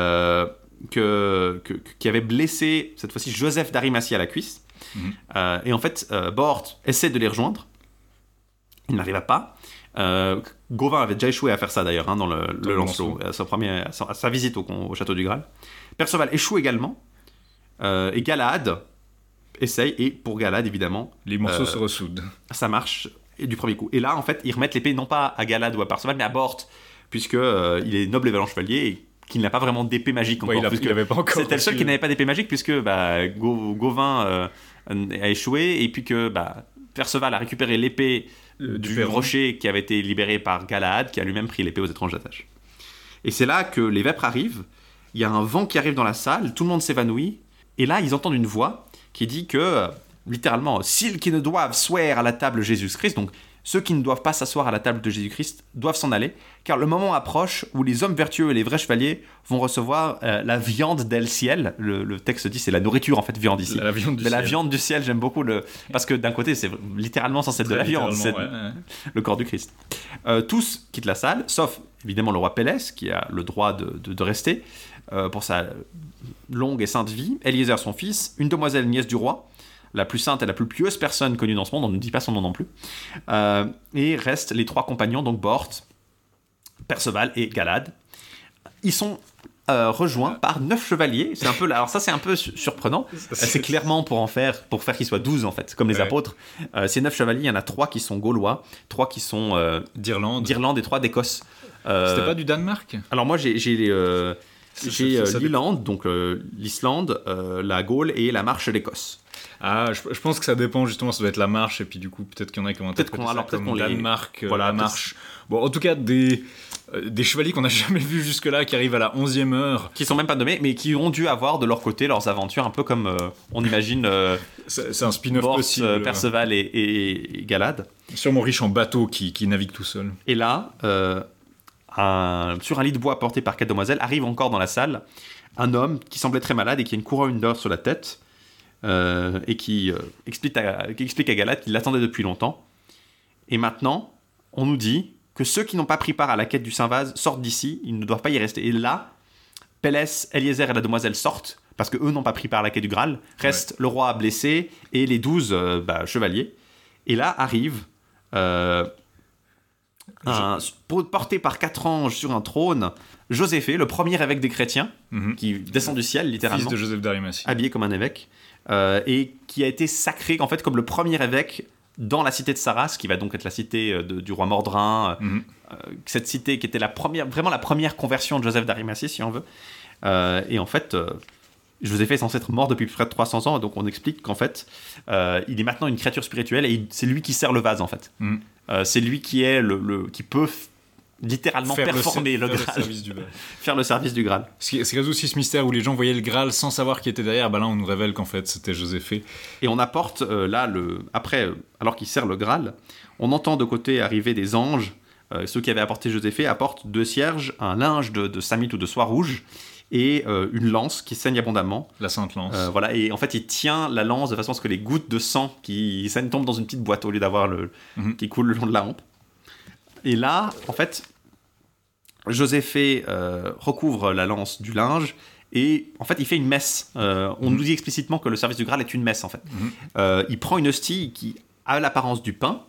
qui avait blessé cette fois-ci Joseph d'Arimathie à la cuisse. Et en fait, Bort essaie de les rejoindre, il n'arriva pas. Gauvin avait déjà échoué à faire ça d'ailleurs, hein, dans le Lancelot, à sa visite au château du Graal. Perceval échoue également, et Galahad essaye, et pour Galahad évidemment les morceaux se ressoudent. Ça marche du premier coup. Et là en fait ils remettent l'épée non pas à Galahad ou à Perceval, mais à Bort, puisque il est noble et vaillant chevalier, et qu'il n'a pas vraiment d'épée magique encore. Il avait pas encore. C'était le seul qui n'avait pas d'épée magique, puisque Gauvin a échoué, et puis que Perceval a récupéré l'épée du rocher qui avait été libéré par Galahad, qui a lui-même pris l'épée aux étranges attaches. Et c'est là que les vêpres arrivent, il y a un vent qui arrive dans la salle, tout le monde s'évanouit, et là ils entendent une voix qui dit que, littéralement, s'ils qui ne doivent swear à la table Jésus-Christ, donc Ceux qui ne doivent pas s'asseoir à la table de Jésus-Christ doivent s'en aller, car le moment approche où les hommes vertueux et les vrais chevaliers vont recevoir la viande del ciel. Le texte dit c'est la nourriture en fait, viande ici. La viande du Mais ciel. la viande du ciel, j'aime beaucoup parce que d'un côté c'est littéralement censé être de la viande, c'est le corps du Christ. Tous quittent la salle, sauf évidemment le roi Pélès qui a le droit de rester pour sa longue et sainte vie, Eliezer son fils, une demoiselle nièce du roi, la plus sainte et la plus pieuse personne connue dans ce monde, on ne dit pas son nom non plus, et restent les 3 compagnons, donc Bort, Perceval et Galad. Ils sont rejoints par 9 chevaliers, c'est un peu, alors ça c'est un peu surprenant, c'est clairement pour faire qu'ils soient 12 en fait, comme les apôtres. Ces 9 chevaliers, il y en a 3 qui sont gaulois, 3 qui sont d'Irlande et 3 d'Écosse. C'était pas du Danemark? Alors moi j'ai l'Irlande, donc l'Islande, la Gaule et la Marche d'Écosse. Ah, je pense que ça dépend justement, ça doit être la marche, et puis du coup peut-être qu'il y en a qui vont interpréter ça comme Danemark, la marche. Bon, en tout cas, des chevaliers qu'on n'a jamais vus jusque-là, qui arrivent à la 11e heure. Qui sont même pas nommés, mais qui ont dû avoir de leur côté leurs aventures, un peu comme on imagine c'est un spin-off Bort, possible. Perceval et Galad. Sûrement riche en bateau qui navigue tout seul. Et là, sur un lit de bois porté par 4 demoiselles, arrive encore dans la salle un homme qui semblait très malade et qui a une couronne d'or sur la tête. Et qui explique à Galad qu'il l'attendait depuis longtemps. Et maintenant, on nous dit que ceux qui n'ont pas pris part à la quête du Saint-Vase sortent d'ici, ils ne doivent pas y rester. Et là, Pélès, Eliezer et la demoiselle sortent, parce qu'eux n'ont pas pris part à la quête du Graal. Reste le roi blessé et les 12 chevaliers. Et là arrive, porté par 4 anges sur un trône, Joséphée, le premier évêque des chrétiens, qui descend du ciel, littéralement. Fils de Joseph d'Arimathie. Habillé comme un évêque. Et qui a été sacré en fait comme le premier évêque dans la cité de Sarras, qui va donc être la cité du roi Mordrin, cette cité qui était vraiment la première conversion de Joseph d'Arimathie, si on veut. Et en fait, Joséphée est censé être mort depuis près de 300 ans, et donc on explique qu'en fait, il est maintenant une créature spirituelle, et c'est lui qui sert le vase, en fait. C'est lui qui est qui peut littéralement performer le Graal. Faire le service du Graal. C'est aussi ce mystère où les gens voyaient le Graal sans savoir qui était derrière. Là, on nous révèle qu'en fait, c'était Joséphée. Et on apporte, après, alors qu'il sert le Graal, on entend de côté arriver des anges. Ceux qui avaient apporté Joséphée apportent 2 cierges, un linge de samit ou de soie rouge, et une lance qui saigne abondamment. La sainte lance. Voilà, et en fait, il tient la lance de façon à ce que les gouttes de sang qui saignent tombent dans une petite boîte au lieu d'avoir qui coule le long de la rampe. Et là, en fait, Joséphée recouvre la lance du linge et en fait, il fait une messe. On nous dit explicitement que le service du Graal est une messe, en fait. Il prend une hostie qui a l'apparence du pain,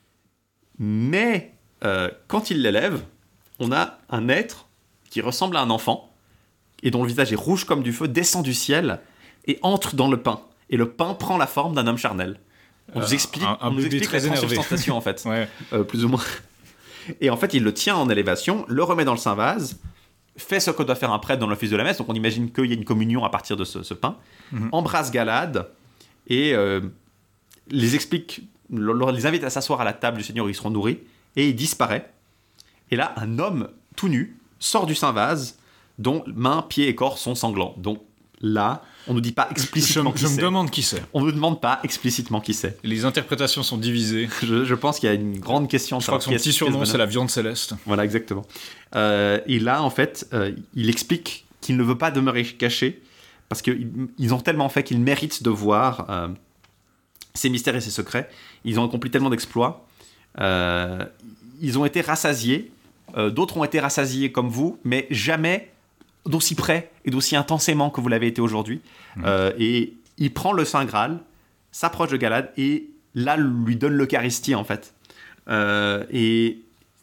mais quand il l'élève, on a un être qui ressemble à un enfant et dont le visage est rouge comme du feu, descend du ciel et entre dans le pain. Et le pain prend la forme d'un homme charnel. On nous explique, un bébé très la énervé. transubstantiation, en fait. Ouais. Plus ou moins. Et en fait, il le tient en élévation, le remet dans le Saint-Vase, fait ce que doit faire un prêtre dans l'office de la messe, donc on imagine qu'il y a une communion à partir de ce pain, embrasse Galad, et les explique, les invite à s'asseoir à la table du Seigneur où ils seront nourris, et il disparaît. Et là, un homme tout nu sort du Saint-Vase, dont mains, pieds et corps sont sanglants. Donc là, on ne nous dit pas explicitement qui c'est. Je me demande qui c'est. On ne nous demande pas explicitement qui c'est. Les interprétations sont divisées. Je pense qu'il y a une grande question. Je crois que son petit surnom, c'est la viande céleste. Voilà, exactement. Et là, en fait, il explique qu'il ne veut pas demeurer caché, parce qu'ils ont tellement fait qu'ils méritent de voir ses mystères et ses secrets. Ils ont accompli tellement d'exploits. Ils ont été rassasiés. D'autres ont été rassasiés comme vous, mais jamais d'aussi près et d'aussi intensément que vous l'avez été aujourd'hui. Et il prend le Saint Graal, s'approche de Galad, et là, lui donne l'Eucharistie, en fait. Et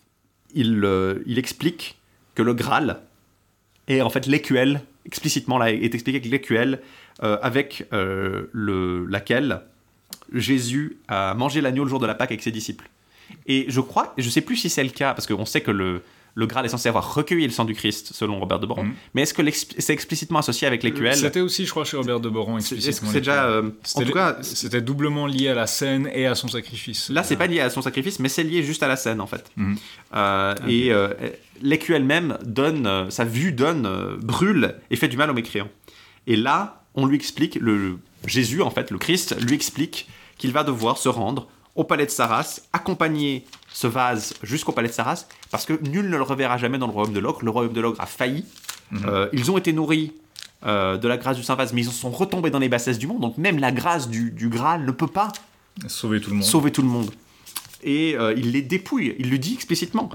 il explique que le Graal est en fait l'écuelle, explicitement là, est expliqué que l'écuelle avec laquelle Jésus a mangé l'agneau le jour de la Pâque avec ses disciples. Et je crois, je ne sais plus si c'est le cas, parce qu'on sait que le Graal est censé avoir recueilli le sang du Christ, selon Robert de Boron, mais est-ce que c'est explicitement associé avec l'écuelle ? C'était aussi, je crois, chez Robert de Boron, explicitement. Est-ce que c'est déjà... en tout cas, c'était doublement lié à la scène et à son sacrifice. Là, c'est pas lié à son sacrifice, mais c'est lié juste à la scène, en fait. Et l'écuelle même donne... sa vue brûle et fait du mal aux mécréants. Et là, on lui explique, Jésus, en fait, le Christ, lui explique qu'il va devoir se rendre au palais de Saras, accompagner ce vase jusqu'au palais de Saras, parce que nul ne le reverra jamais dans le royaume de l'ogre. Le royaume de l'ogre a failli. Ils ont été nourris de la grâce du Saint-Vase, mais ils sont retombés dans les bassesses du monde, donc même la grâce du Graal ne peut pas Sauver tout le monde. Et il les dépouille, il le dit explicitement.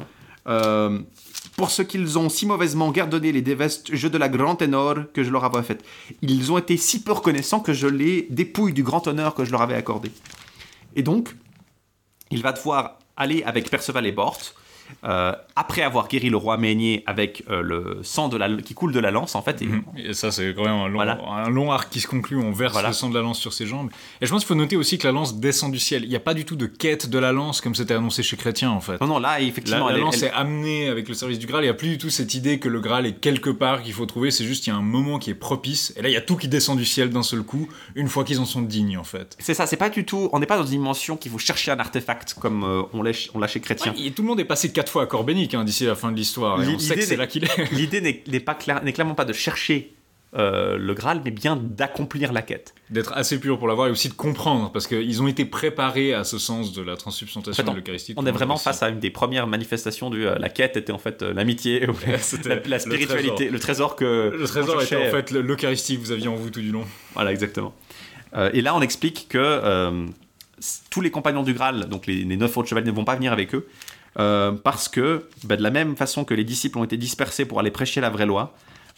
Pour ce qu'ils ont si mauvaisement gardonné les vestiges de la grande ténor que je leur avais faite. Ils ont été si peu reconnaissants que je les dépouille du grand honneur que je leur avais accordé. Et donc, il va devoir aller avec Perceval et Bort, après avoir guéri le roi Ménier avec le sang qui coule de la lance, en fait. Et ça, c'est quand même un long arc qui se conclut, on verse le sang de la lance sur ses jambes. Et je pense qu'il faut noter aussi que la lance descend du ciel. Il n'y a pas du tout de quête de la lance, comme c'était annoncé chez Chrétien, en fait. Non, là, effectivement... La lance est amenée avec le service du Graal, il n'y a plus du tout cette idée que le Graal est quelque part, qu'il faut trouver, c'est juste, il y a un moment qui est propice, et là, il y a tout qui descend du ciel d'un seul coup, une fois qu'ils en sont dignes, en fait. C'est ça, c'est pas du tout... On n'est pas dans une dimension qu'il faut chercher un artefact, comme on l'a chez Chrétien. Ouais, et tout le monde est passé 4 fois à Corbénic, d'ici la fin de l'histoire, et on sait que c'est là qu'il est. L'idée n'est clairement pas de chercher le Graal, mais bien d'accomplir la quête. D'être assez pur pour l'avoir et aussi de comprendre, parce qu'ils ont été préparés à ce sens de la transsubstantiation et de l'Eucharistie. On est vraiment face à une des premières manifestations la quête était en fait l'amitié, la spiritualité, le trésor que... Le trésor était en fait l'Eucharistie que vous aviez en vous tout du long. Voilà, exactement. Et là, on explique que tous les compagnons du Graal, donc les 9 autres chevaliers, ne vont pas venir avec eux, parce que, de la même façon que les disciples ont été dispersés pour aller prêcher la vraie loi,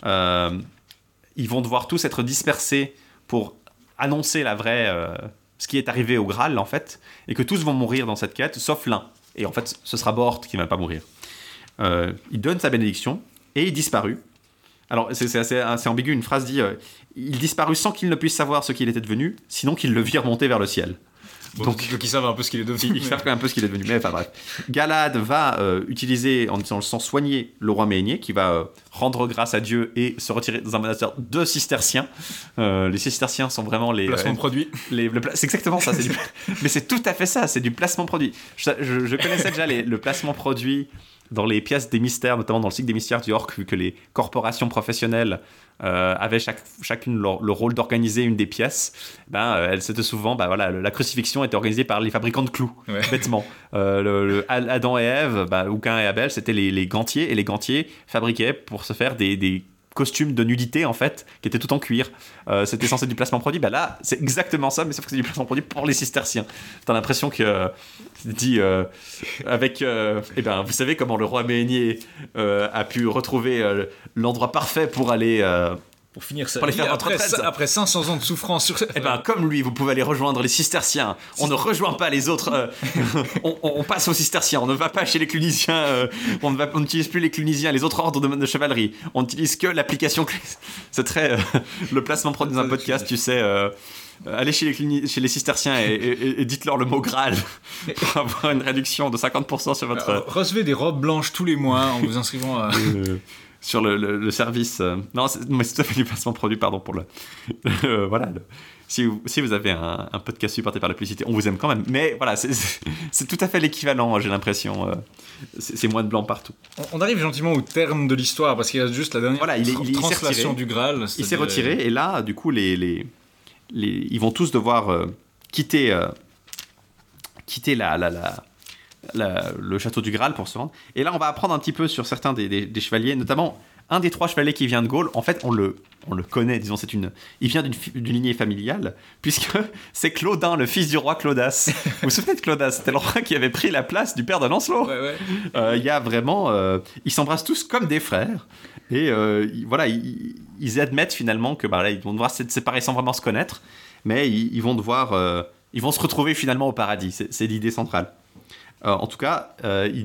ils vont devoir tous être dispersés pour annoncer ce qui est arrivé au Graal, en fait, et que tous vont mourir dans cette quête, sauf l'un. Et en fait, ce sera Bort qui ne va pas mourir. Il donne sa bénédiction, et il disparut. Alors, c'est assez ambigu, une phrase dit il disparut sans qu'il ne puisse savoir ce qu'il était devenu, sinon qu'il le vit remonter vers le ciel. Donc ils savent un peu ce qu'il est devenu. Ils savent quand même un peu ce qu'il est devenu, mais enfin bref. Galad va utiliser, en le sens soigner, le roi Ménier, qui va rendre grâce à Dieu et se retirer dans un monastère de cisterciens. Les cisterciens sont vraiment les... Placement de produit. C'est exactement ça. Mais c'est tout à fait ça, c'est du placement produit. Je connaissais déjà le placement produit dans les pièces des mystères, notamment dans le cycle des mystères du Orc, vu que les corporations professionnelles avaient chacune le rôle d'organiser une des pièces. C'était souvent, la crucifixion était organisée par les fabricants de clous, bêtement. Adam et Ève, ou Cain et Abel, c'était les gantiers, et les gantiers fabriquaient pour se faire des costumes de nudité, en fait, qui étaient tout en cuir. C'était censé être du placement produit. Là, c'est exactement ça, mais sauf que c'est du placement produit pour les cisterciens. T'as l'impression que dit vous savez comment le roi Ménier a pu retrouver l'endroit parfait pour aller pour finir sa pour les vie faire après 500 ans de souffrance sur comme lui, vous pouvez aller rejoindre les cisterciens. On ne rejoint pas les autres. On passe aux cisterciens. On ne va pas chez les clunisiens. On n'utilise plus les clunisiens, les autres ordres de chevalerie. On n'utilise que l'application. C'est très le placement produit dans un podcast, tu sais. Allez chez les cisterciens et dites-leur le mot Graal pour avoir une réduction de 50% sur votre... Recevez des robes blanches tous les mois en vous inscrivant à... sur le service... Non, c'est tout à fait du placement produit, pardon, pour voilà. Si vous avez un podcast supporté par la publicité, on vous aime quand même. Mais voilà, c'est tout à fait l'équivalent, j'ai l'impression. C'est moins de blanc partout. On arrive gentiment au terme de l'histoire, parce qu'il reste juste la dernière translation du Graal. Il s'est retiré, et là, du coup, ils vont tous devoir quitter le château du Graal pour se rendre. Et là, on va apprendre un petit peu sur certains des chevaliers, notamment un des 3 chevaliers qui vient de Gaule. En fait, on le connaît, disons, il vient d'une lignée familiale, puisque c'est Claudin, le fils du roi Clodas. Vous vous souvenez de Clodas? C'était le roi qui avait pris la place du père de Lancelot. Il y a vraiment... ils s'embrassent tous comme des frères. Et ils admettent finalement que ils vont devoir se séparer sans vraiment se connaître, mais ils vont se retrouver finalement au paradis. C'est l'idée centrale. En tout cas,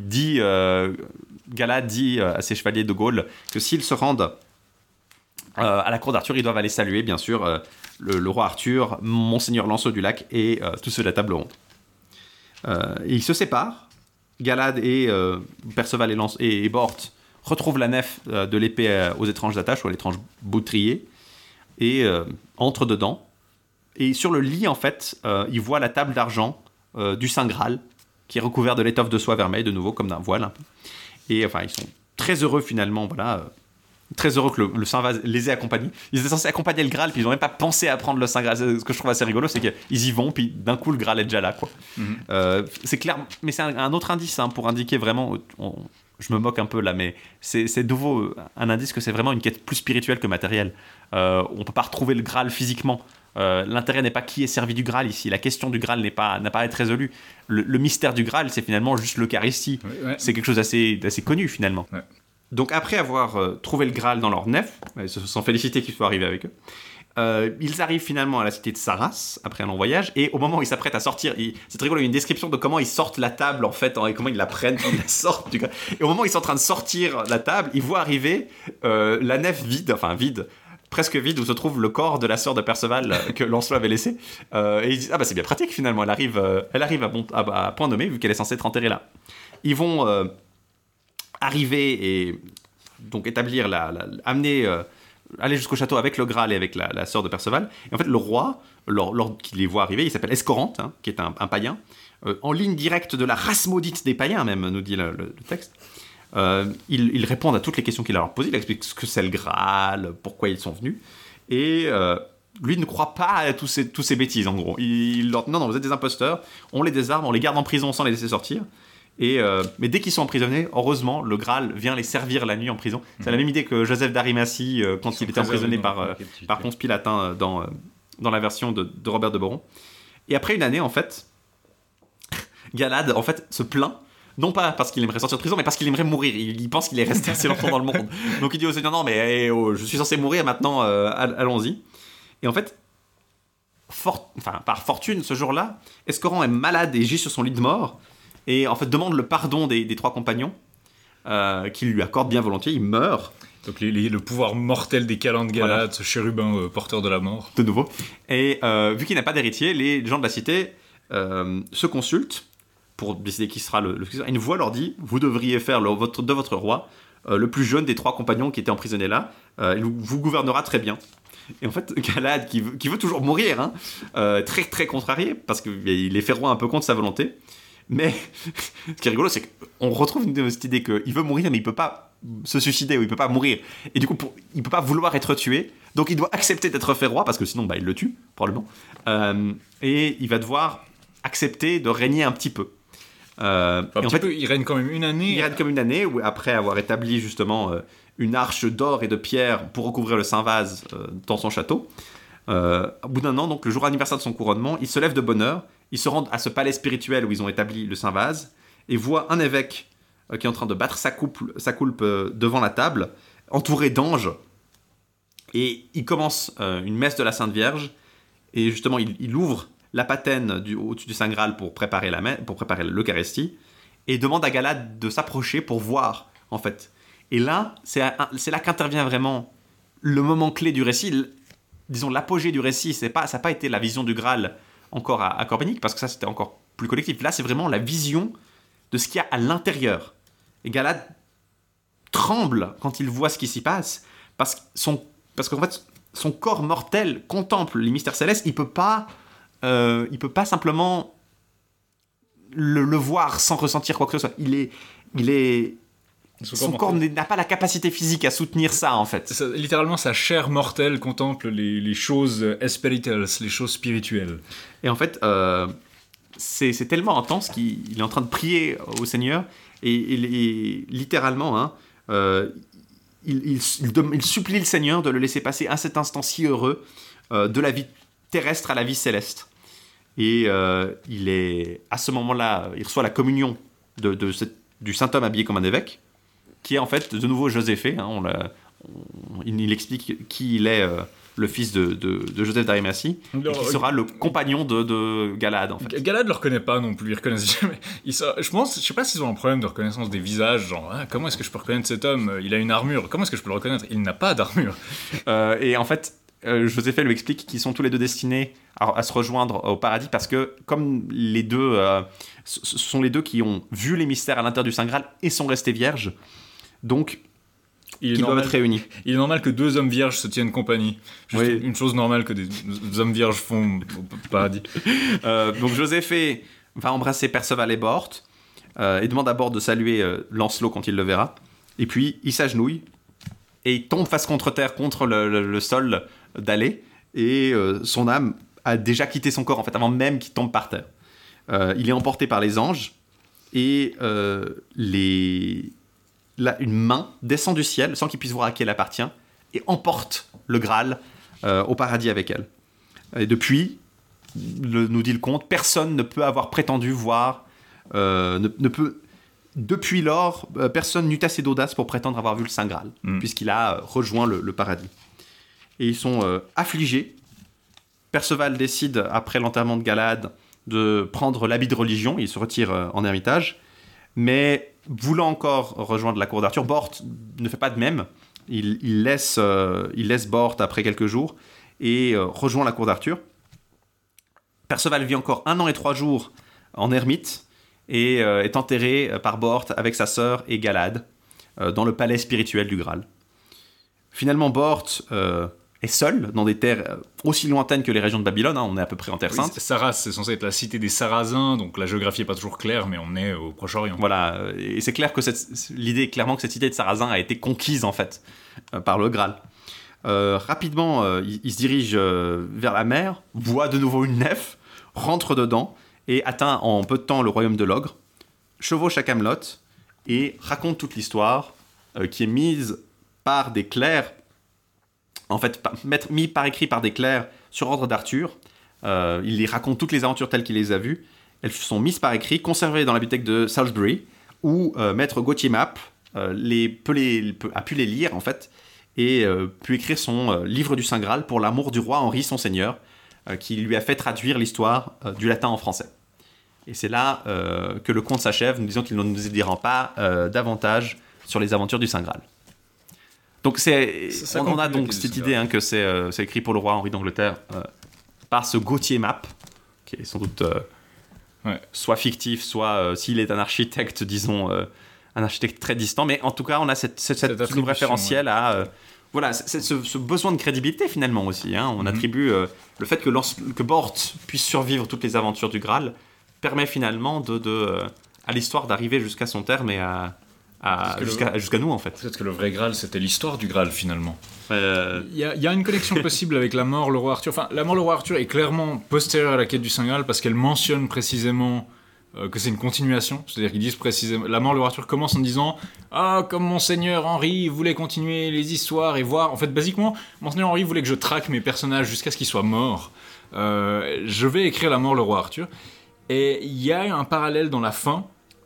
Galad dit à ses chevaliers de Gaule que s'ils se rendent à la cour d'Arthur, ils doivent aller saluer, bien sûr, le roi Arthur, Monseigneur Lancelot du Lac et tous ceux de la table ronde. Et ils se séparent. Galad et Perceval et Bort retrouvent la nef de l'épée aux étranges attaches ou à l'étrange boutrier et entrent dedans. Et sur le lit, en fait, ils voient la table d'argent du Saint Graal, qui est recouvert de l'étoffe de soie vermeille, de nouveau, comme d'un voile un peu. Et enfin, ils sont très heureux finalement, très heureux que le Saint-Vase les ait accompagnés. Ils étaient censés accompagner le Graal, puis ils n'ont même pas pensé à prendre le Saint-Graal. Ce que je trouve assez rigolo, c'est qu'ils y vont, puis d'un coup, le Graal est déjà là, quoi. C'est clair, mais c'est un autre indice pour indiquer vraiment... je me moque un peu là, mais c'est de nouveau un indice que c'est vraiment une quête plus spirituelle que matérielle. On ne peut pas retrouver le Graal physiquement. L'intérêt n'est pas qui est servi du Graal ici. La question du Graal n'a pas à être résolue. Le mystère du Graal, c'est finalement juste l'Eucharistie. Ouais. C'est quelque chose d'assez connu finalement. Ouais. Donc après avoir trouvé le Graal dans leur nef, ils se sont félicités qu'ils soient arrivés avec eux. Ils arrivent finalement à la cité de Sarras après un long voyage, et au moment où ils s'apprêtent à sortir, c'est très rigolo, il y a une description de comment ils sortent la table en fait, et comment ils la prennent, ils la sortent du Graal. Et au moment où ils sont en train de sortir la table, ils voient arriver la nef vide, presque vide, où se trouve le corps de la sœur de Perceval que Lancelot avait laissé. Et ils disent, c'est bien pratique finalement, elle arrive à point nommé, vu qu'elle est censée être enterrée là. Ils vont arriver et donc établir aller jusqu'au château avec le Graal et avec la sœur de Perceval. Et en fait, le roi, lors qu'il les voit arriver, il s'appelle Escorante, qui est un païen, en ligne directe de la race maudite des païens même, nous dit le texte. Ils répondent à toutes les questions qu'il a leur posées, il explique ce que c'est le Graal, pourquoi ils sont venus, et lui ne croit pas à tous ces bêtises en gros. Il leur dit non, vous êtes des imposteurs, on les désarme, on les garde en prison sans les laisser sortir. Mais dès qu'ils sont emprisonnés, heureusement, le Graal vient les servir la nuit en prison. C'est la même idée que Joseph d'Arimathie quand il était emprisonné par Ponce Pilate dans la version de Robert de Boron. Et après une année, en fait, Galad se plaint, non pas parce qu'il aimerait sortir de prison, mais parce qu'il aimerait mourir. Il pense qu'il est resté assez longtemps dans le monde. Donc il dit au Seigneur, non mais je suis censé mourir maintenant, allons-y. Et en fait, par fortune, ce jour-là, Escoran est malade et gît sur son lit de mort. Et en fait demande le pardon des trois compagnons, qu'il lui accorde bien volontiers, il meurt. Donc le pouvoir mortel des calendes de Galad, ce chérubin porteur de la mort. De nouveau. Et vu qu'il n'a pas d'héritier, les gens de la cité se consultent pour décider qui sera le successeur. Une voix leur dit, vous devriez faire de votre roi le plus jeune des trois compagnons qui étaient emprisonnés là, il vous gouvernera très bien. Et en fait, Galad, qui veut toujours mourir, très très contrarié, parce qu'il est fait roi un peu contre sa volonté. Mais ce qui est rigolo, c'est qu'on retrouve cette idée qu'il veut mourir, mais il peut pas se suicider, ou il peut pas mourir. Et du coup, il peut pas vouloir être tué, donc il doit accepter d'être fait roi, parce que sinon, il le tue, probablement. Et il va devoir accepter de régner un petit peu. Il règne quand même une année. Il règne comme une année, où après avoir établi justement une arche d'or et de pierre pour recouvrir le Saint-Vase dans son château. Au bout d'un an, donc le jour anniversaire de son couronnement, il se lève de bonne heure. Ils se rendent à ce palais spirituel où ils ont établi le Saint-Vase et voient un évêque qui est en train de battre sa coulpe devant la table, entouré d'anges. Et il commence une messe de la Sainte Vierge. Et justement, il ouvre la patène au-dessus du Saint Graal pour préparer l'Eucharistie. Et demande à Galad de s'approcher pour voir, en fait. Et là, c'est là qu'intervient vraiment le moment clé du récit. Disons, l'apogée du récit, ça n'a pas été la vision du Graal encore à Corbenic, parce que ça c'était encore plus collectif. Là c'est vraiment la vision de ce qu'il y a à l'intérieur. Et Galad tremble quand il voit ce qui s'y passe, parce qu'en fait son corps mortel contemple les mystères célestes. Il peut pas simplement le voir sans ressentir quoi que ce soit. Son corps n'a pas la capacité physique à soutenir ça, en fait. Littéralement, sa chair mortelle contemple les choses espirituelles, les choses spirituelles. Et en fait, c'est tellement intense qu'il est en train de prier au Seigneur, et littéralement, il supplie le Seigneur de le laisser passer à cet instant si heureux de la vie terrestre à la vie céleste. Et il est, à ce moment-là, il reçoit la communion du saint homme habillé comme un évêque, qui est en fait de nouveau Joséphée. Il explique qui il est, le fils de Joseph d'Arimathie, et qui sera le compagnon de Galad. En fait. Galad ne le reconnaît pas non plus, il reconnaît jamais. Je sais pas s'ils ont un problème de reconnaissance des visages, genre comment est-ce que je peux reconnaître cet homme, il a une armure, comment est-ce que je peux le reconnaître, il n'a pas d'armure. Et en fait, Joséphée lui explique qu'ils sont tous les deux destinés à se rejoindre au paradis, parce que comme les deux ce sont les deux qui ont vu les mystères à l'intérieur du Saint Graal et sont restés vierges, donc ils doivent être réunis. Il est normal que deux hommes vierges se tiennent compagnie. Juste une chose normale que des hommes vierges font au paradis. Donc Joséphée va embrasser Perceval et Bohort et demande à Bohort de saluer Lancelot quand il le verra. Et puis il s'agenouille et il tombe face contre terre, contre le sol d'aller, et son âme a déjà quitté son corps, en fait, avant même qu'il tombe par terre. Il est emporté par les anges, et une main descend du ciel, sans qu'il puisse voir à qui elle appartient, et emporte le Graal au paradis avec elle. Et depuis, nous dit le conte, personne ne peut avoir prétendu voir, depuis lors, personne n'eut assez d'audace pour prétendre avoir vu le Saint Graal, puisqu'il a rejoint le paradis. Et ils sont affligés. Perceval décide, après l'enterrement de Galad, de prendre l'habit de religion. Il se retire en ermitage. Mais voulant encore rejoindre la cour d'Arthur, Bort ne fait pas de même. Il laisse Bort après quelques jours et rejoint la cour d'Arthur. Perceval vit encore 1 an et 3 jours en ermite et est enterré par Bort avec sa sœur et Galad dans le palais spirituel du Graal. Finalement, Bort est seul dans des terres aussi lointaines que les régions de Babylone, on est à peu près en Terre Sainte. Saras, c'est censé être la cité des Sarrasins, donc la géographie n'est pas toujours claire, mais on est au Proche-Orient. Voilà, et c'est clair que l'idée est clairement que cette cité de Sarrasins a été conquise en fait par le Graal. Rapidement, il se dirige vers la mer, voit de nouveau une nef, rentre dedans et atteint en peu de temps le royaume de l'ogre, chevauche à Camelot et raconte toute l'histoire qui est mise par des clercs, en fait mis par écrit par des clercs sur ordre d'Arthur. Il les raconte toutes les aventures telles qu'il les a vues. Elles sont mises par écrit, conservées dans la bibliothèque de Salisbury, où maître Gauthier Mapp a pu les lire en fait et pu écrire son livre du Saint Graal pour l'amour du roi Henri son seigneur, qui lui a fait traduire l'histoire du latin en français. Et c'est là que le conte s'achève, nous disant qu'il ne nous en dira pas davantage sur les aventures du Saint Graal. Donc on a donc cette idée que c'est écrit pour le roi Henri d'Angleterre par ce Gauthier Mapp, qui est sans doute soit fictif, soit s'il est un architecte, disons, un architecte très distant. Mais en tout cas, on a cette référentiel à... voilà, c'est ce besoin de crédibilité finalement aussi. On attribue le fait que Bort puisse survivre toutes les aventures du Graal permet finalement à l'histoire d'arriver jusqu'à son terme et jusqu'à nous en fait. Peut-être que le vrai Graal c'était l'histoire du Graal finalement. Il y a une connexion possible avec la mort le roi Arthur. Enfin, la mort le roi Arthur est clairement postérieure à la quête du Saint Graal parce qu'elle mentionne précisément que c'est une continuation. C'est-à-dire qu'ils disent précisément la mort le roi Arthur commence en disant comme mon seigneur Henri voulait continuer les histoires et voir. En fait, basiquement, mon seigneur Henri voulait que je traque mes personnages jusqu'à ce qu'ils soient morts. Je vais écrire la mort le roi Arthur. Et il y a un parallèle dans la fin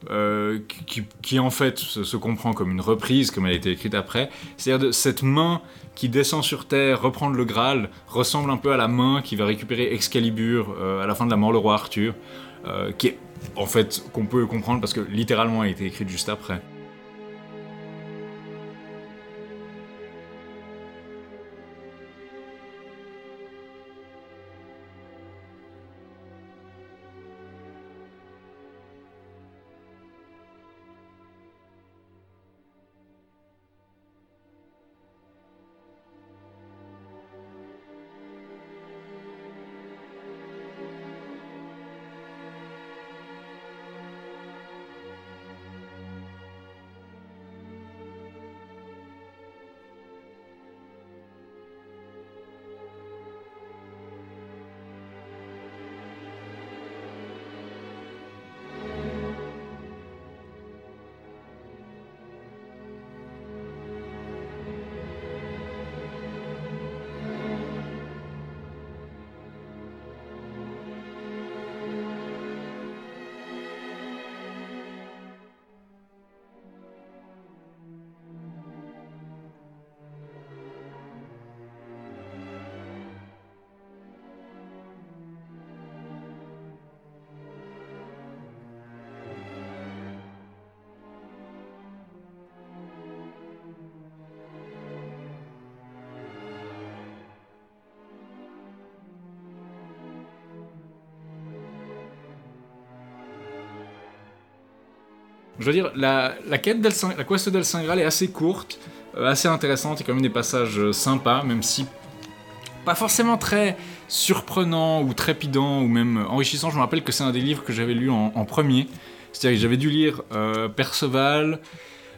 qui en fait se comprend comme une reprise, comme elle a été écrite après. C'est-à-dire cette main qui descend sur terre, reprendre le Graal, ressemble un peu à la main qui va récupérer Excalibur à la fin de la mort le roi Arthur, qui est en fait qu'on peut comprendre parce que littéralement elle a été écrite juste après. Je veux dire, la quest del Saint Graal est assez courte, assez intéressante, il y a quand même des passages sympas, même si pas forcément très surprenants ou trépidants ou même enrichissants. Je me rappelle que c'est un des livres que j'avais lu en premier, c'est-à-dire que j'avais dû lire Perceval,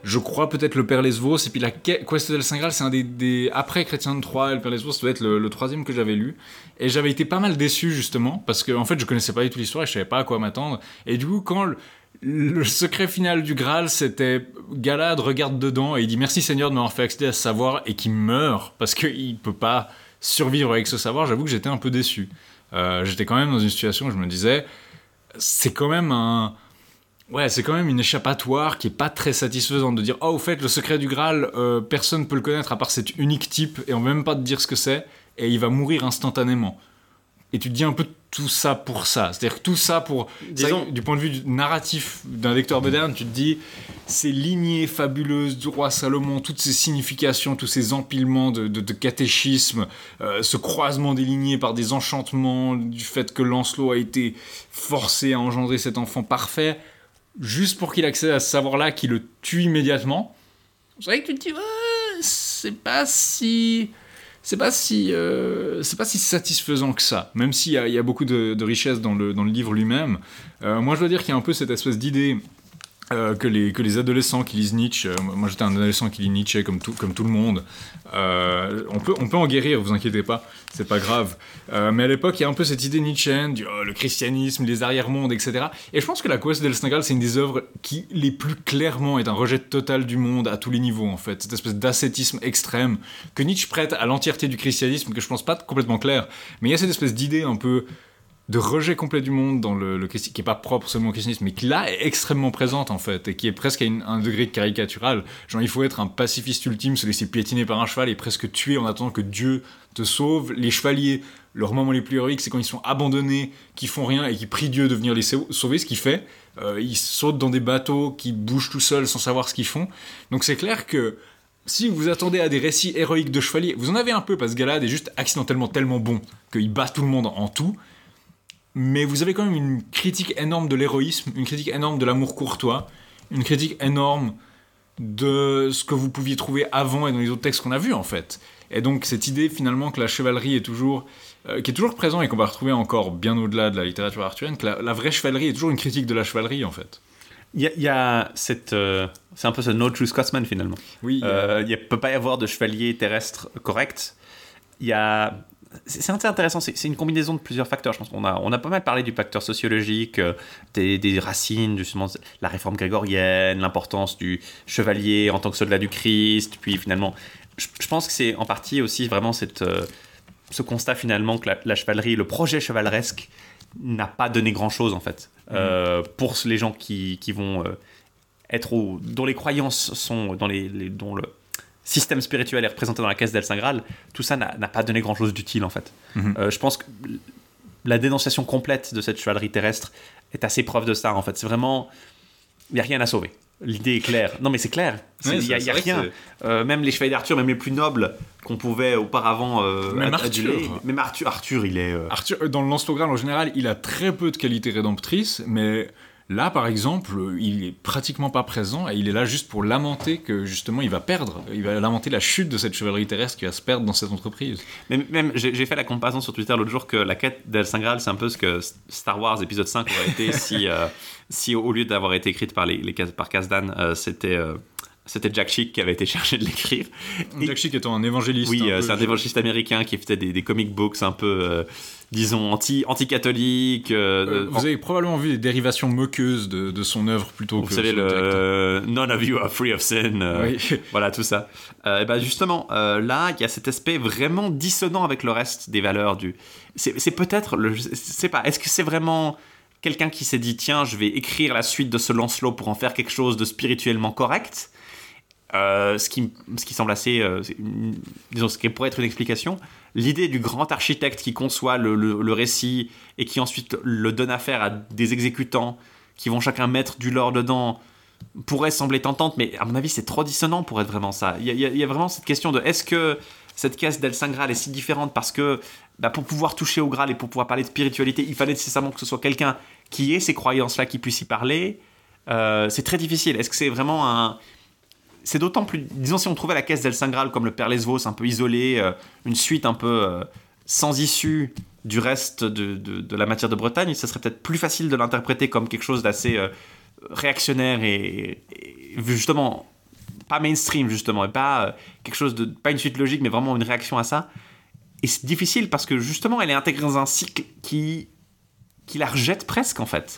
je crois peut-être le Père Lesvos, et puis la Quest del Saint Graal, c'est un des après Chrétien de Troyes, et le Père Lesvos, ça doit être le troisième que j'avais lu. Et j'avais été pas mal déçu, justement, parce que en fait, je connaissais pas du tout l'histoire, et je savais pas à quoi m'attendre. Et du coup, quand le secret final du Graal, c'était Galad regarde dedans, et il dit merci Seigneur de m'avoir fait accéder à ce savoir, et qu'il meurt, parce qu'il peut pas survivre avec ce savoir, j'avoue que j'étais un peu déçu. J'étais quand même dans une situation où je me disais, c'est quand même une échappatoire qui est pas très satisfaisante de dire au fait le secret du Graal personne peut le connaître à part cet unique type et on va même pas te dire ce que c'est et il va mourir instantanément. Et tu te dis un peu tout ça pour ça, c'est-à-dire que tout ça pour disons du point de vue narratif d'un lecteur moderne, tu te dis ces lignées fabuleuses du roi Salomon, toutes ces significations, tous ces empilements de catéchismes, ce croisement des lignées par des enchantements, du fait que Lancelot a été forcé à engendrer cet enfant parfait juste pour qu'il accède à ce savoir-là qui le tue immédiatement. C'est vrai que tu te dis c'est pas si satisfaisant que ça, même s'il y a beaucoup de richesse dans le livre lui-même. Moi, je dois dire qu'il y a un peu cette espèce d'idée que les adolescents qui lisent Nietzsche, moi j'étais un adolescent qui lit Nietzsche comme tout le monde, on peut en guérir, vous inquiétez pas, c'est pas grave. Mais à l'époque, il y a un peu cette idée nietzschéenne du le christianisme, les arrière-mondes, etc. Et je pense que la Quest del Saint Graal, c'est une des œuvres qui, les plus clairement, est un rejet total du monde à tous les niveaux, en fait. Cette espèce d'ascétisme extrême que Nietzsche prête à l'entièreté du christianisme, que je pense pas complètement clair. Mais il y a cette espèce d'idée un peu de rejet complet du monde dans le christianisme, qui est pas propre seulement au christianisme, mais qui là est extrêmement présente en fait, et qui est presque à un degré de caricatural. Genre il faut être un pacifiste ultime, se laisser piétiner par un cheval et presque tuer en attendant que Dieu te sauve. Les chevaliers, leurs moments les plus héroïques, c'est quand ils sont abandonnés, qu'ils font rien et qu'ils prient Dieu de venir les sauver, ce qu'il fait. Ils sautent dans des bateaux qui bougent tout seuls sans savoir ce qu'ils font. Donc c'est clair que si vous attendez à des récits héroïques de chevaliers, vous en avez un peu parce que Galad est juste accidentellement tellement bon qu'il bat tout le monde en tout. Mais vous avez quand même une critique énorme de l'héroïsme, une critique énorme de l'amour courtois, une critique énorme de ce que vous pouviez trouver avant et dans les autres textes qu'on a vus, en fait. Et donc, cette idée, finalement, que la chevalerie est toujours... qui est toujours présente et qu'on va retrouver encore bien au-delà de la littérature arthurienne, que la vraie chevalerie est toujours une critique de la chevalerie, en fait. Il y a cette... c'est un peu ce No True Scotsman, finalement. Oui. Il ne peut pas y avoir de chevalier terrestre correct. Il y a... C'est intéressant, c'est une combinaison de plusieurs facteurs. Je pense qu'on a pas mal parlé du facteur sociologique, des racines, justement, la réforme grégorienne, l'importance du chevalier en tant que soldat du Christ, puis finalement, je pense que c'est en partie aussi vraiment ce constat finalement que la chevalerie, le projet chevaleresque n'a pas donné grand-chose en fait. Pour les gens qui vont être dont les croyances sont, dont le système spirituel est représenté dans la Quest del Saint Graal, tout ça n'a pas donné grand-chose d'utile, en fait. Je pense que la dénonciation complète de cette chevalerie terrestre est assez preuve de ça, en fait. C'est vraiment... Il n'y a rien à sauver. L'idée est claire. Non, mais c'est clair. Il n'y a rien. Même les chevaliers d'Arthur, même les plus nobles qu'on pouvait auparavant aduler. Même Arthur, il est... Arthur, dans le Lancelot Graal, en général, il a très peu de qualités rédemptrices, mais... Là, par exemple, il est pratiquement pas présent et il est là juste pour lamenter que, justement, il va perdre. Il va lamenter la chute de cette chevalerie terrestre qui va se perdre dans cette entreprise. Mais même, j'ai fait la comparaison sur Twitter l'autre jour que la quête del Saint Graal, c'est un peu ce que Star Wars épisode 5 aurait été si au lieu d'avoir été écrite par Kasdan, c'était Jack Chick qui avait été chargé de l'écrire. Jack Chick étant un évangéliste. Oui, c'est un évangéliste américain qui faisait des comic books un peu, disons, anti-catholiques. Vous avez probablement vu des dérivations moqueuses de son œuvre plutôt que... Vous savez, None of you are free of sin. Oui. Voilà, tout ça. Et ben justement, là, il y a cet aspect vraiment dissonant avec le reste des valeurs du... C'est peut-être... Je sais pas, est-ce que c'est vraiment... quelqu'un qui s'est dit, tiens, je vais écrire la suite de ce Lancelot pour en faire quelque chose de spirituellement correct, ce qui semble assez, disons, ce qui pourrait être une explication. L'idée du grand architecte qui conçoit le récit et qui ensuite le donne à faire à des exécutants qui vont chacun mettre du lore dedans pourrait sembler tentante, mais à mon avis, c'est trop dissonant pour être vraiment ça. Il y a vraiment cette question de est-ce que cette Quest del Saint Graal est si différente parce que pour pouvoir toucher au Graal et pour pouvoir parler de spiritualité, il fallait nécessairement que ce soit quelqu'un qui ait ces croyances-là, qui puisse y parler. C'est très difficile. Est-ce que c'est vraiment c'est d'autant plus... Disons, si on trouvait la Quest del Saint Graal comme le Père Lesvos, un peu isolé, une suite un peu sans issue du reste de la matière de Bretagne, ça serait peut-être plus facile de l'interpréter comme quelque chose d'assez réactionnaire et justement pas mainstream justement, et pas quelque chose de, pas une suite logique, mais vraiment une réaction à ça. Et c'est difficile parce que justement, elle est intégrée dans un cycle qui la rejette presque en fait,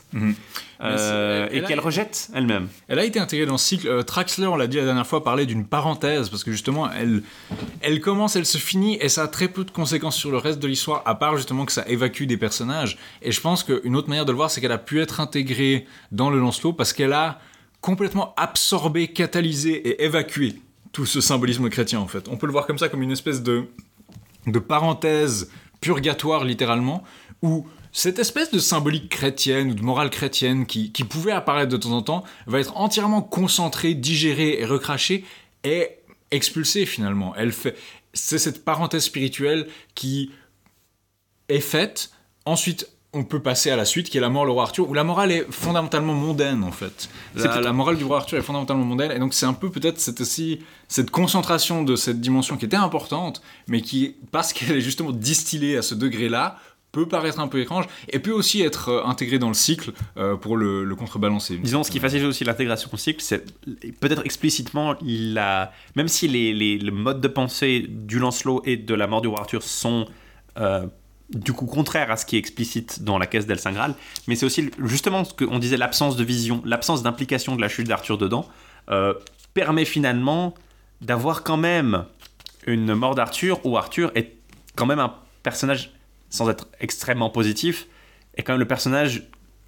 et qu'elle rejette elle-même. Elle a été intégrée dans ce cycle. Traxler, on l'a dit la dernière fois, parlait d'une parenthèse, parce que justement, elle commence, elle se finit, et ça a très peu de conséquences sur le reste de l'histoire, à part justement que ça évacue des personnages. Et je pense qu'une autre manière de le voir, c'est qu'elle a pu être intégrée dans le Lancelot, parce qu'elle a complètement absorbé, catalysé et évacué tout ce symbolisme chrétien en fait. On peut le voir comme ça, comme une espèce de parenthèse purgatoire littéralement, où cette espèce de symbolique chrétienne ou de morale chrétienne qui pouvait apparaître de temps en temps va être entièrement concentrée, digérée et recrachée et expulsée finalement. C'est cette parenthèse spirituelle qui est faite. Ensuite, on peut passer à la suite, qui est la mort, le roi Arthur, où la morale est fondamentalement mondaine en fait. La morale du roi Arthur est fondamentalement mondaine, et donc c'est un peu peut-être cette concentration de cette dimension qui était importante, mais qui, parce qu'elle est justement distillée à ce degré-là, peut paraître un peu étrange, et peut aussi être intégrée dans le cycle pour le contrebalancer. Disons, ce qui facilite aussi l'intégration au cycle, c'est peut-être explicitement, même si le mode de pensée du Lancelot et de la mort du roi Arthur sont du coup contraires à ce qui est explicite dans la caisse d'El Saint Graal, mais c'est aussi justement ce qu'on disait, l'absence de vision, l'absence d'implication de la chute d'Arthur dedans, permet finalement d'avoir quand même une mort d'Arthur où Arthur est quand même un personnage, sans être extrêmement positif, est quand même le personnage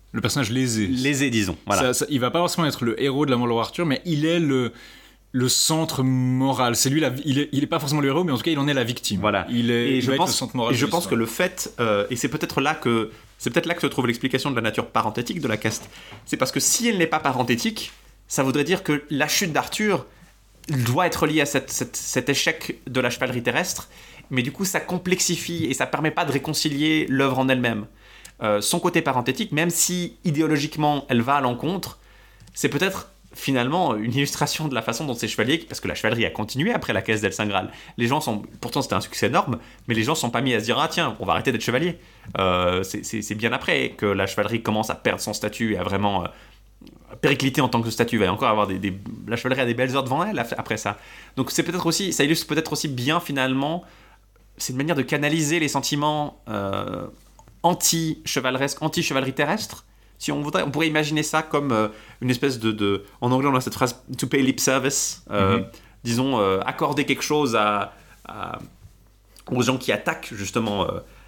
lésé, disons. Voilà. Il va pas forcément être le héros de la mort de Arthur, mais il est le centre moral. C'est lui, il est pas forcément le héros, mais en tout cas, il en est la victime. Voilà. Je pense que le fait, et c'est peut-être là que se trouve l'explication de la nature parenthétique de la caste. C'est parce que si elle n'est pas parenthétique, ça voudrait dire que la chute d'Arthur doit être liée à cet échec de la chevalerie terrestre, mais du coup ça complexifie et ça permet pas de réconcilier l'œuvre en elle-même. Son côté parenthétique, même si idéologiquement elle va à l'encontre, c'est peut-être finalement une illustration de la façon dont ces chevaliers, parce que la chevalerie a continué après la caisse d'El Saint Graal. Pourtant c'était un succès énorme, mais les gens sont pas mis à se dire ah tiens, on va arrêter d'être chevalier. C'est bien après que la chevalerie commence à perdre son statut et à vraiment péricliter en tant que statut. Il va y encore avoir la chevalerie a des belles heures devant elle après ça. Donc ça illustre peut-être aussi bien finalement, c'est une manière de canaliser les sentiments anti-chevaleresques, anti-chevalerie terrestre. Si on voudrait, on pourrait imaginer ça comme une espèce de... En anglais, on a cette phrase « to pay lip service ». Disons, accorder quelque chose aux gens qui attaquent justement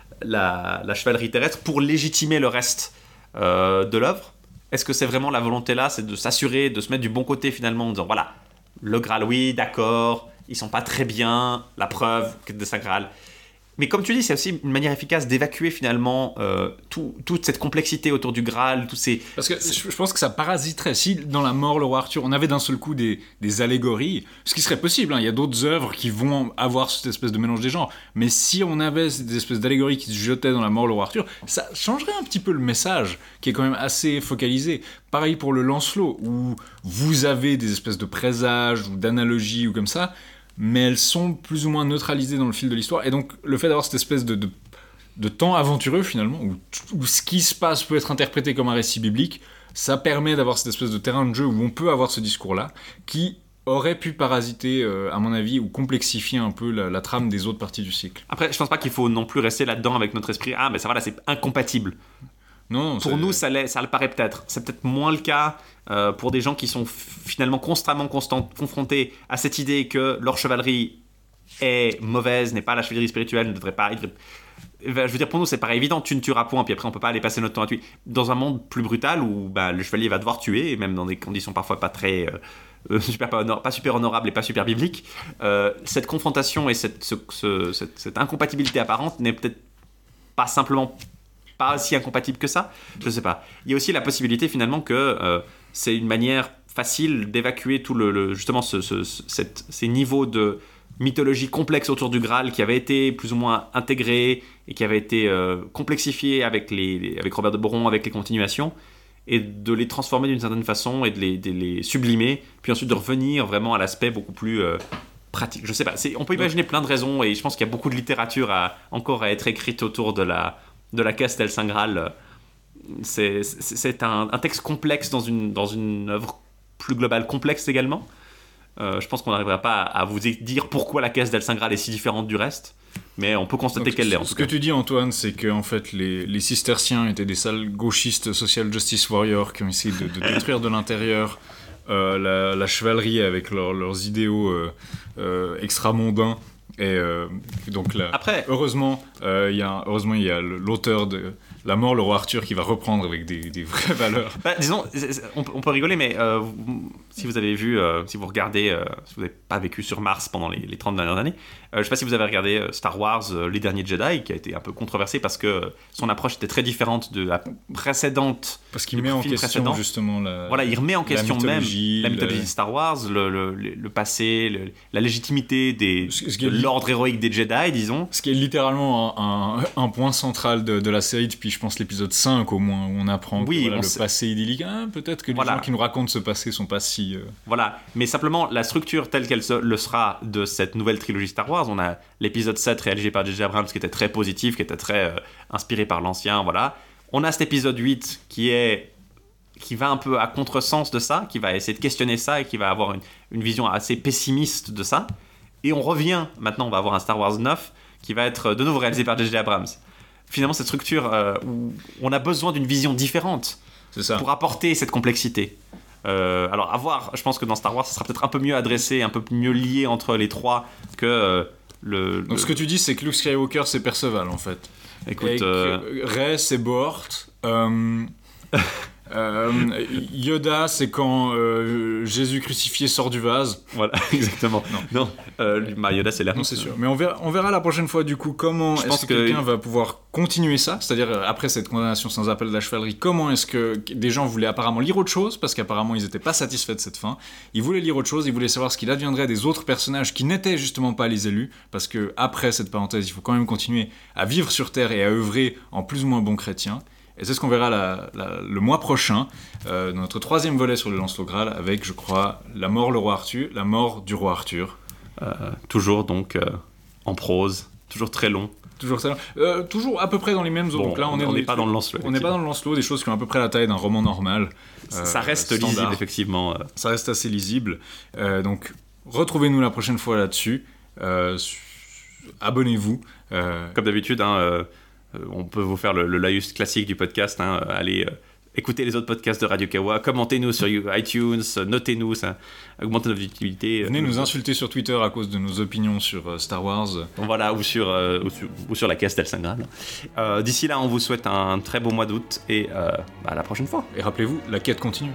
la chevalerie terrestre pour légitimer le reste de l'œuvre. Est-ce que c'est vraiment la volonté là, c'est de s'assurer, de se mettre du bon côté finalement en disant voilà, le Graal, oui, d'accord, ils sont pas très bien, la preuve de sa Graal. Mais comme tu dis, c'est aussi une manière efficace d'évacuer finalement toute cette complexité autour du Graal, Parce que je pense que ça parasiterait. Si dans la mort, le roi Arthur, on avait d'un seul coup des allégories, ce qui serait possible, hein, il y a d'autres œuvres qui vont avoir cette espèce de mélange des genres, mais si on avait des espèces d'allégories qui se jetaient dans la mort, le roi Arthur, ça changerait un petit peu le message, qui est quand même assez focalisé. Pareil pour le Lancelot, où vous avez des espèces de présages ou d'analogies ou comme ça, mais elles sont plus ou moins neutralisées dans le fil de l'histoire, et donc le fait d'avoir cette espèce de temps aventureux finalement, où ce qui se passe peut être interprété comme un récit biblique, ça permet d'avoir cette espèce de terrain de jeu où on peut avoir ce discours-là, qui aurait pu parasiter, à mon avis, ou complexifier un peu la trame des autres parties du cycle. Après, je pense pas qu'il faut non plus rester là-dedans avec notre esprit, ah mais ça va là, c'est incompatible. Non, pour nous, ça le paraît peut-être. C'est peut-être moins le cas pour des gens qui sont finalement constamment confrontés à cette idée que leur chevalerie est mauvaise, n'est pas la chevalerie spirituelle, ne devrait pas... Je veux dire, pour nous, c'est pas évident. Tu ne tueras point, puis après, on peut pas aller passer notre temps à tuer. Dans un monde plus brutal où le chevalier va devoir tuer, et même dans des conditions parfois pas très... pas super honorables et pas super bibliques, cette confrontation et cette incompatibilité apparente n'est peut-être pas simplement... pas si incompatible que ça, je sais pas. Il y a aussi la possibilité finalement que c'est une manière facile d'évacuer tout justement ces niveaux de mythologie complexe autour du Graal qui avait été plus ou moins intégré et qui avait été complexifié avec Robert de Boron, avec les continuations, et de les transformer d'une certaine façon et de les sublimer, puis ensuite de revenir vraiment à l'aspect beaucoup plus pratique. Je sais pas, on peut imaginer plein de raisons, et je pense qu'il y a beaucoup de littérature encore à être écrite autour de la caisse d'El Saint Graal. C'est un texte complexe dans une œuvre plus globale, complexe également. Je pense qu'on n'arrivera pas à vous dire pourquoi la caisse d'El Saint Graal est si différente du reste, mais on peut constater qu'elle l'est en tout cas. Ce que tu dis, Antoine, c'est que en fait, les cisterciens étaient des sales gauchistes social justice warriors qui ont essayé de détruire de l'intérieur la chevalerie avec leurs idéaux extra-mondains. Et donc là, Après, heureusement, il y a l'auteur de La mort, le roi Arthur qui va reprendre avec des vraies valeurs. bah, disons, on peut rigoler, mais si vous avez vu, si vous regardez, si vous n'avez pas vécu sur Mars pendant les 30 dernières années, je ne sais pas si vous avez regardé Star Wars, Les Derniers Jedi, qui a été un peu controversé parce que son approche était très différente de la précédente. Parce qu'il met en question justement voilà, il remet en question même la mythologie de Star Wars, le passé, la légitimité de l'ordre héroïque des Jedi, disons. Ce qui est littéralement un point central de la série depuis, je pense, l'épisode 5 au moins, où on apprend que le passé idyllique. Peut-être que les gens qui nous racontent ce passé sont pas si... Voilà, mais simplement la structure telle qu'elle le sera de cette nouvelle trilogie Star Wars, on a l'épisode 7 réalisé par J.J. Abrams qui était très positif, qui était très inspiré par l'ancien, voilà. On a cet épisode 8 qui va un peu à contresens de ça, qui va essayer de questionner ça et qui va avoir une vision assez pessimiste de ça. Et on revient, maintenant on va avoir un Star Wars 9 qui va être de nouveau réalisé par J.J. Abrams. Finalement, cette structure où on a besoin d'une vision différente pour apporter cette complexité. Alors, à voir, je pense que dans Star Wars, ça sera peut-être un peu mieux adressé, un peu mieux lié entre les trois que Donc, ce que tu dis, c'est que Luke Skywalker, c'est Perceval, en fait. Écoute, Rey, c'est Bort. Yoda, c'est quand Jésus crucifié sort du vase. Voilà, exactement. Non, Yoda, c'est l'air. Non, c'est sûr. Mais on verra la prochaine fois, du coup, comment est-ce que quelqu'un va pouvoir continuer ça. C'est-à-dire, après cette condamnation sans appel de la chevalerie, comment est-ce que des gens voulaient apparemment lire autre chose, parce qu'apparemment, ils n'étaient pas satisfaits de cette fin. Ils voulaient lire autre chose, ils voulaient savoir ce qu'il adviendrait des autres personnages qui n'étaient justement pas les élus, parce que après cette parenthèse, il faut quand même continuer à vivre sur Terre et à œuvrer en plus ou moins bon chrétien. Et c'est ce qu'on verra le mois prochain, dans notre troisième volet sur le Lancelot Graal, avec, je crois, la mort du roi Arthur. Toujours donc en prose, toujours très long. Toujours à peu près dans les mêmes eaux. Bon, donc là, on n'est pas dans le Lancelot. On n'est pas dans le Lancelot, des choses qui ont à peu près la taille d'un roman normal. Ça reste standard. lisible, effectivement. Ça reste assez lisible. Donc, retrouvez-nous la prochaine fois là-dessus. Abonnez-vous. Comme d'habitude, on peut vous faire le laïus classique du podcast. Allez écoutez les autres podcasts de Radio Kawa, commentez-nous sur iTunes, notez-nous, ça augmente notre visibilité. Venez nous insulter sur Twitter à cause de nos opinions sur Star Wars. Voilà, ou sur la caisse d'El Saint Graal. D'ici là, on vous souhaite un très beau mois d'août et à la prochaine fois. Et rappelez-vous, la quête continue.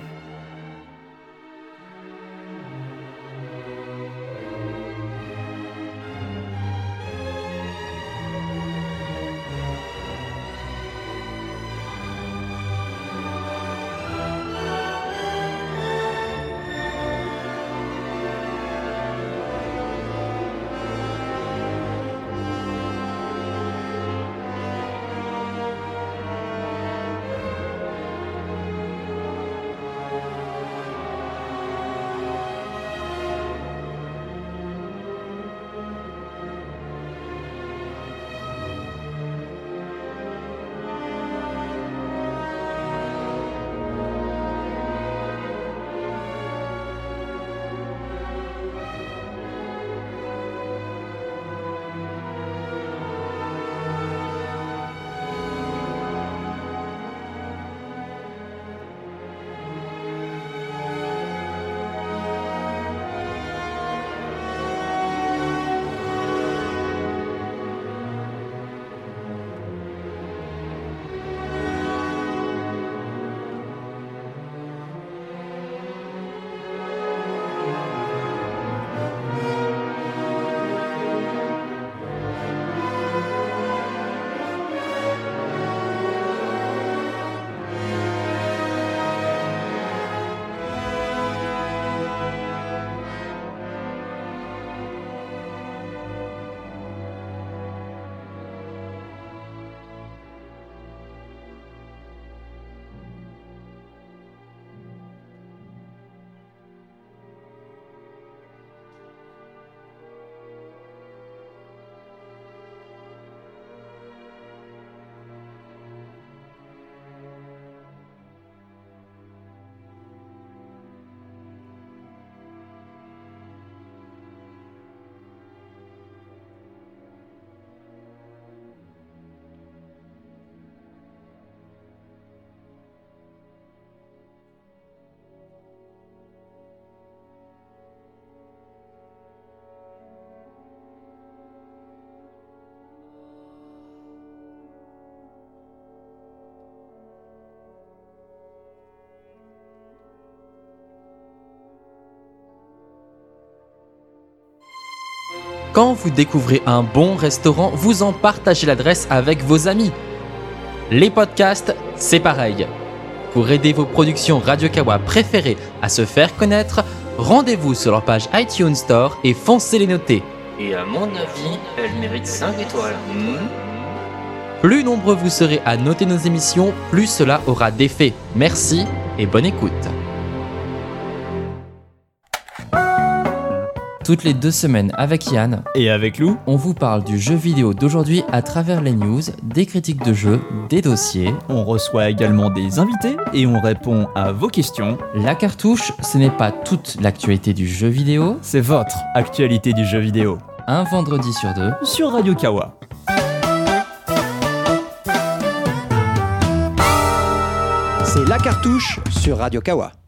Quand vous découvrez un bon restaurant, vous en partagez l'adresse avec vos amis. Les podcasts, c'est pareil. Pour aider vos productions Radio Kawa préférées à se faire connaître, rendez-vous sur leur page iTunes Store et foncez les noter. Et à mon avis, elle mérite 5 étoiles. Plus nombreux vous serez à noter nos émissions, plus cela aura d'effet. Merci et bonne écoute. Toutes les 2 semaines avec Yann et avec Lou, on vous parle du jeu vidéo d'aujourd'hui à travers les news, des critiques de jeux, des dossiers. On reçoit également des invités et on répond à vos questions. La cartouche, ce n'est pas toute l'actualité du jeu vidéo, c'est votre actualité du jeu vidéo. Un vendredi sur 2 sur Radio Kawa. C'est La Cartouche sur Radio Kawa.